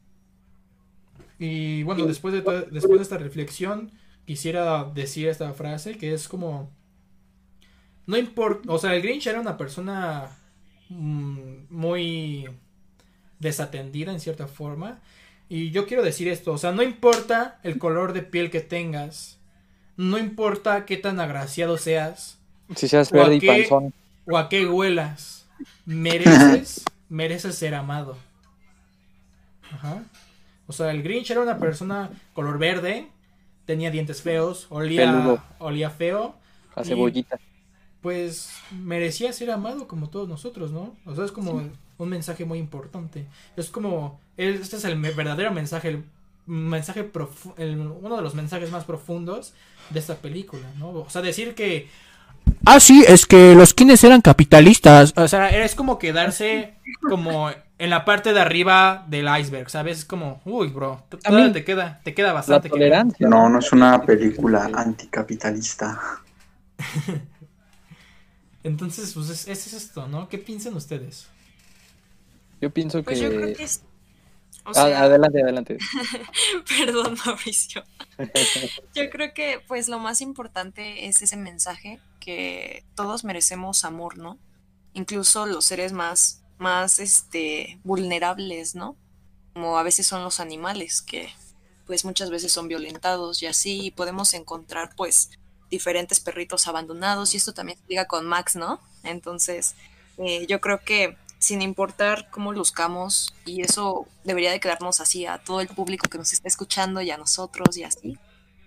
Y bueno, después de, to- después de esta reflexión, quisiera decir esta frase que es como, no importa, o sea, el Grinch era una persona mm, muy desatendida en cierta forma. Y yo quiero decir esto, o sea, no importa el color de piel que tengas, no importa qué tan agraciado seas, Si seas o a verde y qué, panzón. o a qué huelas, mereces, mereces ser amado. Ajá. O sea, el Grinch era una persona color verde, tenía dientes feos, Peludo. olía, olía feo, La y cebollita. pues merecía ser amado como todos nosotros, ¿no? O sea, es como un mensaje muy importante. Es como, este es el me- verdadero mensaje, el mensaje profu- el- uno de los mensajes más profundos de esta película, ¿no? O sea, decir que ah, sí, es que los kines eran capitalistas. O sea, es como quedarse como en la parte de arriba del iceberg, ¿sabes? Es como, uy, bro, t- todavía También te queda, te queda la bastante que ver. tolerancia, No, ¿no? no es una Porque, película este, anticapitalista. Entonces, pues es, es esto, ¿no? ¿Qué piensan ustedes? Yo pienso Pues yo creo que... que es, o Ah, sea, adelante, adelante. perdón, Mauricio. Yo creo que pues lo más importante es ese mensaje que todos merecemos amor, ¿no? Incluso los seres más, más este, vulnerables, ¿no? Como a veces son los animales, que pues muchas veces son violentados y así, y podemos encontrar pues diferentes perritos abandonados, y esto también se liga con Max, ¿no? Entonces, eh, yo creo que sin importar cómo luzcamos, y eso debería de quedarnos así a todo el público que nos está escuchando y a nosotros y así,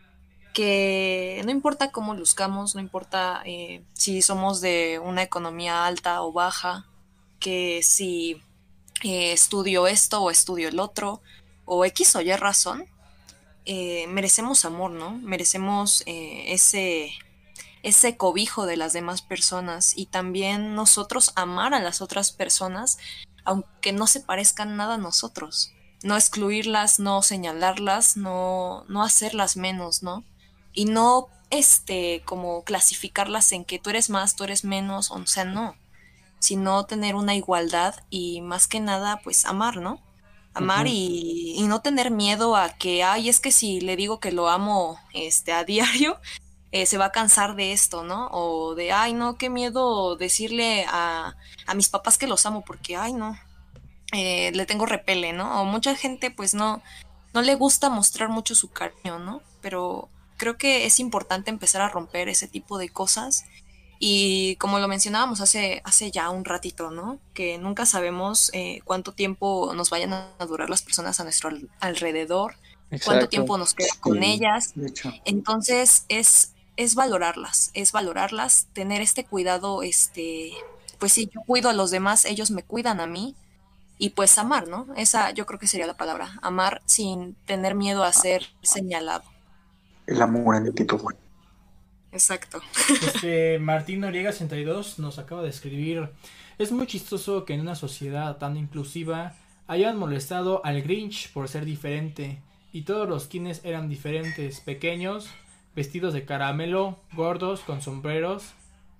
que no importa cómo luzcamos, no importa eh, si somos de una economía alta o baja, que si eh, estudio esto o estudio el otro, o X o Y razón, eh, merecemos amor, ¿no? Merecemos eh, ese, ese cobijo de las demás personas, y también nosotros amar a las otras personas, aunque no se parezcan nada a nosotros. No excluirlas, no señalarlas, no, no hacerlas menos, ¿no? Y no este como clasificarlas en que tú eres más, tú eres menos, o sea, no, sino tener una igualdad y más que nada, pues amar, ¿no? Amar Ujú. y, y no tener miedo a que, ay, es que si le digo que lo amo este, a diario, eh, se va a cansar de esto, ¿no? O de, ay, no, qué miedo decirle a, a mis papás que los amo porque, ay, no, eh, le tengo repele, ¿no? O mucha gente pues no, no le gusta mostrar mucho su cariño, ¿no? Pero creo que es importante empezar a romper ese tipo de cosas, y como lo mencionábamos hace, hace ya un ratito, ¿no? Que nunca sabemos eh, cuánto tiempo nos vayan a durar las personas a nuestro al- alrededor, cuánto Exacto. tiempo nos queda con Sí, ellas. de hecho. Entonces es, es valorarlas, es valorarlas, tener este cuidado, este, pues si yo cuido a los demás, ellos me cuidan a mí, y pues amar, ¿no? Esa yo creo que sería la palabra, amar sin tener miedo a ser señalado. El amor ante todo. Exacto. Este Martín Noriega sesenta y dos nos acaba de escribir: es muy chistoso que en una sociedad tan inclusiva hayan molestado al Grinch por ser diferente, y todos los kines eran diferentes, pequeños, vestidos de caramelo, gordos, con sombreros.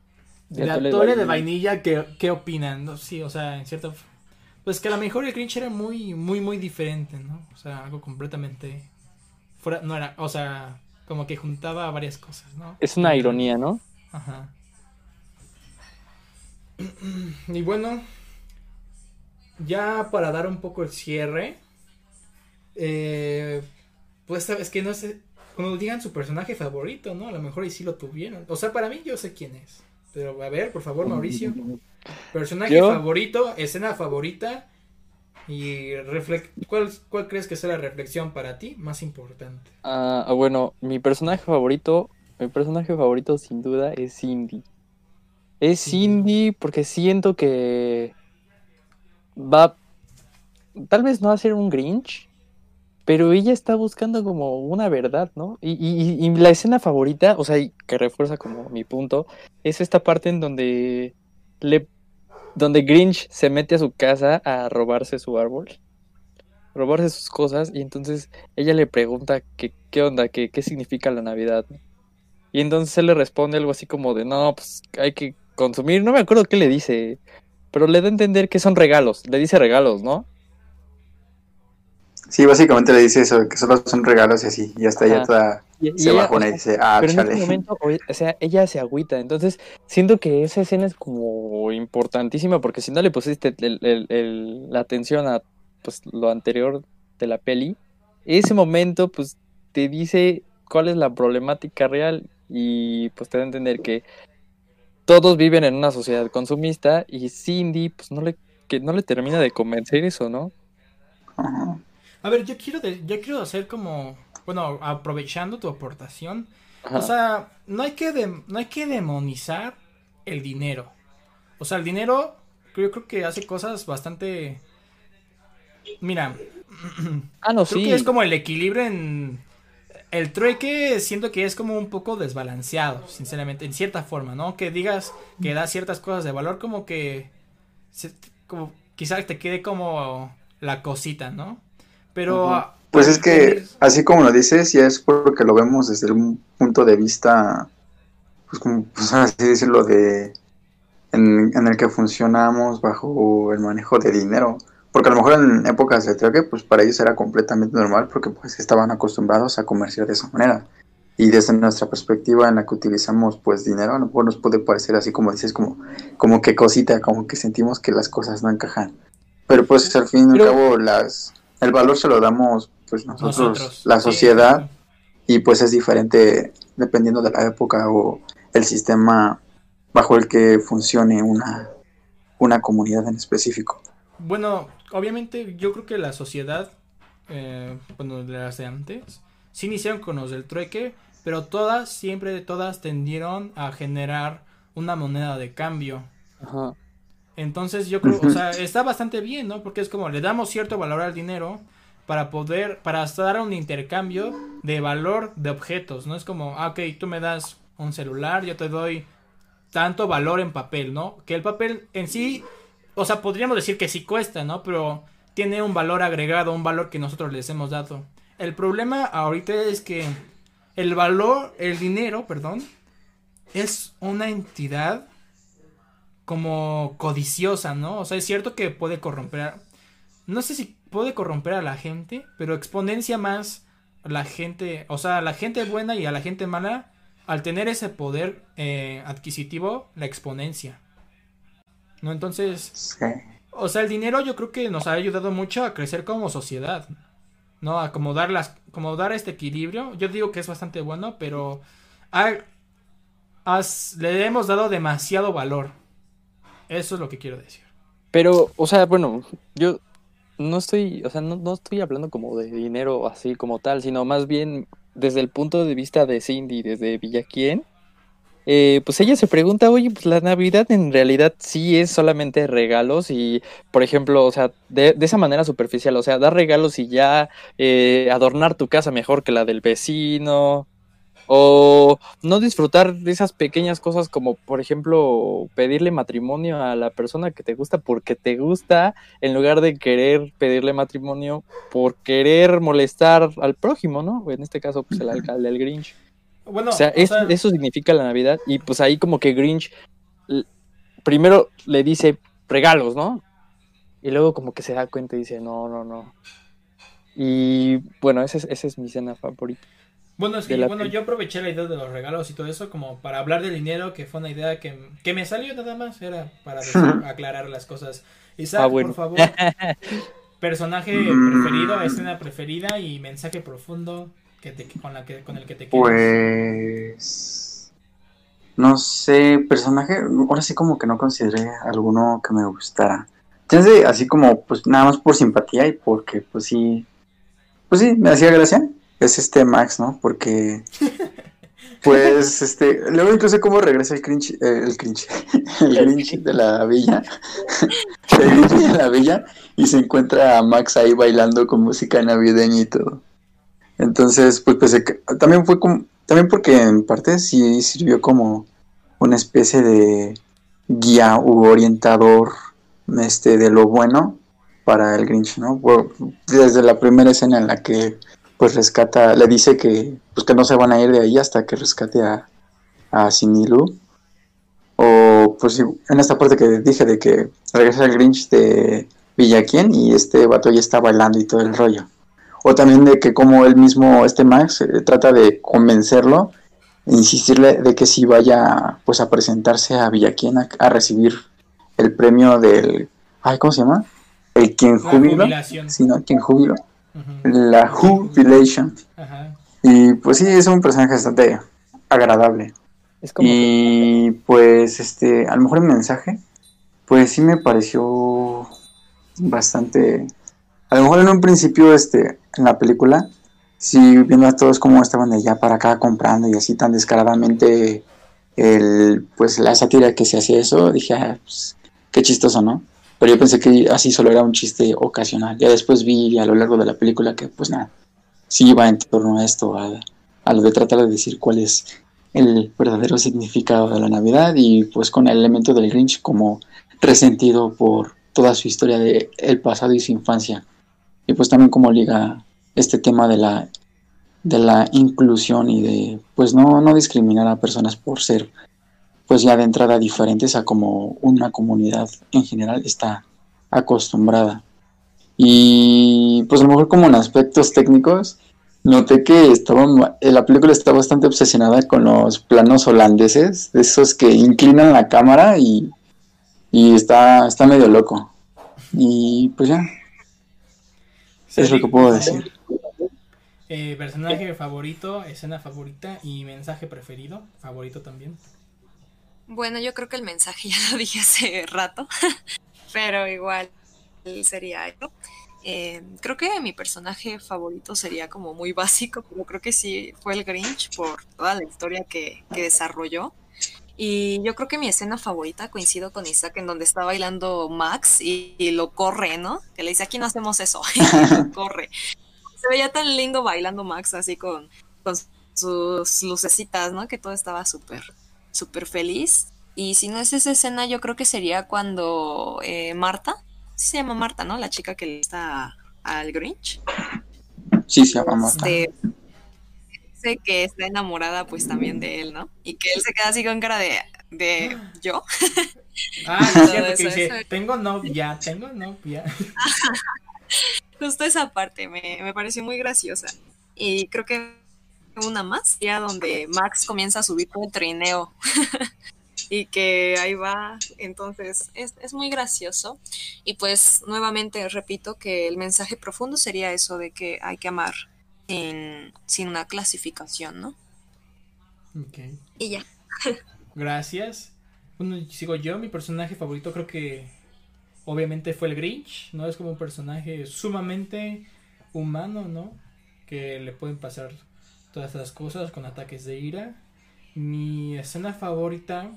De, de atole, atole de vainilla, de vainilla ¿qué, ¿qué opinan? No, sí, o sea, en cierto... Pues que a lo mejor el Grinch era muy, muy, muy diferente, ¿no? O sea, algo completamente... fuera, no era, o sea, como que juntaba varias cosas, ¿no? Es una ironía, ¿no? Ajá. Y bueno, ya para dar un poco el cierre, eh, pues sabes que no sé, cuando digan su personaje favorito, ¿no? A lo mejor y sí lo tuvieron. O sea, para mí yo sé quién es. Pero a ver, por favor, Mauricio. Personaje ¿Yo? favorito, escena favorita y reflex ¿cuál, ¿cuál crees que sea la reflexión para ti más importante? Ah, uh, bueno, mi personaje favorito, mi personaje favorito sin duda es Cindy. Es sí. Cindy porque siento que va, tal vez no va a ser un Grinch, pero ella está buscando como una verdad, ¿no? Y, y, y la escena favorita, o sea, que refuerza como mi punto, es esta parte en donde le, donde Grinch se mete a su casa a robarse su árbol, robarse sus cosas, y entonces ella le pregunta que, qué onda, que, qué significa la Navidad, ¿no? Y entonces él le responde algo así como de, no, pues hay que consumir, no me acuerdo qué le dice, pero le da a entender que son regalos, le dice regalos, ¿no? Sí, básicamente le dice eso, que solo son regalos y así, y hasta ella toda y, y se ella, bajona y dice, ah, pero chale. En ese momento, o sea, ella se agüita, entonces siento que esa escena es como importantísima, porque si no le pusiste el, el, el, la atención a pues lo anterior de la peli, ese momento pues te dice cuál es la problemática real, y pues te da a entender que todos viven en una sociedad consumista, y Cindy pues no le, que no le termina de convencer eso, ¿no? Ajá. A ver, yo quiero de, yo quiero hacer como, bueno, aprovechando tu aportación, Ajá. O sea, no hay que de, no hay que demonizar el dinero. O sea, el dinero yo creo que hace cosas bastante, mira, ah, no, creo sí. que es como el equilibrio en el trueque, siento que es como un poco desbalanceado, sinceramente, en cierta forma, ¿no? Que digas que da ciertas cosas de valor, como que se, como quizás te quede como la cosita, ¿no? Pero uh-huh. Pues es que, tener... así como lo dices, ya es porque lo vemos desde un punto de vista, pues como, pues así decirlo, de en, en el que funcionamos bajo el manejo de dinero. Porque a lo mejor en épocas de trueque, pues para ellos era completamente normal, porque pues estaban acostumbrados a comerciar de esa manera. Y desde nuestra perspectiva en la que utilizamos pues dinero, a lo mejor nos puede parecer así como dices, como, como que cosita, como que sentimos que las cosas no encajan. Pero pues al fin y al cabo las... el valor se lo damos pues nosotros, nosotros. la sociedad, sí, y pues es diferente dependiendo de la época o el sistema bajo el que funcione una, una comunidad en específico. Bueno, obviamente yo creo que la sociedad, eh, bueno, las de antes, sí iniciaron con los del trueque, pero todas, siempre todas tendieron a generar una moneda de cambio. Ajá. Entonces yo creo, o sea, está bastante bien, ¿no? Porque es como le damos cierto valor al dinero para poder, para dar un intercambio de valor de objetos, ¿no? Es como, ah, ok, tú me das un celular, yo te doy tanto valor en papel, ¿no? Que el papel en sí, o sea, podríamos decir que sí cuesta, ¿no? Pero tiene un valor agregado, un valor que nosotros les hemos dado. El problema ahorita es que el valor, el dinero, perdón, es una entidad como codiciosa, ¿no? O sea, es cierto que puede corromper, no sé si puede corromper a la gente, pero exponencia más a la gente, o sea, a la gente buena y a la gente mala, al tener ese poder eh, adquisitivo, la exponencia, ¿no? Entonces, sí. O sea, el dinero yo creo que nos ha ayudado mucho a crecer como sociedad, ¿no? A acomodar, las, acomodar este equilibrio. Yo digo que es bastante bueno, pero ha, has, le hemos dado demasiado valor. Eso es lo que quiero decir. Pero, o sea, bueno, yo no estoy, o sea, no, no estoy hablando como de dinero así como tal, sino más bien desde el punto de vista de Cindy, desde Villaquién. Eh, pues ella se pregunta, oye, pues la Navidad en realidad sí es solamente regalos y, por ejemplo, o sea, de, de esa manera superficial, o sea, dar regalos y ya eh, adornar tu casa mejor que la del vecino, o no disfrutar de esas pequeñas cosas como, por ejemplo, pedirle matrimonio a la persona que te gusta porque te gusta, en lugar de querer pedirle matrimonio por querer molestar al prójimo, ¿no? En este caso, pues el alcalde, el Grinch. Bueno, o sea, o es, sea, eso significa la Navidad. Y pues ahí como que Grinch l- primero le dice regalos, ¿no? Y luego como que se da cuenta y dice, no, no, no. Y bueno, esa es, esa es mi escena favorita Bueno, es de que la bueno, peli. yo aproveché la idea de los regalos y todo eso como para hablar del dinero, que fue una idea que, que me salió nada más, era para decir, aclarar las cosas. Ah, Isaac, por bueno. favor, personaje preferido, Mm, escena preferida y mensaje profundo que te, con, la que, con el que te quedas. pues no sé, personaje, ahora sí como que no consideré alguno que me gustara. Chance, así como pues nada más por simpatía y porque pues sí, pues sí, me hacía gracia. Es este Max, ¿no? Porque pues este, luego incluso cómo regresa el cringe, eh, el cringe, el Grinch de la villa, el Grinch de la villa y se encuentra a Max ahí bailando con música navideña y todo. Entonces, pues, pues también fue como, también porque en parte sí sirvió como una especie de guía u orientador este, de lo bueno para el Grinch, ¿no? Bueno, desde la primera escena en la que pues rescata, le dice que pues que no se van a ir de ahí hasta que rescate a, a Cindy Lou. O pues sí, en esta parte que dije de que regresa el Grinch de Villaquien y este vato ya está bailando y todo el rollo. O también de que como él mismo, este Max, eh, trata de convencerlo, e insistirle de que si vaya pues a presentarse a Villaquien a, a recibir el premio del... Ay, ¿cómo se llama? El quien La júbilo, jubilación. sí, ¿no? Quien júbilo. Ujú. La El quien jubila. Jubilation. Ajá. Y pues sí, es un personaje bastante agradable. Es como que Y pues este, a lo mejor el mensaje, pues sí me pareció bastante... A lo mejor en un principio, este, en la película, sí viendo a todos cómo estaban de allá para acá comprando y así tan descaradamente el, pues la sátira que se hacía eso, dije, ah, pues, qué chistoso, ¿no? Pero yo pensé que así solo era un chiste ocasional. Ya después vi a lo largo de la película que, pues nada, sí iba en torno a esto, a, a lo de tratar de decir cuál es el verdadero significado de la Navidad y pues con el elemento del Grinch como resentido por toda su historia de el pasado y su infancia. Y pues también como liga este tema de la, de la inclusión y de pues no, no discriminar a personas por ser pues ya de entrada diferentes a como una comunidad en general está acostumbrada. Y pues a lo mejor como en aspectos técnicos, noté que estaba, la película está bastante obsesionada con los planos holandeses, de esos que inclinan la cámara y, y está, está medio loco. Y pues ya, es lo que Cedric, por puedo favor. decir. Eh, personaje favorito, escena favorita y mensaje preferido, favorito también. Bueno, yo creo que el mensaje ya lo dije hace rato, pero igual sería eso. Eh, creo que mi personaje favorito sería como muy básico, pero creo que sí fue el Grinch por toda la historia que, que desarrolló. Y yo creo que mi escena favorita, coincido con Isaac, en donde está bailando Max y, y lo corre, ¿no? Que le dice, aquí no hacemos eso, y lo corre. Se veía tan lindo bailando Max así con, con sus lucecitas, ¿no? Que todo estaba súper, súper feliz. Y si no es esa escena, yo creo que sería cuando eh, Marta, sí se llama Marta, ¿no? La chica que le está al Grinch. Sí, se llama Marta. Este, sé que está enamorada pues también de él, ¿no? Y que él se queda así con cara de, de yo. Ah, sí, es Todo cierto que eso, dice, eso. tengo novia, tengo novia. Justo esa parte me, me pareció muy graciosa. Y creo que una más, ya donde Max comienza a subir todo el trineo y que ahí va, entonces es, es muy gracioso. Y pues nuevamente repito que el mensaje profundo sería eso de que hay que amar sin, sin una clasificación, ¿no? Ok, Y ya. gracias. Bueno, sigo yo, mi personaje favorito creo que obviamente fue el Grinch, ¿no? Es como un personaje sumamente humano, ¿no? Que le pueden pasar todas estas cosas con ataques de ira. Mi escena favorita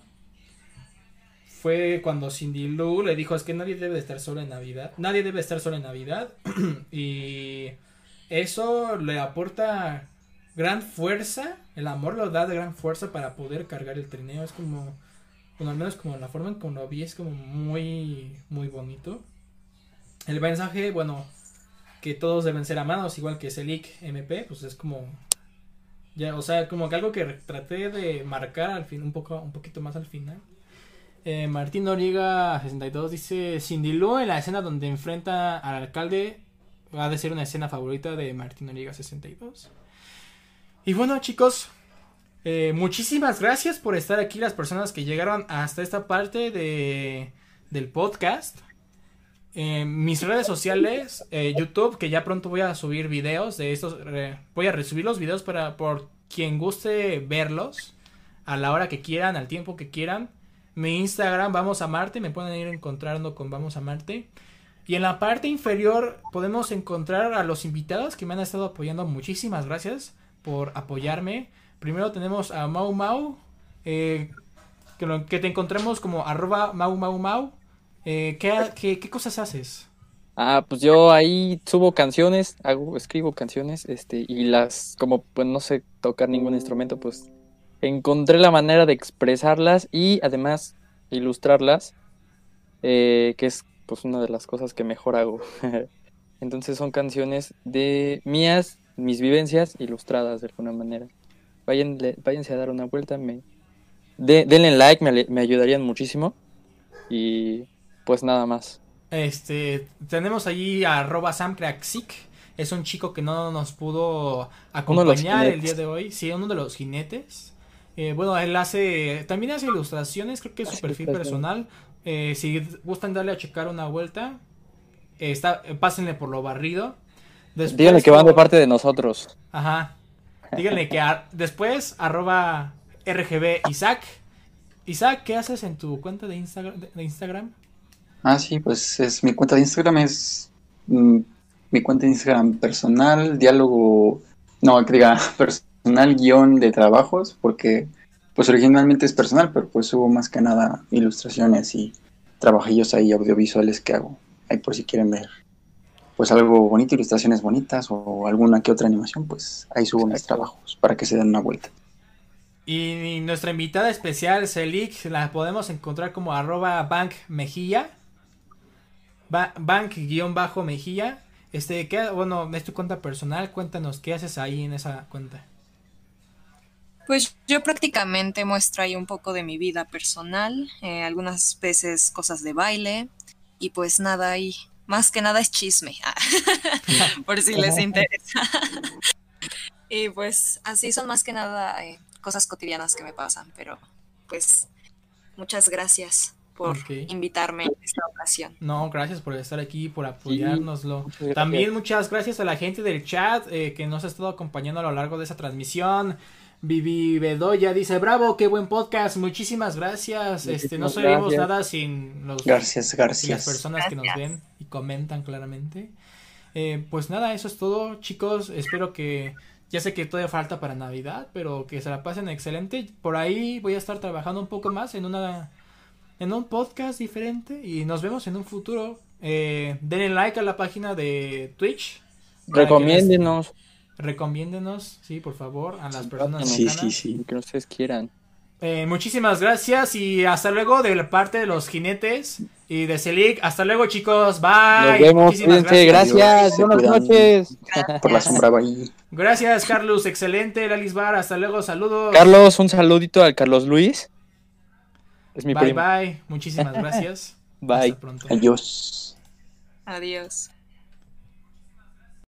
fue cuando Cindy Lou le dijo, es que nadie debe de estar solo en Navidad. Nadie debe estar solo en Navidad. Y eso le aporta gran fuerza. El amor lo da de gran fuerza para poder cargar el trineo. Es como, bueno, al menos como la forma en que lo vi es como muy, muy bonito. El mensaje, bueno, que todos deben ser amados, igual que Selic M P, pues es como, ya, o sea, como que algo que traté de marcar al fin, un poco, un poquito más al final. Eh, Martín Noriega sesenta y dos dice: Cindy Lou en la escena donde enfrenta al alcalde va a ser una escena favorita de Martín Noriega sesenta y dos. Y bueno, chicos, eh, muchísimas gracias por estar aquí, las personas que llegaron hasta esta parte de del podcast. Eh, mis redes sociales, eh, YouTube, que ya pronto voy a subir videos de estos, eh, voy a resubir los videos para por quien guste verlos a la hora que quieran, al tiempo que quieran. Mi Instagram, Vamos a Marte, me pueden ir encontrando con Vamos a Marte. Y en la parte inferior podemos encontrar a los invitados que me han estado apoyando. Muchísimas gracias por apoyarme. Primero tenemos a Mau Mau, eh, que, lo, que te encontremos como arroba Mau Mau Mau. Eh, ¿qué, qué, ¿Qué cosas haces? Ah, pues yo ahí subo canciones, hago, escribo canciones, este, y las, como pues no sé tocar ningún instrumento, pues encontré la manera de expresarlas y además ilustrarlas, eh, que es pues una de las cosas que mejor hago. Entonces son canciones de mías, mis vivencias ilustradas de alguna manera. Vayan, váyanse a dar una vuelta, me de, denle like, me, me ayudarían muchísimo. Y pues nada más. Este, tenemos allí a arroba samcraxic. Es un chico que no nos pudo acompañar el día de hoy. Sí, uno de los jinetes. Eh, bueno, él hace, también hace ilustraciones, creo que es su perfil personal. Eh, si gustan darle a checar una vuelta, eh, está, pásenle por lo barrido. Después, díganle que van de parte de nosotros. Ajá. Díganle que a, después arroba rgb Isaac. Isaac, ¿qué haces en tu cuenta de Instagram? De Instagram? Ah, sí, pues es mi cuenta de Instagram es mm, mi cuenta de Instagram personal, diálogo, no, que diga personal guión de trabajos, porque pues originalmente es personal, pero pues subo más que nada ilustraciones y trabajillos ahí audiovisuales que hago, ahí por si quieren ver pues algo bonito, ilustraciones bonitas o alguna que otra animación, pues ahí subo mis trabajos para que se den una vuelta. Y nuestra invitada especial, Celik, la podemos encontrar como arroba bank mejilla. Ba bank-mejilla. Este, ¿qué, bueno, es tu cuenta personal? Cuéntanos, ¿qué haces ahí en esa cuenta? Pues yo prácticamente muestro ahí un poco de mi vida personal, eh, algunas veces cosas de baile, y pues nada, ahí más que nada es chisme, por si les interesa. Y pues así son más que nada eh, cosas cotidianas que me pasan, pero pues muchas gracias por okay. invitarme en esta ocasión. No, gracias por estar aquí, por apoyárnoslo. Sí, también muchas gracias a la gente del chat eh, que nos ha estado acompañando a lo largo de esa transmisión. Vivi Bedoya dice: bravo, qué buen podcast, muchísimas gracias. Muchísimas este, no sabemos nada sin los gracias, gracias. Sin las personas gracias. Que nos ven y comentan claramente. Eh, pues nada, eso es todo, chicos. Espero que, ya sé que todavía falta para Navidad, pero que se la pasen excelente. Por ahí voy a estar trabajando un poco más en una en un podcast diferente y nos vemos en un futuro. Eh, denle like a la página de Twitch. Recomiéndenos. Recomiéndenos, sí, por favor, a las personas sí, mexicanas. Sí, sí, que ustedes quieran. Eh, muchísimas gracias y hasta luego de la parte de los jinetes y de Celik. Hasta luego, chicos. Bye. Nos vemos. Muchísimas gracias. Gracias. Adiós. Buenas noches. Por la sombra, bye. Gracias, Carlos. Excelente, Lalis Bar. Hasta luego. Saludos. Carlos, un saludito al Carlos Luis. Es mi bye, primo. Bye. Muchísimas gracias. Bye. Hasta pronto. Adiós. Adiós.